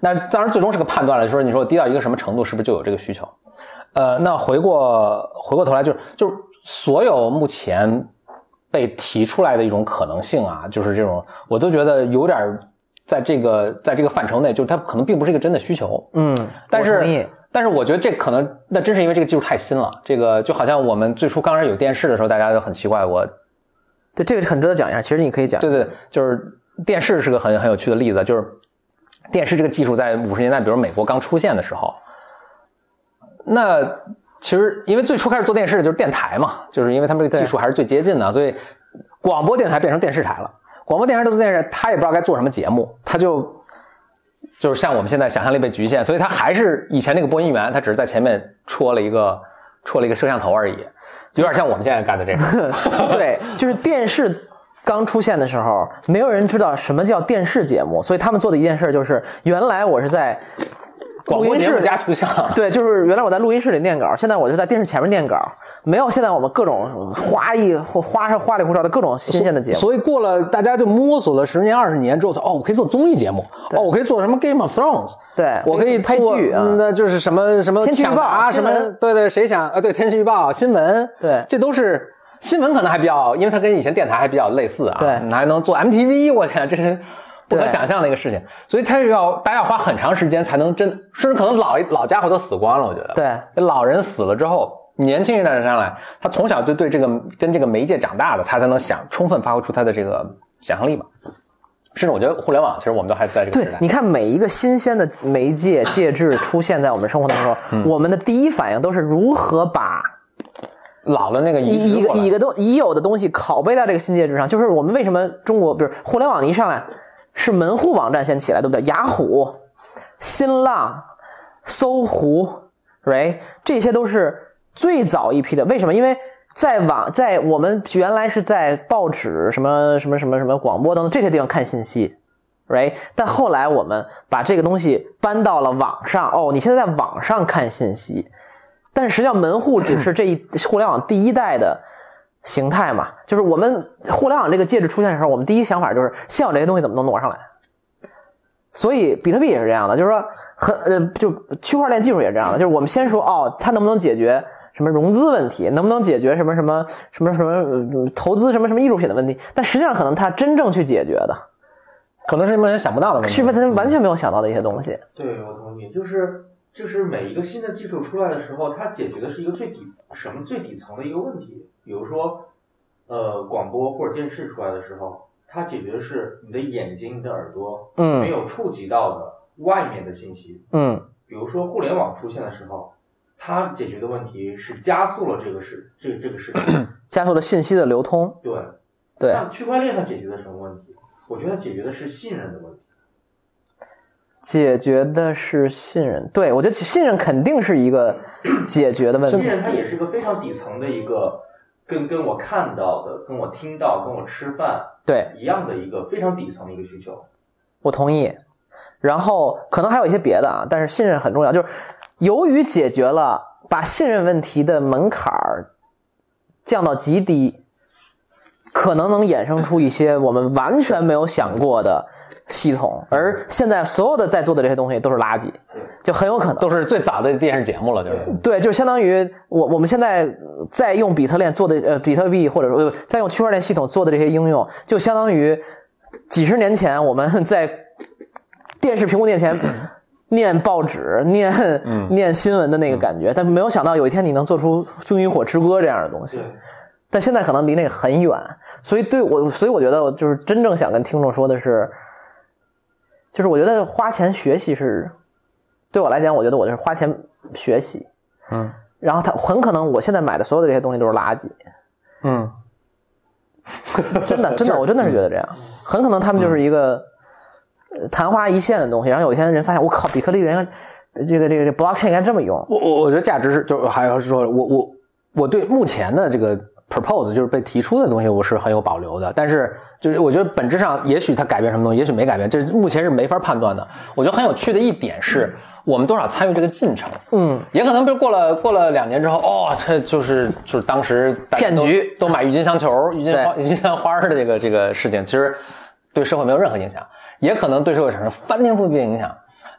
[SPEAKER 2] 那当然最终是个判断了，就是你说低到一个什么程度，是不是就有这个需求？呃，那回过回过头来，就是就是所有目前被提出来的一种可能性啊，就是这种我都觉得有点在这个在这个范畴内，就是它可能并不是一个真的需求。
[SPEAKER 1] 嗯，
[SPEAKER 2] 但是
[SPEAKER 1] 我同意
[SPEAKER 2] 但是我觉得这可能那真是因为这个技术太新了，这个就好像我们最初刚开始有电视的时候，大家都很奇怪，我
[SPEAKER 1] 对这个很值得讲一下。其实你可以讲，
[SPEAKER 2] 对对，就是电视是个很很有趣的例子，就是电视这个技术在五十年代，比如美国刚出现的时候，那其实因为最初开始做电视的就是电台嘛，就是因为他们这个技术还是最接近的，所以广播电台变成电视台了。广播电视做电视，他也不知道该做什么节目，他就就是像我们现在想象力被局限，所以他还是以前那个播音员，他只是在前面戳了一个戳了一个摄像头而已，有点像我们现在干的这个。
[SPEAKER 1] 对，就是电视刚出现的时候，没有人知道什么叫电视节目，所以他们做的一件事就是，原来我是在录音室
[SPEAKER 2] 加图像，
[SPEAKER 1] 对，就是原来我在录音室里念稿，现在我就在电视前面念稿。没有现在我们各种花一花上花里胡哨的各种新鲜的节目，
[SPEAKER 2] 所以过了大家就摸索了十年二十年之后，哦，我可以做综艺节目，哦，我可以做什么 Game of Thrones，
[SPEAKER 1] 对，
[SPEAKER 2] 我可以
[SPEAKER 1] 拍剧啊，
[SPEAKER 2] 那就是什么什么
[SPEAKER 1] 天气预报
[SPEAKER 2] 什么，对对，谁想啊？对，天气预报、新闻，
[SPEAKER 1] 对，
[SPEAKER 2] 这都是新闻，可能还比较，因为它跟以前电台还比较类似啊，
[SPEAKER 1] 对，
[SPEAKER 2] 你还能做 M T V， 我天，这是不可想象的一个事情，所以它要大家要花很长时间才能真，甚至可能老老家伙都死光了，我觉得，
[SPEAKER 1] 对，
[SPEAKER 2] 老人死了之后。年轻一代人上来，他从小就对这个跟这个媒介长大的，他才能想充分发挥出他的这个想象力嘛。甚至我觉得互联网，其实我们都还在这个时代。
[SPEAKER 1] 对，你看每一个新鲜的媒介介质出现在我们生活当中，嗯、我们的第一反应都是如何把
[SPEAKER 2] 老的那个
[SPEAKER 1] 一一个一个东已有的东西拷贝到这个新介质上。就是我们为什么中国，比如互联网一上来是门户网站先起来，对不对？雅虎、新浪、搜狐 ，right， 这些都是最早一批的。为什么？因为在网在我们原来是在报纸什么什么什么什么广播等等这些地方看信息 right， 但后来我们把这个东西搬到了网上。哦，你现在在网上看信息，但实际上门户只是这一互联网第一代的形态嘛。就是我们互联网这个介质出现的时候，我们第一想法就是先有这些东西怎么能挪上来。所以比特币也是这样的，就是说很呃就区块链技术也是这样的，就是我们先说哦它能不能解决什么融资问题，能不能解决什么什么什么什么、呃、投资什么什么艺术品的问题，但实际上可能它真正去解决的
[SPEAKER 2] 可能是目前想不到的问题，
[SPEAKER 1] 是不是他完全没有想到的一些东西。
[SPEAKER 3] 对，我同意，就是就是每一个新的技术出来的时候，它解决的是一个最底什么最底层的一个问题。比如说呃广播或者电视出来的时候，它解决的是你的眼睛、你的耳朵
[SPEAKER 1] 嗯
[SPEAKER 3] 没有触及到的外面的信息。
[SPEAKER 1] 嗯，
[SPEAKER 3] 比如说互联网出现的时候，它解决的问题是加速了这个事这个这个事情，
[SPEAKER 1] 加速了信息的流通。
[SPEAKER 3] 对
[SPEAKER 1] 对，
[SPEAKER 3] 那区块链它解决的什么问题？我觉得它解决的是信任的问题。
[SPEAKER 1] 解决的是信任，对，我觉得信任肯定是一个解决的问题。
[SPEAKER 3] 信任它也是个非常底层的一个，跟跟我看到的、跟我听到、跟我吃饭
[SPEAKER 1] 对
[SPEAKER 3] 一样的一个非常底层的一个需求。
[SPEAKER 1] 我同意。然后可能还有一些别的啊，但是信任很重要。就是由于解决了把信任问题的门槛降到极低，可能能衍生出一些我们完全没有想过的系统，而现在所有的在做的这些东西都是垃圾，就很有可能
[SPEAKER 2] 都是最早的电视节目了，就是
[SPEAKER 1] 对，就是相当于我我们现在在用比特链做的呃比特币或者说在用区块链系统做的这些应用，就相当于几十年前我们在电视屏幕面前念报纸、念、嗯、念新闻的那个感觉，但没有想到有一天你能做出《冰与火之歌》这样的东西。但现在可能离那个很远，所以对我，所以我觉得就是真正想跟听众说的是，就是我觉得花钱学习是，对我来讲，我觉得我就是花钱学习，
[SPEAKER 2] 嗯，
[SPEAKER 1] 然后他很可能我现在买的所有的这些东西都是垃圾，
[SPEAKER 2] 嗯，
[SPEAKER 1] 真的真的，我真的是觉得这样，很可能他们就是一个昙花一现的东西，然后有一天人发现，我靠，比特币人家这个这个这 blockchain 应该这么用，
[SPEAKER 2] 我我我觉得价值是，就还要是说我我我对目前的这个。propose 就是被提出的东西，我是很有保留的。但是，就是我觉得本质上，也许它改变什么东西，也许没改变，这目前是没法判断的。我觉得很有趣的一点是，我们多少参与这个进程。
[SPEAKER 1] 嗯，
[SPEAKER 2] 也可能比如过了过了两年之后，哦，这就是就是当时
[SPEAKER 1] 骗局
[SPEAKER 2] 都买郁金香球、郁金花、郁金香花的这个这个事情，其实对社会没有任何影响，也可能对社会产生翻天覆地的影响。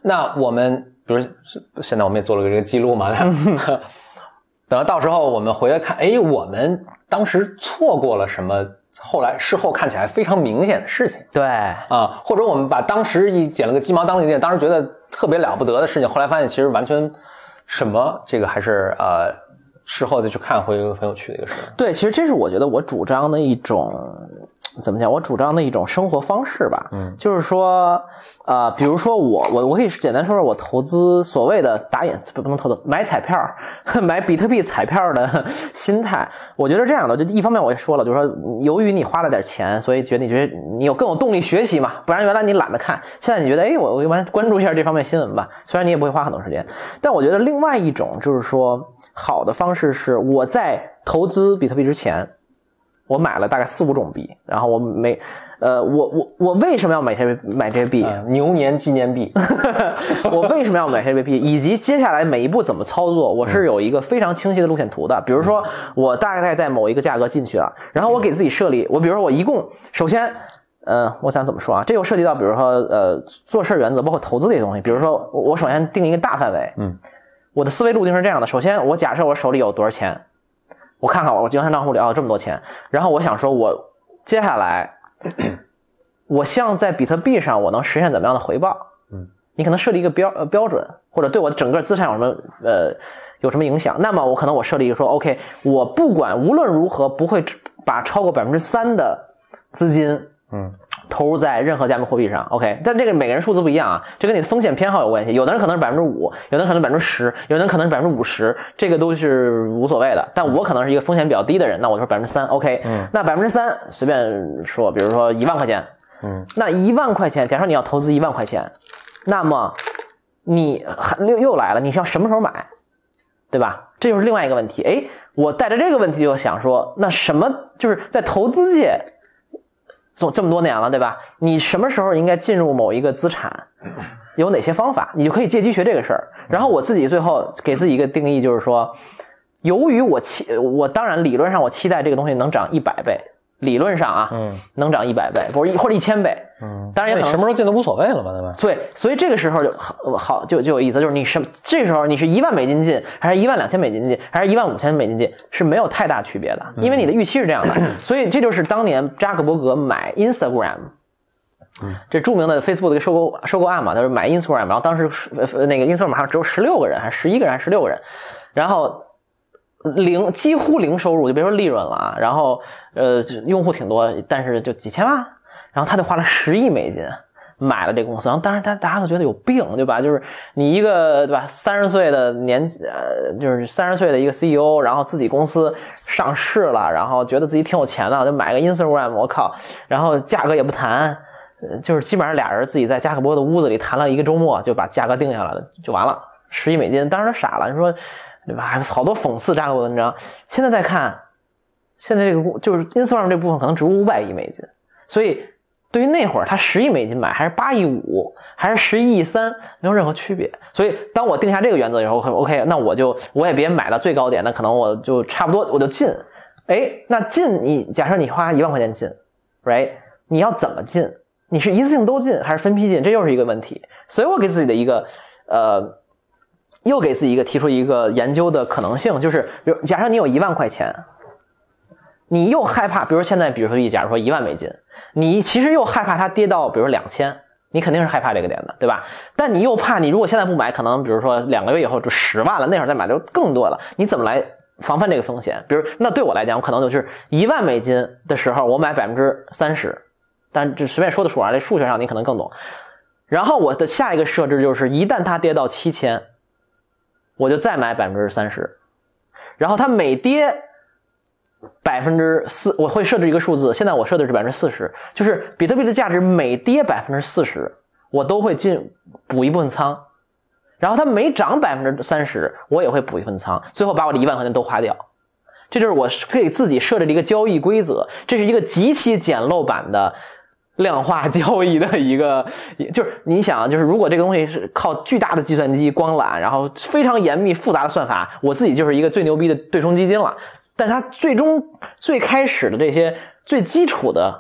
[SPEAKER 2] 那我们比如现在我们也做了个这个记录嘛，等到到时候我们回来看，哎，我们当时错过了什么？后来事后看起来非常明显的事情，
[SPEAKER 1] 对
[SPEAKER 2] 啊，或者我们把当时一捡了个鸡毛当令箭，当时觉得特别了不得的事情，后来发现其实完全什么，这个还是呃事后再去看会很有趣的一个事。
[SPEAKER 1] 对，其实这是我觉得我主张的一种怎么讲？我主张的一种生活方式吧，嗯，就是说，呃，比如说我我我可以简单说说我投资所谓的打眼不能投资买彩票，买比特币彩票的心态。我觉得这样的，就一方面我也说了，就是说，由于你花了点钱，所以觉得你觉得你有更有动力学习嘛，不然原来你懒得看，现在你觉得，哎，我我关关注一下这方面新闻吧，虽然你也不会花很多时间，但我觉得另外一种就是说，好的方式是我在投资比特币之前。我买了大概四五种币，然后我每，呃，我我我为什么要买这买这些币？
[SPEAKER 2] 呃、牛年纪念币。
[SPEAKER 1] 我为什么要买这些币？以及接下来每一步怎么操作，我是有一个非常清晰的路线图的。比如说，我大概在某一个价格进去了，然后我给自己设立，我比如说我一共，首先，呃，我想怎么说啊？这又涉及到，比如说，呃，做事原则，包括投资这些东西。比如说，我首先定一个大范围，嗯，我的思维路径是这样的：首先，我假设我手里有多少钱。我看看我金融账户里啊这么多钱，然后我想说，我接下来，我希望在比特币上我能实现怎么样的回报？嗯，你可能设立一个标呃标准，或者对我整个资产有什么呃有什么影响？那么我可能我设立一个说 ，OK， 我不管无论如何不会把超过百分之三的资金，嗯。投入在任何加密货币上 ，OK， 但这个每个人数字不一样啊，这跟你的风险偏好有关系。有的人可能是百分之五，有的人可能百分之十，有的人可能是百分之五十，这个都是无所谓的。但我可能是一个风险比较低的人，那我就说百分之三 ，OK，嗯，那百分之三随便说，比如说一万块钱，嗯，那一万块钱，假设你要投资一万块钱，那么你又又来了，你是要什么时候买，对吧？这就是另外一个问题。诶，我带着这个问题就想说，那什么就是在投资界。总这么多年了，对吧？你什么时候应该进入某一个资产？有哪些方法？你就可以借机学这个事儿。然后我自己最后给自己一个定义，就是说，由于我期，我当然理论上我期待这个东西能涨一百倍，理论上啊，嗯，能涨一百倍，不是或者一千倍，嗯，当然也可能
[SPEAKER 2] 什么时候进都无所谓了嘛，对吧？
[SPEAKER 1] 对，所以这个时候就好，好就就有意思，就是你什这时候你是一万美金进，还是一万两千美金进，还是一万五千美金进，是没有太大区别的，因为你的预期是这样的，所以这就是当年扎克伯格买 Instagram。嗯，这著名的 Facebook 的一个收购收购案嘛，就是买 Instagram， 然后当时那个 Instagram 好像只有十六个人，还是十一个人，还是十六个人，然后零几乎零收入，就别说利润了啊，然后呃用户挺多，但是就几千万，然后他就花了十亿美金买了这个公司，然后当然大大家都觉得有病，对吧？就是你一个对吧，三十岁的年呃，就是三十岁的一个 C E O， 然后自己公司上市了，然后觉得自己挺有钱的，就买个 Instagram， 我靠，然后价格也不谈。就是基本上俩人自己在加克伯的屋子里谈了一个周末，就把价格定下来了，就完了，十亿美金。当时他傻了，你说对吧？好多讽刺扎克伯的文章。现在再看，现在这个就是 Instagram 这部分可能值五百亿美金，所以对于那会儿他十亿美金买，还是八亿五，还是十一亿三，没有任何区别。所以当我定下这个原则以后 ，OK， 那我就我也别买到最高点，那可能我就差不多我就进。哎，那进你假设你花一万块钱进 ，right？ 你要怎么进？你是一次性都进还是分批进？这又是一个问题。所以我给自己的一个呃，又给自己一个提出一个研究的可能性，就是比如假设你有一万块钱，你又害怕，比如现在比如说假如说一万美金，你其实又害怕它跌到比如两千，你肯定是害怕这个点的，对吧？但你又怕你如果现在不买，可能比如说两个月以后就十万了，那会儿再买就更多了，你怎么来防范这个风险？比如那对我来讲，我可能就是一万美金的时候，我买百分之三十。但这随便说的数啊，这数学上你可能更懂。然后我的下一个设置就是，一旦它跌到七千，我就再买百分之三十。然后它每跌百分之四，我会设置一个数字。现在我设的是百分之四十，就是比特币的价值每跌百分之四十，我都会进补一部分仓。然后它每涨百分之三十，我也会补一份仓，最后把我的一万块钱都花掉。这就是我给自己设置的一个交易规则，这是一个极其简陋版的。量化交易的一个，就是你想，就是如果这个东西是靠巨大的计算机光缆，然后非常严密复杂的算法，我自己就是一个最牛逼的对冲基金了。但是它最终最开始的这些最基础的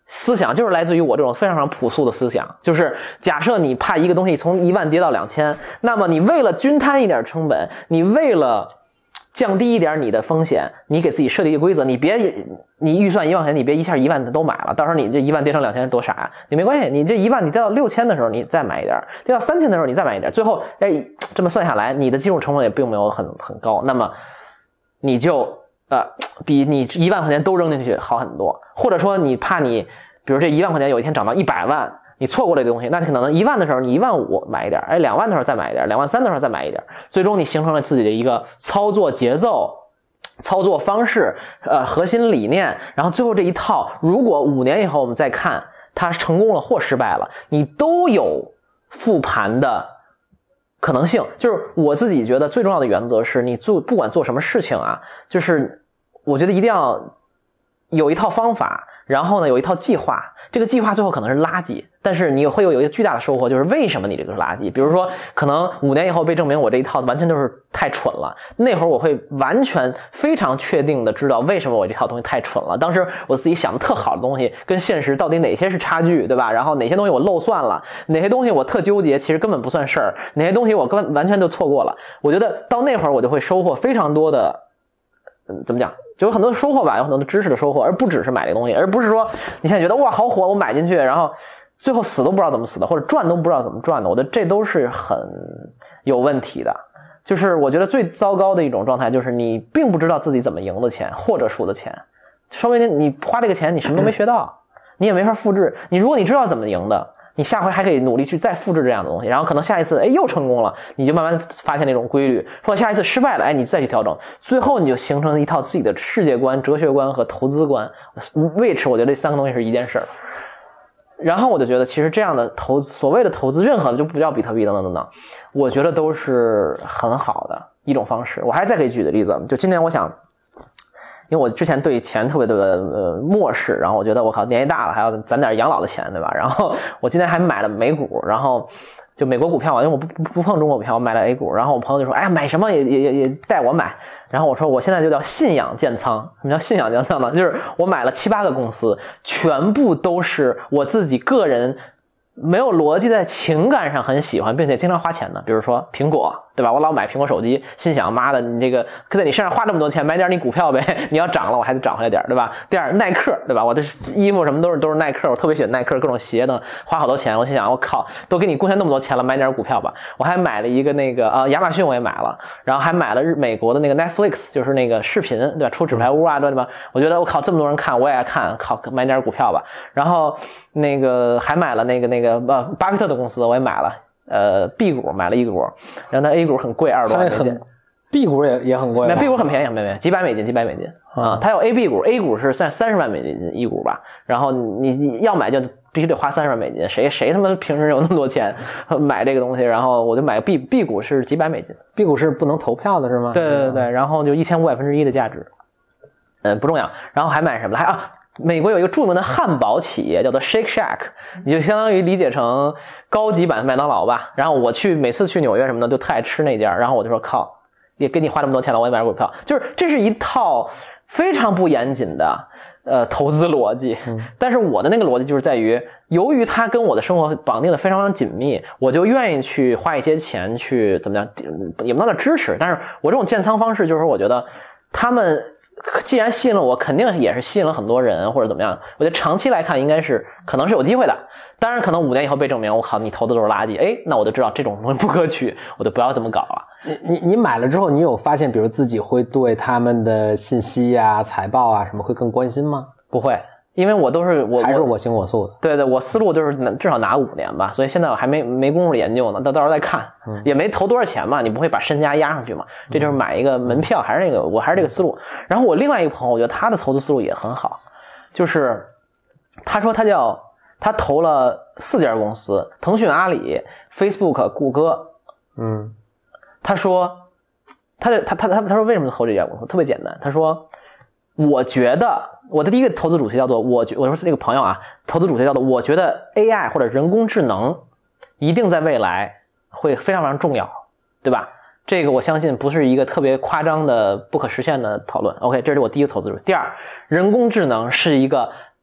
[SPEAKER 1] 思想就是来自于我这种非常非常朴素的思想，就是假设你怕一个东西从一万跌到两千，那么你为了均摊一点成本，你为了降低一点你的风险，你给自己设立一个规则，你别你预算一万块钱，你别一下一万都买了，到时候你这一万跌成两千多傻呀！你没关系，你这一万你跌到六千的时候你再买一点，跌到三千的时候你再买一点，最后哎这么算下来，你的金融成本也并没有很很高，那么你就呃比你一万块钱都扔进去好很多，或者说你怕你比如这一万块钱有一天涨到一百万。你错过了这个东西，那你可能一万的时候你一万五买一点，哎，两万的时候再买一点，两万三的时候再买一点，最终你形成了自己的一个操作节奏、操作方式、呃核心理念，然后最后这一套，如果五年以后我们再看它成功了或失败了，你都有复盘的可能性。就是我自己觉得最重要的原则是，你做不管做什么事情啊，就是我觉得一定要有一套方法。然后呢，有一套计划，这个计划最后可能是垃圾，但是你会有一个巨大的收获，就是为什么你这个是垃圾？比如说，可能五年以后被证明我这一套完全就是太蠢了，那会儿我会完全非常确定的知道为什么我这套东西太蠢了。当时我自己想的特好的东西跟现实到底哪些是差距，对吧？然后哪些东西我漏算了，哪些东西我特纠结，其实根本不算事儿，哪些东西我根本完全就错过了。我觉得到那会儿我就会收获非常多的，嗯，怎么讲？就有很多的收获吧，有很多的知识的收获，而不只是买这个东西，而不是说你现在觉得哇好火，我买进去，然后最后死都不知道怎么死的，或者赚都不知道怎么赚的，我觉得这都是很有问题的。就是我觉得最糟糕的一种状态，就是你并不知道自己怎么赢的钱或者输的钱，说明你花这个钱你什么都没学到，你也没法复制。你如果你知道怎么赢的，你下回还可以努力去再复制这样的东西，然后可能下一次哎又成功了，你就慢慢发现那种规律，或者下一次失败了，哎你再去调整，最后你就形成了一套自己的世界观、哲学观和投资观。which 我觉得这三个东西是一件事儿。然后我就觉得其实这样的投资，所谓的投资，任何的就不叫比特币等等等等，我觉得都是很好的一种方式。我还再可以举个例子，就今年我想。因为我之前对钱特别的呃漠视，然后我觉得我靠年纪大了还要攒点养老的钱，对吧？然后我今天还买了美股，然后就美国股票，因为我不不不碰中国股票，我买了 A 股。然后我朋友就说：“哎呀，买什么也也也也带我买。”然后我说：“我现在就叫信仰建仓。”什么叫信仰建仓呢？就是我买了七八个公司，全部都是我自己个人没有逻辑，在情感上很喜欢并且经常花钱的。比如说苹果，对吧？我老买苹果手机，心想妈的你这个在你身上花这么多钱，买点你股票呗，你要涨了我还得涨回来点，对吧？第二耐克，对吧？我的衣服什么都是都是耐克，我特别喜欢耐克，各种鞋呢花好多钱，我心想我靠，都给你贡献那么多钱了，买点股票吧。我还买了一个那个呃亚马逊我也买了，然后还买了日美国的那个 Netflix， 就是那个视频，对吧？出纸牌屋啊，对吧？我觉得我靠这么多人看我也爱看，靠买点股票吧。然后那个还买了那个那个呃巴菲特的公司我也买了。呃 ，B 股买了一股，然后它 A 股很贵，二十多万美金
[SPEAKER 2] ，B 股也也很贵，
[SPEAKER 1] 那 B 股很便宜，很便宜，几百美金，几百美金啊。它有 A B 股 ，A 股是三三十万美金一股吧，然后你你要买就必须得花三十万美金，谁谁他妈平时有那么多钱买这个东西？然后我就买 B B 股是几百美金
[SPEAKER 2] ，B 股是不能投票的是吗？
[SPEAKER 1] 对对对对，然后就一千五百分之一的价值，嗯，不重要。然后还买什么？还啊。美国有一个著名的汉堡企业叫做 Shake Shack， 你就相当于理解成高级版麦当劳吧。然后我去每次去纽约什么的就特爱吃那家，然后我就说靠，也给你花这么多钱了，我也买股票。就是这是一套非常不严谨的呃投资逻辑，但是我的那个逻辑就是在于，由于它跟我的生活绑定的非常非常紧密，我就愿意去花一些钱去怎么样，也不能叫支持，但是我这种建仓方式就是我觉得他们。既然吸引了我，肯定也是吸引了很多人或者怎么样，我觉得长期来看应该是可能是有机会的。当然可能五年以后被证明我靠你投的都是垃圾，诶那我就知道这种东西不可取，我就不要这么搞了。
[SPEAKER 2] 你你你买了之后，你有发现比如自己会对他们的信息啊财报啊什么会更关心吗？
[SPEAKER 1] 不会，因为我都是我
[SPEAKER 2] 还是我行我素的。
[SPEAKER 1] 对对，我思路就是至少拿五年吧，所以现在我还没没工夫研究呢，到到时候再看，嗯、也没投多少钱嘛，你不会把身家压上去嘛，这就是买一个门票，还是那个我还是这个思路。然后我另外一个朋友，我觉得他的投资思路也很好，就是他说他叫他投了四家公司，腾讯、阿里、Facebook、谷歌，
[SPEAKER 2] 嗯，
[SPEAKER 1] 他说他他他他他说为什么投这家公司？特别简单，他说我觉得。我的第一个投资主题叫做我觉我说是那个朋友啊，投资主题叫做我觉得 A I 或者人工智能一定在未来会非常非常重要，对吧？这个我相信不是一个特别夸张的不可实现的讨论。OK， 这是我第一个投资主题。第二，人工智能是一个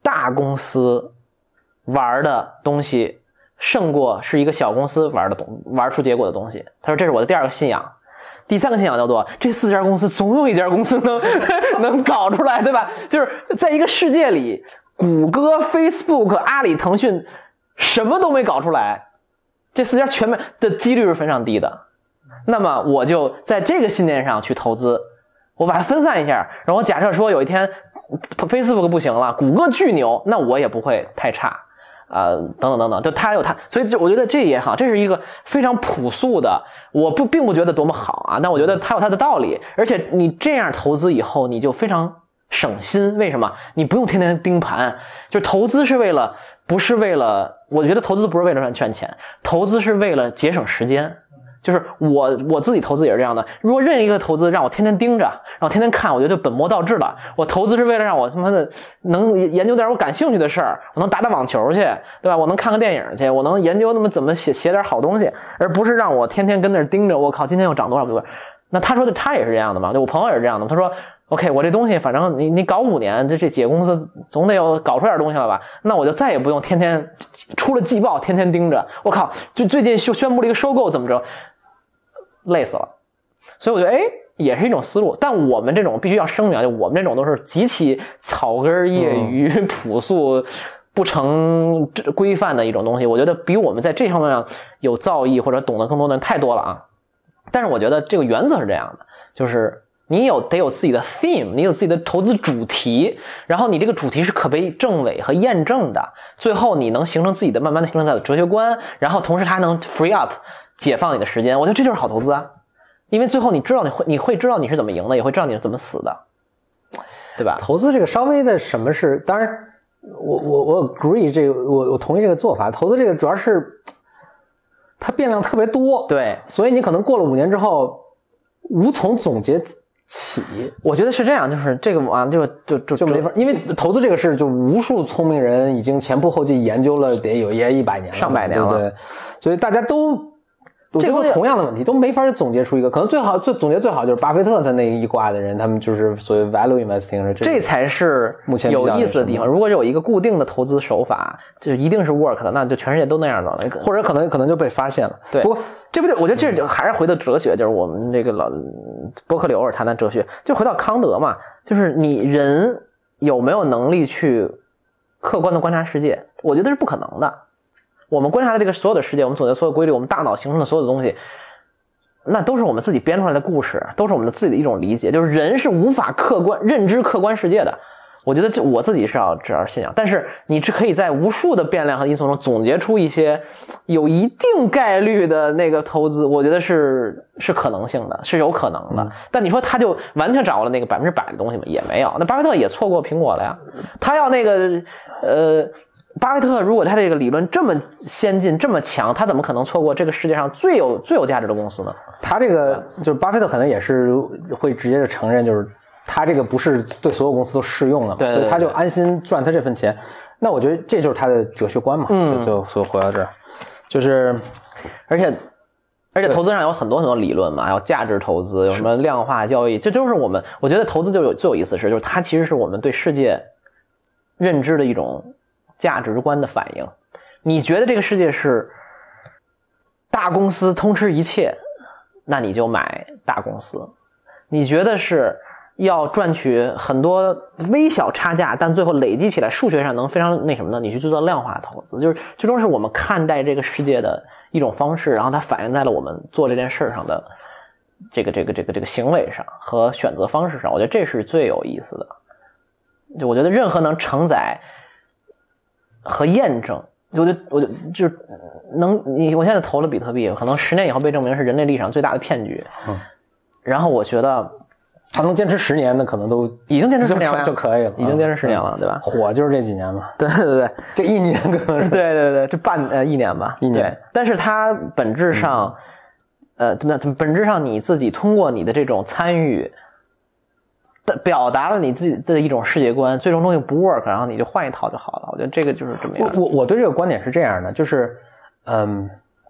[SPEAKER 1] 大公司玩的东西胜过是一个小公司玩的东玩出结果的东西。他说这是我的第二个信仰。第三个信仰叫做这四家公司总有一家公司能能搞出来，对吧？就是在一个世界里，谷歌、Facebook、阿里、腾讯什么都没搞出来，这四家全面的几率是非常低的。那么我就在这个信念上去投资，我把它分散一下，然后假设说有一天 Facebook 不行了，谷歌巨牛，那我也不会太差。呃，等等等等，就他有他，所以我觉得这也好，这是一个非常朴素的，我不并不觉得多么好啊，但我觉得它有它的道理，而且你这样投资以后，你就非常省心。为什么？你不用天天盯盘，就是投资是为了，不是为了，我觉得投资不是为了赚赚钱，投资是为了节省时间。就是我我自己投资也是这样的，如果任意一个投资让我天天盯着，然后天天看，我觉得就本末倒置了。我投资是为了让我他妈的能研究点我感兴趣的事儿，我能打打网球去，对吧？我能看个电影去，我能研究那么怎么写写点好东西，而不是让我天天跟那儿盯着，我靠，今天又涨多少多少。那他说的他也是这样的嘛，就我朋友也是这样的，他说 OK， 我这东西反正你你搞五年，这这几个公司总得有搞出点东西了吧？那我就再也不用天天出了季报天天盯着，我靠，就最近宣宣布了一个收购怎么着，累死了。所以我觉得哎也是一种思路，但我们这种必须要声明，就我们这种都是极其草根业余、嗯、朴素不成规范的一种东西，我觉得比我们在这方面有造诣或者懂得更多的人太多了啊。但是我觉得这个原则是这样的，就是你有得有自己的 theme， 你有自己的投资主题，然后你这个主题是可被证伪和验证的，最后你能形成自己的慢慢的形成自己的哲学观，然后同时它能 free up 解放你的时间，我觉得这就是好投资啊。因为最后你知道你会你会知道你是怎么赢的，也会知道你是怎么死的，对吧？
[SPEAKER 2] 投资这个稍微的什么是，当然我我我 agree 这个，我我同意这个做法。投资这个主要是它变量特别多，
[SPEAKER 1] 对，
[SPEAKER 2] 所以你可能过了五年之后无从总结起。
[SPEAKER 1] 我觉得是这样，就是这个完了就就就
[SPEAKER 2] 就没法，因为投资这个事就无数聪明人已经前仆后继研究了，得有也一百年了，
[SPEAKER 1] 上百年了，
[SPEAKER 2] 对不对？所以大家都。这个同样的问题都没法总结出一个，可能最好最总结最好就是巴菲特他那一挂的人，他们就是所谓 value investing， 这,
[SPEAKER 1] 这才是
[SPEAKER 2] 目前
[SPEAKER 1] 有意思的地方。如果有一个固定的投资手法，就一定是 work 的，那就全世界都那样的，
[SPEAKER 2] 或者可能可能就被发现了。
[SPEAKER 1] 对，
[SPEAKER 2] 不过
[SPEAKER 1] 这不就我觉得这还是回到哲学，就是我们这个老伯克利偶尔谈谈哲学，就回到康德嘛，就是你人有没有能力去客观的观察世界，我觉得是不可能的。我们观察的这个所有的世界，我们总结所有规律，我们大脑形成的所有的东西，那都是我们自己编出来的故事，都是我们的自己的一种理解，就是人是无法客观认知客观世界的。我觉得这我自己是要这样信仰，但是你是可以在无数的变量和因素中总结出一些有一定概率的那个投资，我觉得是是可能性的，是有可能的。但你说他就完全掌握了那个百分之百的东西吗？也没有。那巴菲特也错过苹果了呀，他要那个呃。巴菲特如果他这个理论这么先进这么强，他怎么可能错过这个世界上最有最有价值的公司呢？
[SPEAKER 2] 他这个就是巴菲特可能也是会直接的承认，就是他这个不是对所有公司都适用的，
[SPEAKER 1] 对对对对，
[SPEAKER 2] 所以他就安心赚他这份钱。那我觉得这就是他的哲学观嘛，
[SPEAKER 1] 嗯，
[SPEAKER 2] 就就所以回到这儿，就是
[SPEAKER 1] 而且而且投资上有很多很多理论嘛，有价值投资，有什么量化交易，这都是我们我觉得投资就有最有意思的是，就是它其实是我们对世界认知的一种价值观的反应。你觉得这个世界是大公司通吃一切，那你就买大公司。你觉得是要赚取很多微小差价，但最后累积起来数学上能非常那什么呢？你去做量化投资，就是最终是我们看待这个世界的一种方式，然后它反映在了我们做这件事上的这个这个这个这个行为上和选择方式上。我觉得这是最有意思的。就我觉得任何能承载和验证，我就我就就是能你我现在投了比特币，可能十年以后被证明是人类历史上最大的骗局。
[SPEAKER 2] 嗯，
[SPEAKER 1] 然后我觉得
[SPEAKER 2] 他能坚持十年的，可能都
[SPEAKER 1] 已经坚持十年了
[SPEAKER 2] 就可以了，
[SPEAKER 1] 已经坚持十年了，
[SPEAKER 2] 嗯、
[SPEAKER 1] 对吧？
[SPEAKER 2] 火就是这几年嘛。
[SPEAKER 1] 对对对，
[SPEAKER 2] 这一年可能是
[SPEAKER 1] 对对对，这半呃一年吧，
[SPEAKER 2] 一年。
[SPEAKER 1] 但是它本质上，嗯、呃，怎么怎么本质上你自己通过你的这种参与。表达了你自己的一种世界观，最终东西不 work， 然后你就换一套就好了。我觉得这个就是这么样。
[SPEAKER 2] 我我我对这个观点是这样的，就是嗯，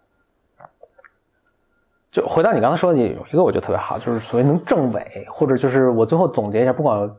[SPEAKER 2] 就回到你刚才说的有一个我觉得特别好，就是所谓能证伪，或者就是我最后总结一下，不管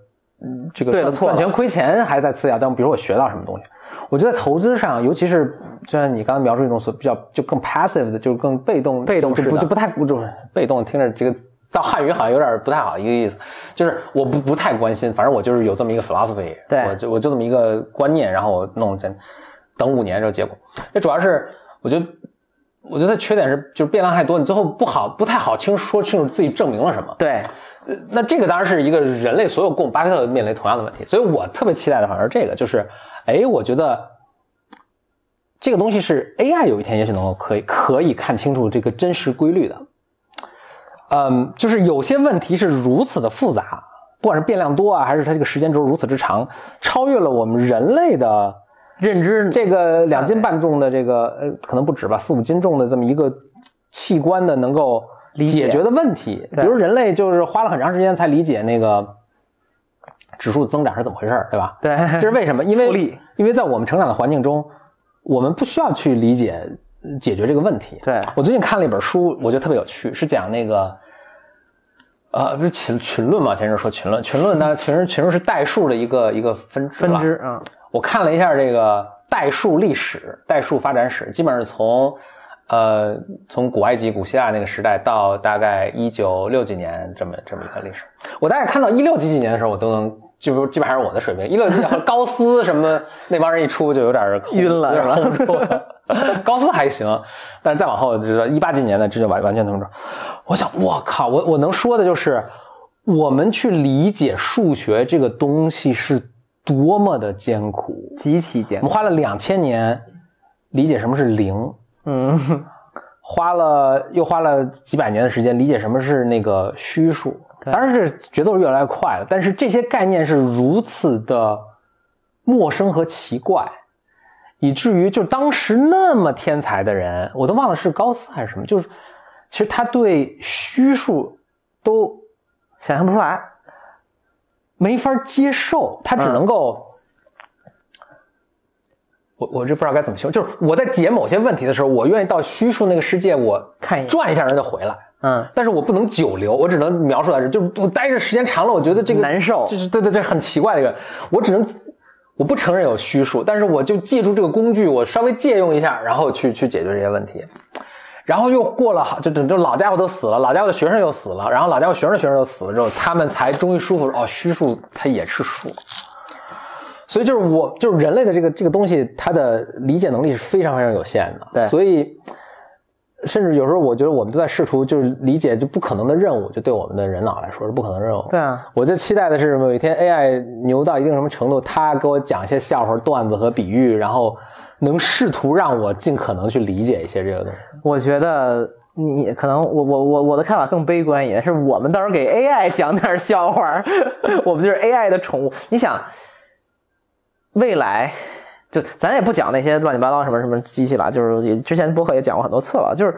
[SPEAKER 2] 这个
[SPEAKER 1] 对了错了
[SPEAKER 2] 赚钱亏钱还在次要，但比如我学到什么东西，我觉得投资上，尤其是就像你刚才描述一种所比较就更 passive 的，就更被动
[SPEAKER 1] 被动式的
[SPEAKER 2] 就不就不太就是被动，听着这个到汉语好像有点不太好一个意思，就是我不不太关心，反正我就是有这么一个 philosophy，
[SPEAKER 1] 对，
[SPEAKER 2] 我就我就这么一个观念，然后我弄真等五年这个结果，这主要是我觉得。我觉得缺点是，就是变量太多，你最后不好，不太好清说清楚自己证明了什么。
[SPEAKER 1] 对，
[SPEAKER 2] 那这个当然是一个人类所有共，巴菲特面临同样的问题，所以我特别期待的反而是这个，就是，哎，我觉得这个东西是 A I 有一天也许能够可以可以看清楚这个真实规律的。嗯，就是有些问题是如此的复杂，不管是变量多啊，还是它这个时间轴如此之长，超越了我们人类的。认知这个两斤半重的这个呃可能不止吧四五斤重的这么一个器官的能够解决的问题，比如人类就是花了很长时间才理解那个指数增长是怎么回事，对吧？
[SPEAKER 1] 对，
[SPEAKER 2] 这是为什么？因为因为在我们成长的环境中，我们不需要去理解解决这个问题。
[SPEAKER 1] 对，
[SPEAKER 2] 我最近看了一本书，我觉得特别有趣，是讲那个呃不是群群论嘛，前阵说群论，群论呢群群论是代数的一个一个分支
[SPEAKER 1] 分支啊。嗯，
[SPEAKER 2] 我看了一下这个代数历史、代数发展史，基本上是从，呃，从古埃及、古希腊那个时代到大概一九六几年这么这么一个历史。我大概看到一六几几年的时候，我都能就基本上是我的水平。一六几年和高斯什么那帮人一出就有点
[SPEAKER 1] 晕了，
[SPEAKER 2] 有点轰了。高斯还行，但是再往后就是一八几年的，这就完完全通着。我想，我靠，我我能说的就是，我们去理解数学这个东西是。多么的艰苦，
[SPEAKER 1] 极其艰苦。
[SPEAKER 2] 我们花了两千年理解什么是零，
[SPEAKER 1] 嗯，
[SPEAKER 2] 花了又花了几百年的时间理解什么是那个虚数。当然这节奏越来越快了，但是这些概念是如此的陌生和奇怪，以至于就当时那么天才的人，我都忘了是高斯还是什么，就是其实他对虚数都
[SPEAKER 1] 想象不出来。
[SPEAKER 2] 没法接受，他只能够，嗯、我我这不知道该怎么形容，就是我在解某些问题的时候，我愿意到虚数那个世界，我看转一下人就回来，
[SPEAKER 1] 嗯，
[SPEAKER 2] 但是我不能久留，我只能描述来着，就是我待着时间长了，我觉得这个
[SPEAKER 1] 难受，
[SPEAKER 2] 就是对对对，很奇怪的一个，我只能我不承认有虚数，但是我就借助这个工具，我稍微借用一下，然后去去解决这些问题。然后又过了好，就就老家伙都死了，老家伙的学生又死了，然后老家伙学生的学生又死了之后，他们才终于舒服哦，虚数它也是数。所以就是我就是人类的这个这个东西，它的理解能力是非常非常有限的。
[SPEAKER 1] 对，
[SPEAKER 2] 所以甚至有时候我觉得我们都在试图就是理解就不可能的任务，就对我们的人脑来说是不可能的任务。
[SPEAKER 1] 对啊，
[SPEAKER 2] 我就期待的是有一天 A I 牛到一定什么程度，它给我讲一些笑话、段子和比喻，然后。能试图让我尽可能去理解一些这个东西。
[SPEAKER 1] 我觉得你可能我我我我的看法更悲观一点，是我们到时候给 A I 讲点笑话，我们就是 A I 的宠物。你想，未来就咱也不讲那些乱七八糟什么什么机器了，就是之前播客也讲过很多次了，就是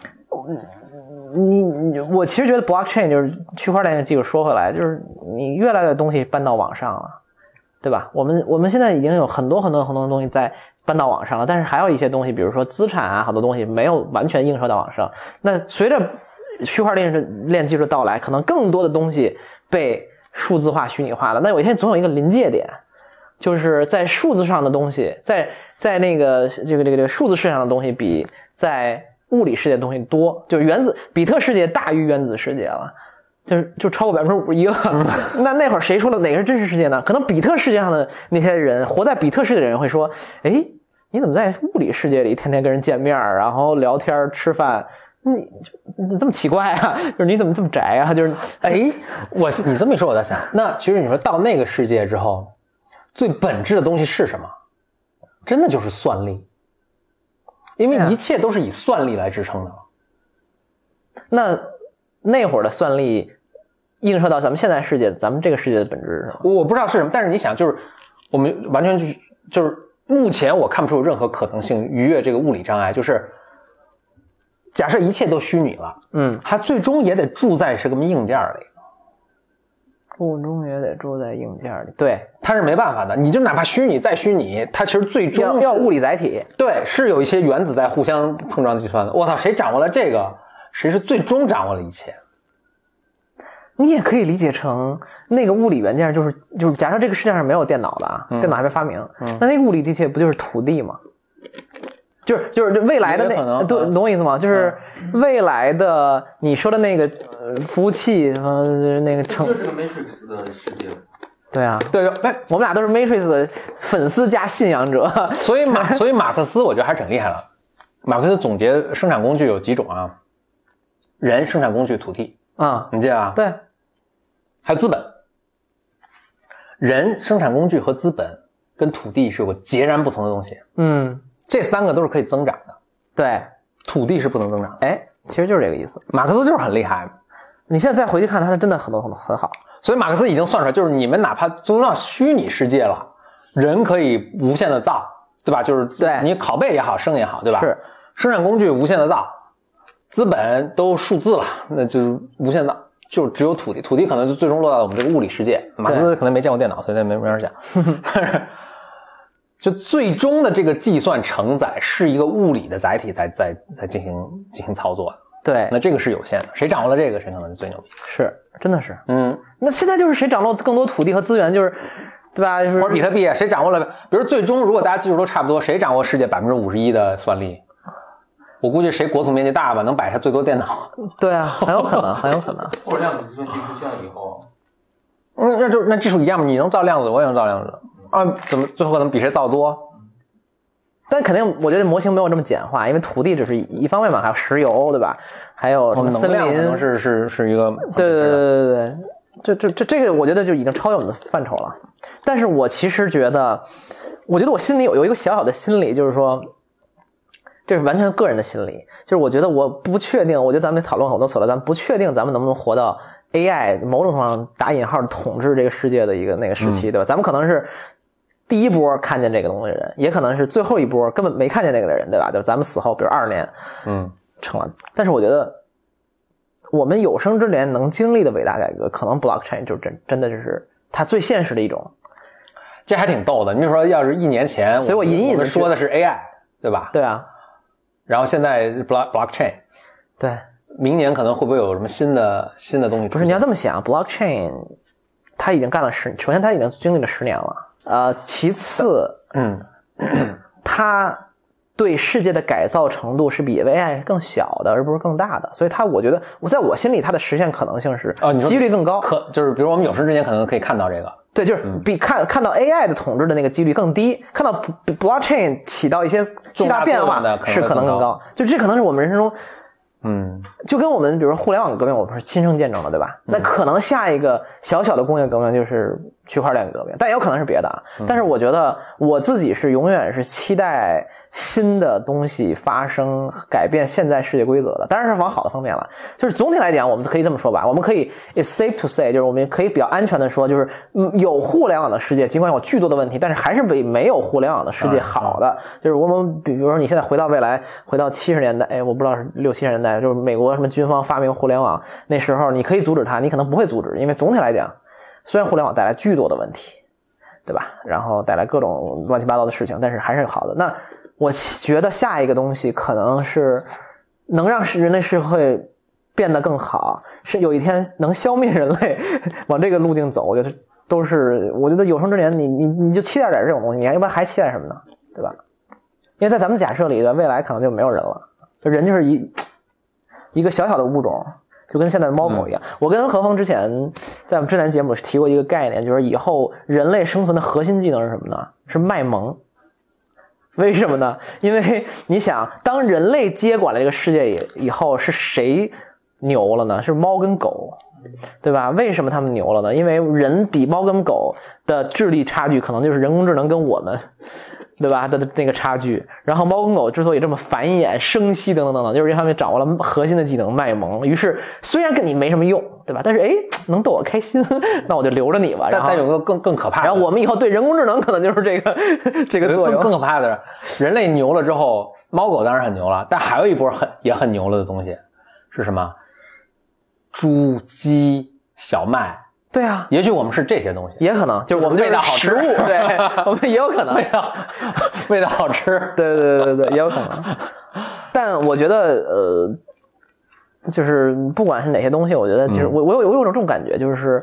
[SPEAKER 1] 你你我其实觉得 blockchain 就是区块链的技术，说回来就是你越来越东西搬到网上了，对吧？我们我们现在已经有很多很多很多东西在。搬到网上了，但是还有一些东西，比如说资产啊，好多东西没有完全映射到网上。那随着区块链链技术的到来，可能更多的东西被数字化、虚拟化了。那有一天总有一个临界点，就是在数字上的东西，在在那个这个这个这个数字世界上的东西比在物理世界的东西多，就是原子比特世界大于原子世界了。就是就超过百分之五十一了，那那会儿谁说了哪个是真实世界呢？可能比特世界上的那些人，活在比特世界的人会说：“哎，你怎么在物理世界里天天跟人见面，然后聊天吃饭？你你这么奇怪啊？就是你怎么这么宅啊？就是
[SPEAKER 2] 哎，我你这么一说，我在想，那其实你说到那个世界之后，最本质的东西是什么？真的就是算力，因为一切都是以算力来支撑的。
[SPEAKER 1] 那那会儿的算力。映射到咱们现在世界，咱们这个世界的本质是什么？
[SPEAKER 2] 我不知道是什么，但是你想，就是我们完全就是就是目前我看不出有任何可能性逾越这个物理障碍。就是假设一切都虚拟了，
[SPEAKER 1] 嗯，
[SPEAKER 2] 它最终也得住在什么硬件里，
[SPEAKER 1] 最终也得住在硬件里。对，
[SPEAKER 2] 它是没办法的。你就哪怕虚拟再虚拟，它其实最终
[SPEAKER 1] 要要物理载体。
[SPEAKER 2] 对，是有一些原子在互相碰撞计算的。我操，谁掌握了这个，谁是最终掌握了一切。
[SPEAKER 1] 你也可以理解成那个物理元件就是就是假设这个世界上没有电脑的啊，嗯、电脑还没发明，嗯、那那个物理的确不就是土地吗？就是就是未来的那，对，懂我意思吗？就是未来的你说的那个服务器，呃，那个成
[SPEAKER 3] 就是个 Matrix 的世界。
[SPEAKER 1] 对啊，
[SPEAKER 2] 对，
[SPEAKER 1] 我们俩都是 Matrix 的粉丝加信仰者，
[SPEAKER 2] 所以马所以马克思我觉得还是挺厉害的。马克思总结生产工具有几种啊？人、生产工具、土地
[SPEAKER 1] 啊，
[SPEAKER 2] 你记得啊？
[SPEAKER 1] 对，
[SPEAKER 2] 还有资本。人、生产工具和资本跟土地是有个截然不同的东西。
[SPEAKER 1] 嗯。
[SPEAKER 2] 这三个都是可以增长的，
[SPEAKER 1] 对，
[SPEAKER 2] 土地是不能增长的。
[SPEAKER 1] 哎，其实就是这个意思。
[SPEAKER 2] 马克思就是很厉害，
[SPEAKER 1] 你现在再回去看他，真的很多很多很好。
[SPEAKER 2] 所以马克思已经算出来，就是你们哪怕都让虚拟世界了，人可以无限的造，对吧？就是
[SPEAKER 1] 对
[SPEAKER 2] 你拷贝也好，生也好，对吧？
[SPEAKER 1] 是，
[SPEAKER 2] 生产工具无限的造，资本都数字了，那就无限造，就只有土地，土地可能就最终落到我们这个物理世界。马克思可能没见过电脑，所以他没没法讲。就最终的这个计算承载是一个物理的载体在在在进行进行操作，
[SPEAKER 1] 对，
[SPEAKER 2] 那这个是有限的，谁掌握了这个谁可能就最牛逼，
[SPEAKER 1] 是，真的是，
[SPEAKER 2] 嗯，
[SPEAKER 1] 那现在就是谁掌握更多土地和资源，就是对吧？就是、
[SPEAKER 2] 或者比特币，谁掌握了，比如最终如果大家技术都差不多，谁掌握世界百分之五十一的算力？我估计谁国土面积大吧，能摆下最多电脑。
[SPEAKER 1] 对啊，很有可能，很有可能。
[SPEAKER 3] 或者量子计算机出现了以后，
[SPEAKER 2] 嗯，那就那技术一样嘛，你能造量子，我也能造量子。啊，怎么最后可能比谁造多？
[SPEAKER 1] 但肯定，我觉得模型没有这么简化，因为土地只是一方面嘛，还有石油，对吧？还有什么森林，
[SPEAKER 2] 可能是是是一个，
[SPEAKER 1] 对对对对对，这这这这个，我觉得就已经超越我们的范畴了。但是我其实觉得，我觉得我心里有有一个小小的心理，就是说，这是完全个人的心理，就是我觉得我不确定，我觉得咱们讨论好多次了，咱们不确定咱们能不能活到 A I 某种程度上打引号统治这个世界的一个那个时期，嗯、对吧？咱们可能是第一波看见这个东西的人，也可能是最后一波根本没看见那个的人，对吧？就咱们死后，比如二十年，
[SPEAKER 2] 嗯，
[SPEAKER 1] 成了。但是我觉得，我们有生之年能经历的伟大改革，可能 blockchain 就真真的就是它最现实的一种。
[SPEAKER 2] 这还挺逗的。你比如说，要是一年前，
[SPEAKER 1] 所以我隐隐的
[SPEAKER 2] 说的是 A I， 对吧？
[SPEAKER 1] 对啊。
[SPEAKER 2] 然后现在 block blockchain，
[SPEAKER 1] 对，
[SPEAKER 2] 明年可能会不会有什么新的新的东西？
[SPEAKER 1] 不是，你要这么想 ，blockchain 它已经干了十，首先它已经经历了十年了。呃，其次，
[SPEAKER 2] 嗯，
[SPEAKER 1] 它对世界的改造程度是比 A I 更小的，而不是更大的，所以它，我觉得，我在我心里，它的实现可能性是
[SPEAKER 2] 哦，你说
[SPEAKER 1] 几率更高，
[SPEAKER 2] 可就是比如我们有生之年可能可以看到这个，
[SPEAKER 1] 对，就是比看、嗯、看到 A I 的统治的那个几率更低，看到 blockchain 起到一些巨大变化是可能更高，就这可能是我们人生中。
[SPEAKER 2] 嗯，
[SPEAKER 1] 就跟我们比如说互联网革命，我们是亲身见证的，对吧？那可能下一个小小的工业革命就是区块链革命，但也有可能是别的啊。但是我觉得我自己是永远是期待新的东西发生，改变现在世界规则的，当然是往好的方面了。就是总体来讲，我们可以这么说吧，我们可以 it's safe to say， 就是我们可以比较安全的说，就是有互联网的世界，尽管有巨多的问题，但是还是比没有互联网的世界好的。就是我们比如说你现在回到未来，回到七十年代，哎，我不知道是六七十年代。就是美国什么军方发明互联网，那时候你可以阻止它，你可能不会阻止，因为总体来讲，虽然互联网带来巨多的问题，对吧？然后带来各种乱七八糟的事情，但是还是好的。那我觉得下一个东西可能是能让人类社会变得更好，是有一天能消灭人类，往这个路径走。我觉得都是，我觉得有生之年你你你就期待点这种东西，你要不然还期待什么呢？对吧？因为在咱们假设里的未来可能就没有人了，就人就是一。一个小小的物种，就跟现在的猫狗一样。嗯、我跟何峰之前在我们之前节目提过一个概念，就是以后人类生存的核心技能是什么呢？是卖萌。为什么呢？因为你想，当人类接管了这个世界以后，是谁牛了呢？是猫跟狗，对吧？为什么他们牛了呢？因为人比猫跟狗的智力差距，可能就是人工智能跟我们。对吧？的那个差距，然后猫跟狗之所以这么繁衍、生息等等等等，就是因为他们掌握了核心的技能卖萌。于是虽然跟你没什么用，对吧？但是哎，能逗我开心，那我就留着你吧。
[SPEAKER 2] 但但有个更更可怕的，
[SPEAKER 1] 然后我们以后对人工智能可能就是这个这个作用。
[SPEAKER 2] 更更可怕的是，人类牛了之后，猫狗当然很牛了，但还有一波很也很牛了的东西是什么？猪、鸡、小麦。
[SPEAKER 1] 对啊，
[SPEAKER 2] 也许我们是这些东西，
[SPEAKER 1] 也可能就是我们
[SPEAKER 2] 味道好吃，
[SPEAKER 1] 对，我们也有可能
[SPEAKER 2] 味道味道好吃，
[SPEAKER 1] 对对对对对，也有可能。但我觉得，呃， 就是不管是哪些东西，我觉得其实我我有我有种这种感觉，就是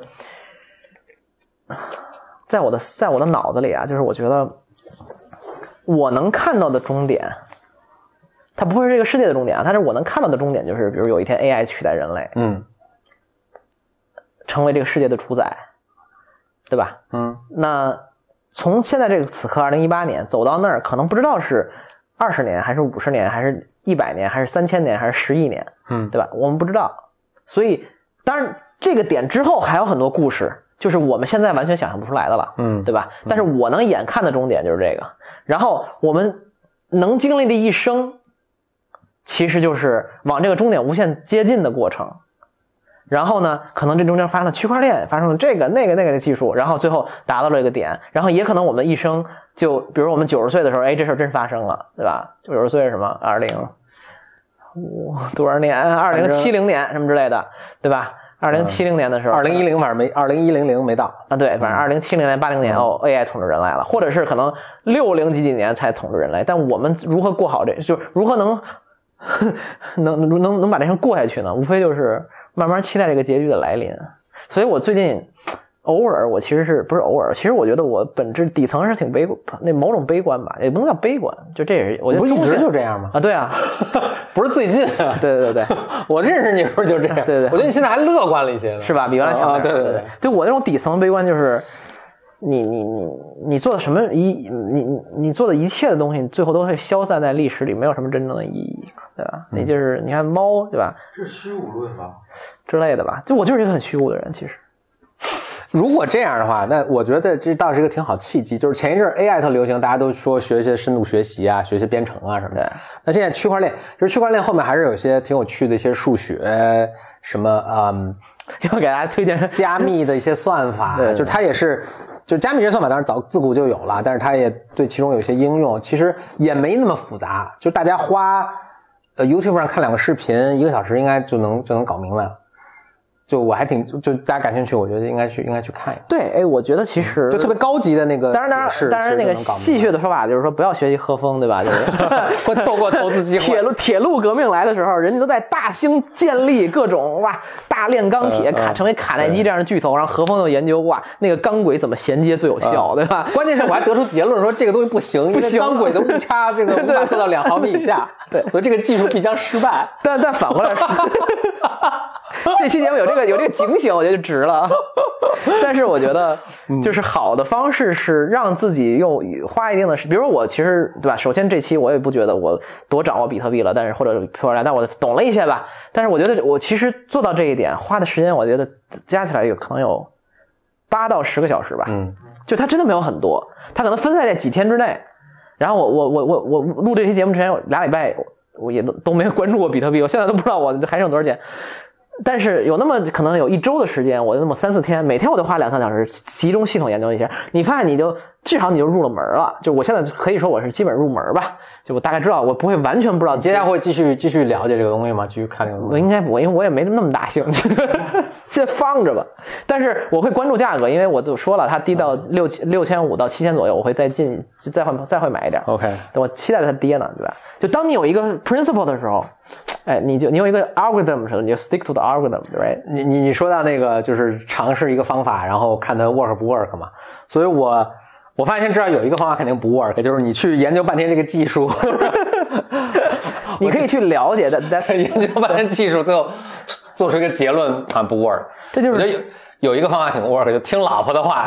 [SPEAKER 1] 在我的在我的脑子里啊，就是我觉得我能看到的终点，它不会是这个世界的终点啊，但是我能看到的终点就是，比如有一天 A I 取代人类，
[SPEAKER 2] 嗯，
[SPEAKER 1] 成为这个世界的主宰，对吧？
[SPEAKER 2] 嗯，
[SPEAKER 1] 那从现在这个此刻二零一八年走到那儿，可能不知道是二十年还是五十年还是一百年还是三千年还是十亿年，
[SPEAKER 2] 嗯，
[SPEAKER 1] 对吧？我们不知道，所以当然这个点之后还有很多故事，就是我们现在完全想象不出来的了，
[SPEAKER 2] 嗯，
[SPEAKER 1] 对吧？但是我能眼看的终点就是这个，然后我们能经历的一生，其实就是往这个终点无限接近的过程。然后呢，可能这中间发生了区块链，发生了这个那个那个的技术，然后最后达到了这个点，然后也可能我们的一生就，比如我们九十岁的时候，哎，这事儿真发生了，对吧？九十岁是什么？二零五多少年？二零七零年什么之类的，对吧？二零七零年的时候，
[SPEAKER 2] 二零一零反正没，二零一零零没到
[SPEAKER 1] 啊，对，反正二零七零年、八零年、嗯、哦 ，A I 统治人类了，或者是可能六零几几年才统治人类，但我们如何过好这，就如何能能能能把这事过下去呢？无非就是慢慢期待这个结局的来临。所以我最近偶尔，我其实是不是偶尔？其实我觉得我本质底层是挺悲观，那某种悲观吧，也不能叫悲观，就这也是我觉得
[SPEAKER 2] 不一直就这样吗？
[SPEAKER 1] 啊，对啊，
[SPEAKER 2] 不是最近，啊，
[SPEAKER 1] 对对对对，
[SPEAKER 2] 我认识你时候就这样，
[SPEAKER 1] 对对，
[SPEAKER 2] 我觉得你现在还乐观了一些，
[SPEAKER 1] 是吧？比原来强点，
[SPEAKER 2] 啊，对对对，
[SPEAKER 1] 对我那种底层悲观就是。你你你你做的什么一你你你做的一切的东西，最后都会消散在历史里，没有什么真正的意义，对吧？嗯、你就是你看猫，对吧？
[SPEAKER 3] 这是虚无论吧
[SPEAKER 1] 之类的吧？就我就是一个很虚无的人，其实。
[SPEAKER 2] 如果这样的话，那我觉得这倒是一个挺好契机。就是前一阵 A I 特流行，大家都说学一些深度学习啊，学一些编程啊什么的。那现在区块链，就是区块链后面还是有一些挺有趣的一些数学，什么嗯，
[SPEAKER 1] 要给大家推荐
[SPEAKER 2] 加密的一些算法，对，就是它也是。就加密这些算法当然早自古就有了，但是它也对其中有一些应用，其实也没那么复杂。就大家花呃 YouTube 上看两个视频，一个小时应该就能就能搞明白了。就我还挺就大家感兴趣，我觉得应该去应该去看一看。
[SPEAKER 1] 对，哎，我觉得其实、
[SPEAKER 2] 嗯、就特别高级的那个，
[SPEAKER 1] 当然当然当然那个戏谑的说法就是说不要学习和风，对吧？就是
[SPEAKER 2] 会错过投资机会。
[SPEAKER 1] 铁路铁路革命来的时候，人家都在大兴建立各种哇大炼钢铁，卡、呃、成为卡耐基这样的巨头，然后和风又研究哇那个钢轨怎么衔接最有效，呃、对吧？
[SPEAKER 2] 关键是我还得出结论说这个东西不行，
[SPEAKER 1] 不行，
[SPEAKER 2] 钢轨的误差这个无法做到两毫米以下，
[SPEAKER 1] 对，
[SPEAKER 2] 我说这个技术必将失败。
[SPEAKER 1] 但但反过来说。这期节目有这个有这个警醒，我觉得就值了。但是我觉得，就是好的方式是让自己用花一定的时，比如说我其实对吧？首先这期我也不觉得我多掌握比特币了，但是或者区块链，但我懂了一些吧。但是我觉得我其实做到这一点花的时间，我觉得加起来有可能有八到十个小时吧。
[SPEAKER 2] 嗯，
[SPEAKER 1] 就它真的没有很多，它可能分散在几天之内。然后我我我我我录这期节目之前俩礼拜，我也都都没有关注过比特币，我现在都不知道我还剩多少钱。但是有那么可能有一周的时间，我就那么三四天，每天我都花两三小时集中系统研究一下，你发现你就至少你就入了门了。就我现在可以说我是基本入门吧，就我大概知道，我不会完全不知道。
[SPEAKER 2] 接下来会继续继续了解这个东西吗？继续看这个东西？
[SPEAKER 1] 我应该不，因为我也没那么大兴趣，先放着吧。但是我会关注价格，因为我就说了，它低到六千六千五到七千左右，我会再进再会再会买一点。
[SPEAKER 2] OK，
[SPEAKER 1] 我期待它跌呢，对吧？就当你有一个 principle 的时候。哎，你就你有一个 algorithm 时候，你就 stick to the algorithm， right？
[SPEAKER 2] 你你你说到那个就是尝试一个方法，然后看它 work 不 work 嘛。所以我我发现至少有一个方法肯定不 work， 就是你去研究半天这个技术，
[SPEAKER 1] 你可以去了解的，但是
[SPEAKER 2] 研究半天技术，最后做出一个结论啊不 work。
[SPEAKER 1] 这就是
[SPEAKER 2] 我觉得有有一个方法挺 work， 就听老婆的话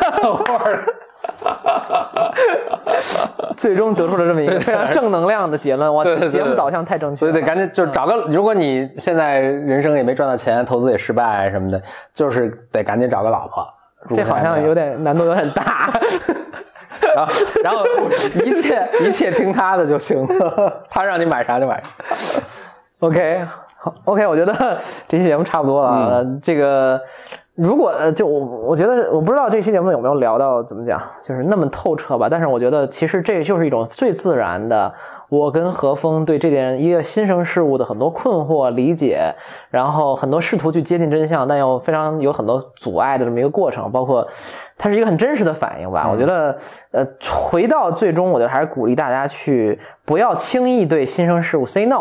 [SPEAKER 2] work。
[SPEAKER 1] 最终得出了这么一个非常正能量的结论。哇，节目导向太正确了，
[SPEAKER 2] 所以得赶紧就找个、嗯。如果你现在人生也没赚到钱，投资也失败什么的，就是得赶紧找个老婆。
[SPEAKER 1] 这好像有点难度有点大。
[SPEAKER 2] 然后，然后一切一切听他的就行了，他让你买啥就买啥。
[SPEAKER 1] OK，OK，、okay, okay, 我觉得这期节目差不多了。嗯、这个。如果就我我觉得我不知道这期节目有没有聊到怎么讲，就是那么透彻吧。但是我觉得其实这就是一种最自然的，我跟何峰对这点一个新生事物的很多困惑理解，然后很多试图去接近真相，但又非常有很多阻碍的这么一个过程，包括它是一个很真实的反应吧。嗯、我觉得呃回到最终，我觉得还是鼓励大家去不要轻易对新生事物 say no。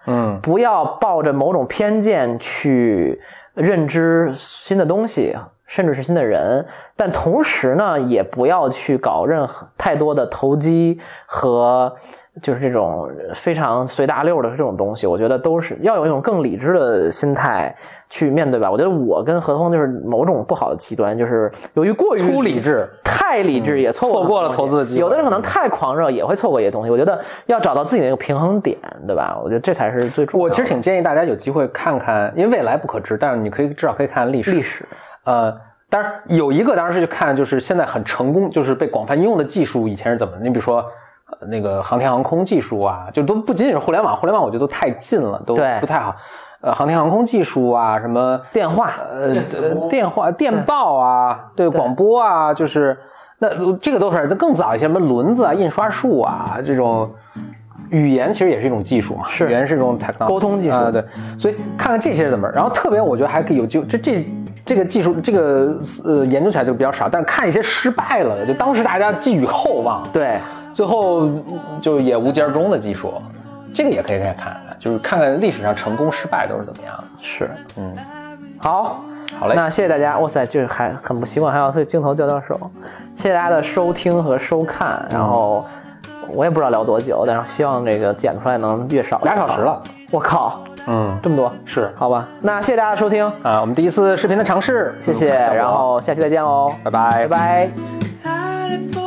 [SPEAKER 2] 嗯，
[SPEAKER 1] 不要抱着某种偏见去认知新的东西，甚至是新的人，但同时呢，也不要去搞任何太多的投机和就是这种非常随大溜的这种东西。我觉得都是要有一种更理智的心态去面对吧。我觉得我跟何通就是某种不好的极端，就是由于过于
[SPEAKER 2] 突理智，
[SPEAKER 1] 太理智也错过、
[SPEAKER 2] 嗯、错过了投资的机会。
[SPEAKER 1] 有的人可能太狂热也会错过一些东西。我觉得要找到自己的一个平衡点，对吧？我觉得这才是最重要的。
[SPEAKER 2] 我其实挺建议大家有机会看看，因为未来不可知，但是你可以至少可以看历史。
[SPEAKER 1] 历史，
[SPEAKER 2] 呃，当然有一个当然是去看，就是现在很成功，就是被广泛应用的技术以前是怎么的？你比如说。呃、那个航天航空技术啊，就都不仅仅是互联网，互联网我觉得都太近了，都不太好。呃，航天航空技术啊，什么
[SPEAKER 1] 电话，
[SPEAKER 2] 呃，电话、电报啊，对，对广播啊，就是那这个都是更早一些，什么轮子啊、印刷术啊，这种语言其实也是一种技术嘛，
[SPEAKER 1] 是
[SPEAKER 2] 语言是一种 technology
[SPEAKER 1] 沟通技术、
[SPEAKER 2] 呃，对，所以看看这些是怎么，然后特别我觉得还可以有机会，这这。这个技术，这个呃研究起来就比较少，但是看一些失败了的，就当时大家寄予厚望，
[SPEAKER 1] 对，
[SPEAKER 2] 最后就也无疾而终的技术，这个也可以看看，就是看看历史上成功失败都是怎么样的。
[SPEAKER 1] 是，
[SPEAKER 2] 嗯，
[SPEAKER 1] 好，
[SPEAKER 2] 好嘞，
[SPEAKER 1] 那谢谢大家。哇塞，这还很不习惯，还要对镜头交交手。谢谢大家的收听和收看，然后我也不知道聊多久，但是希望这个剪出来能越少。
[SPEAKER 2] 俩小时了，
[SPEAKER 1] 我靠！
[SPEAKER 2] 嗯，
[SPEAKER 1] 这么多
[SPEAKER 2] 是
[SPEAKER 1] 好吧？那谢谢大家的收听
[SPEAKER 2] 啊，我们第一次视频的尝试，
[SPEAKER 1] 谢谢，然后下期再见喽，
[SPEAKER 2] 拜拜，
[SPEAKER 1] 拜拜。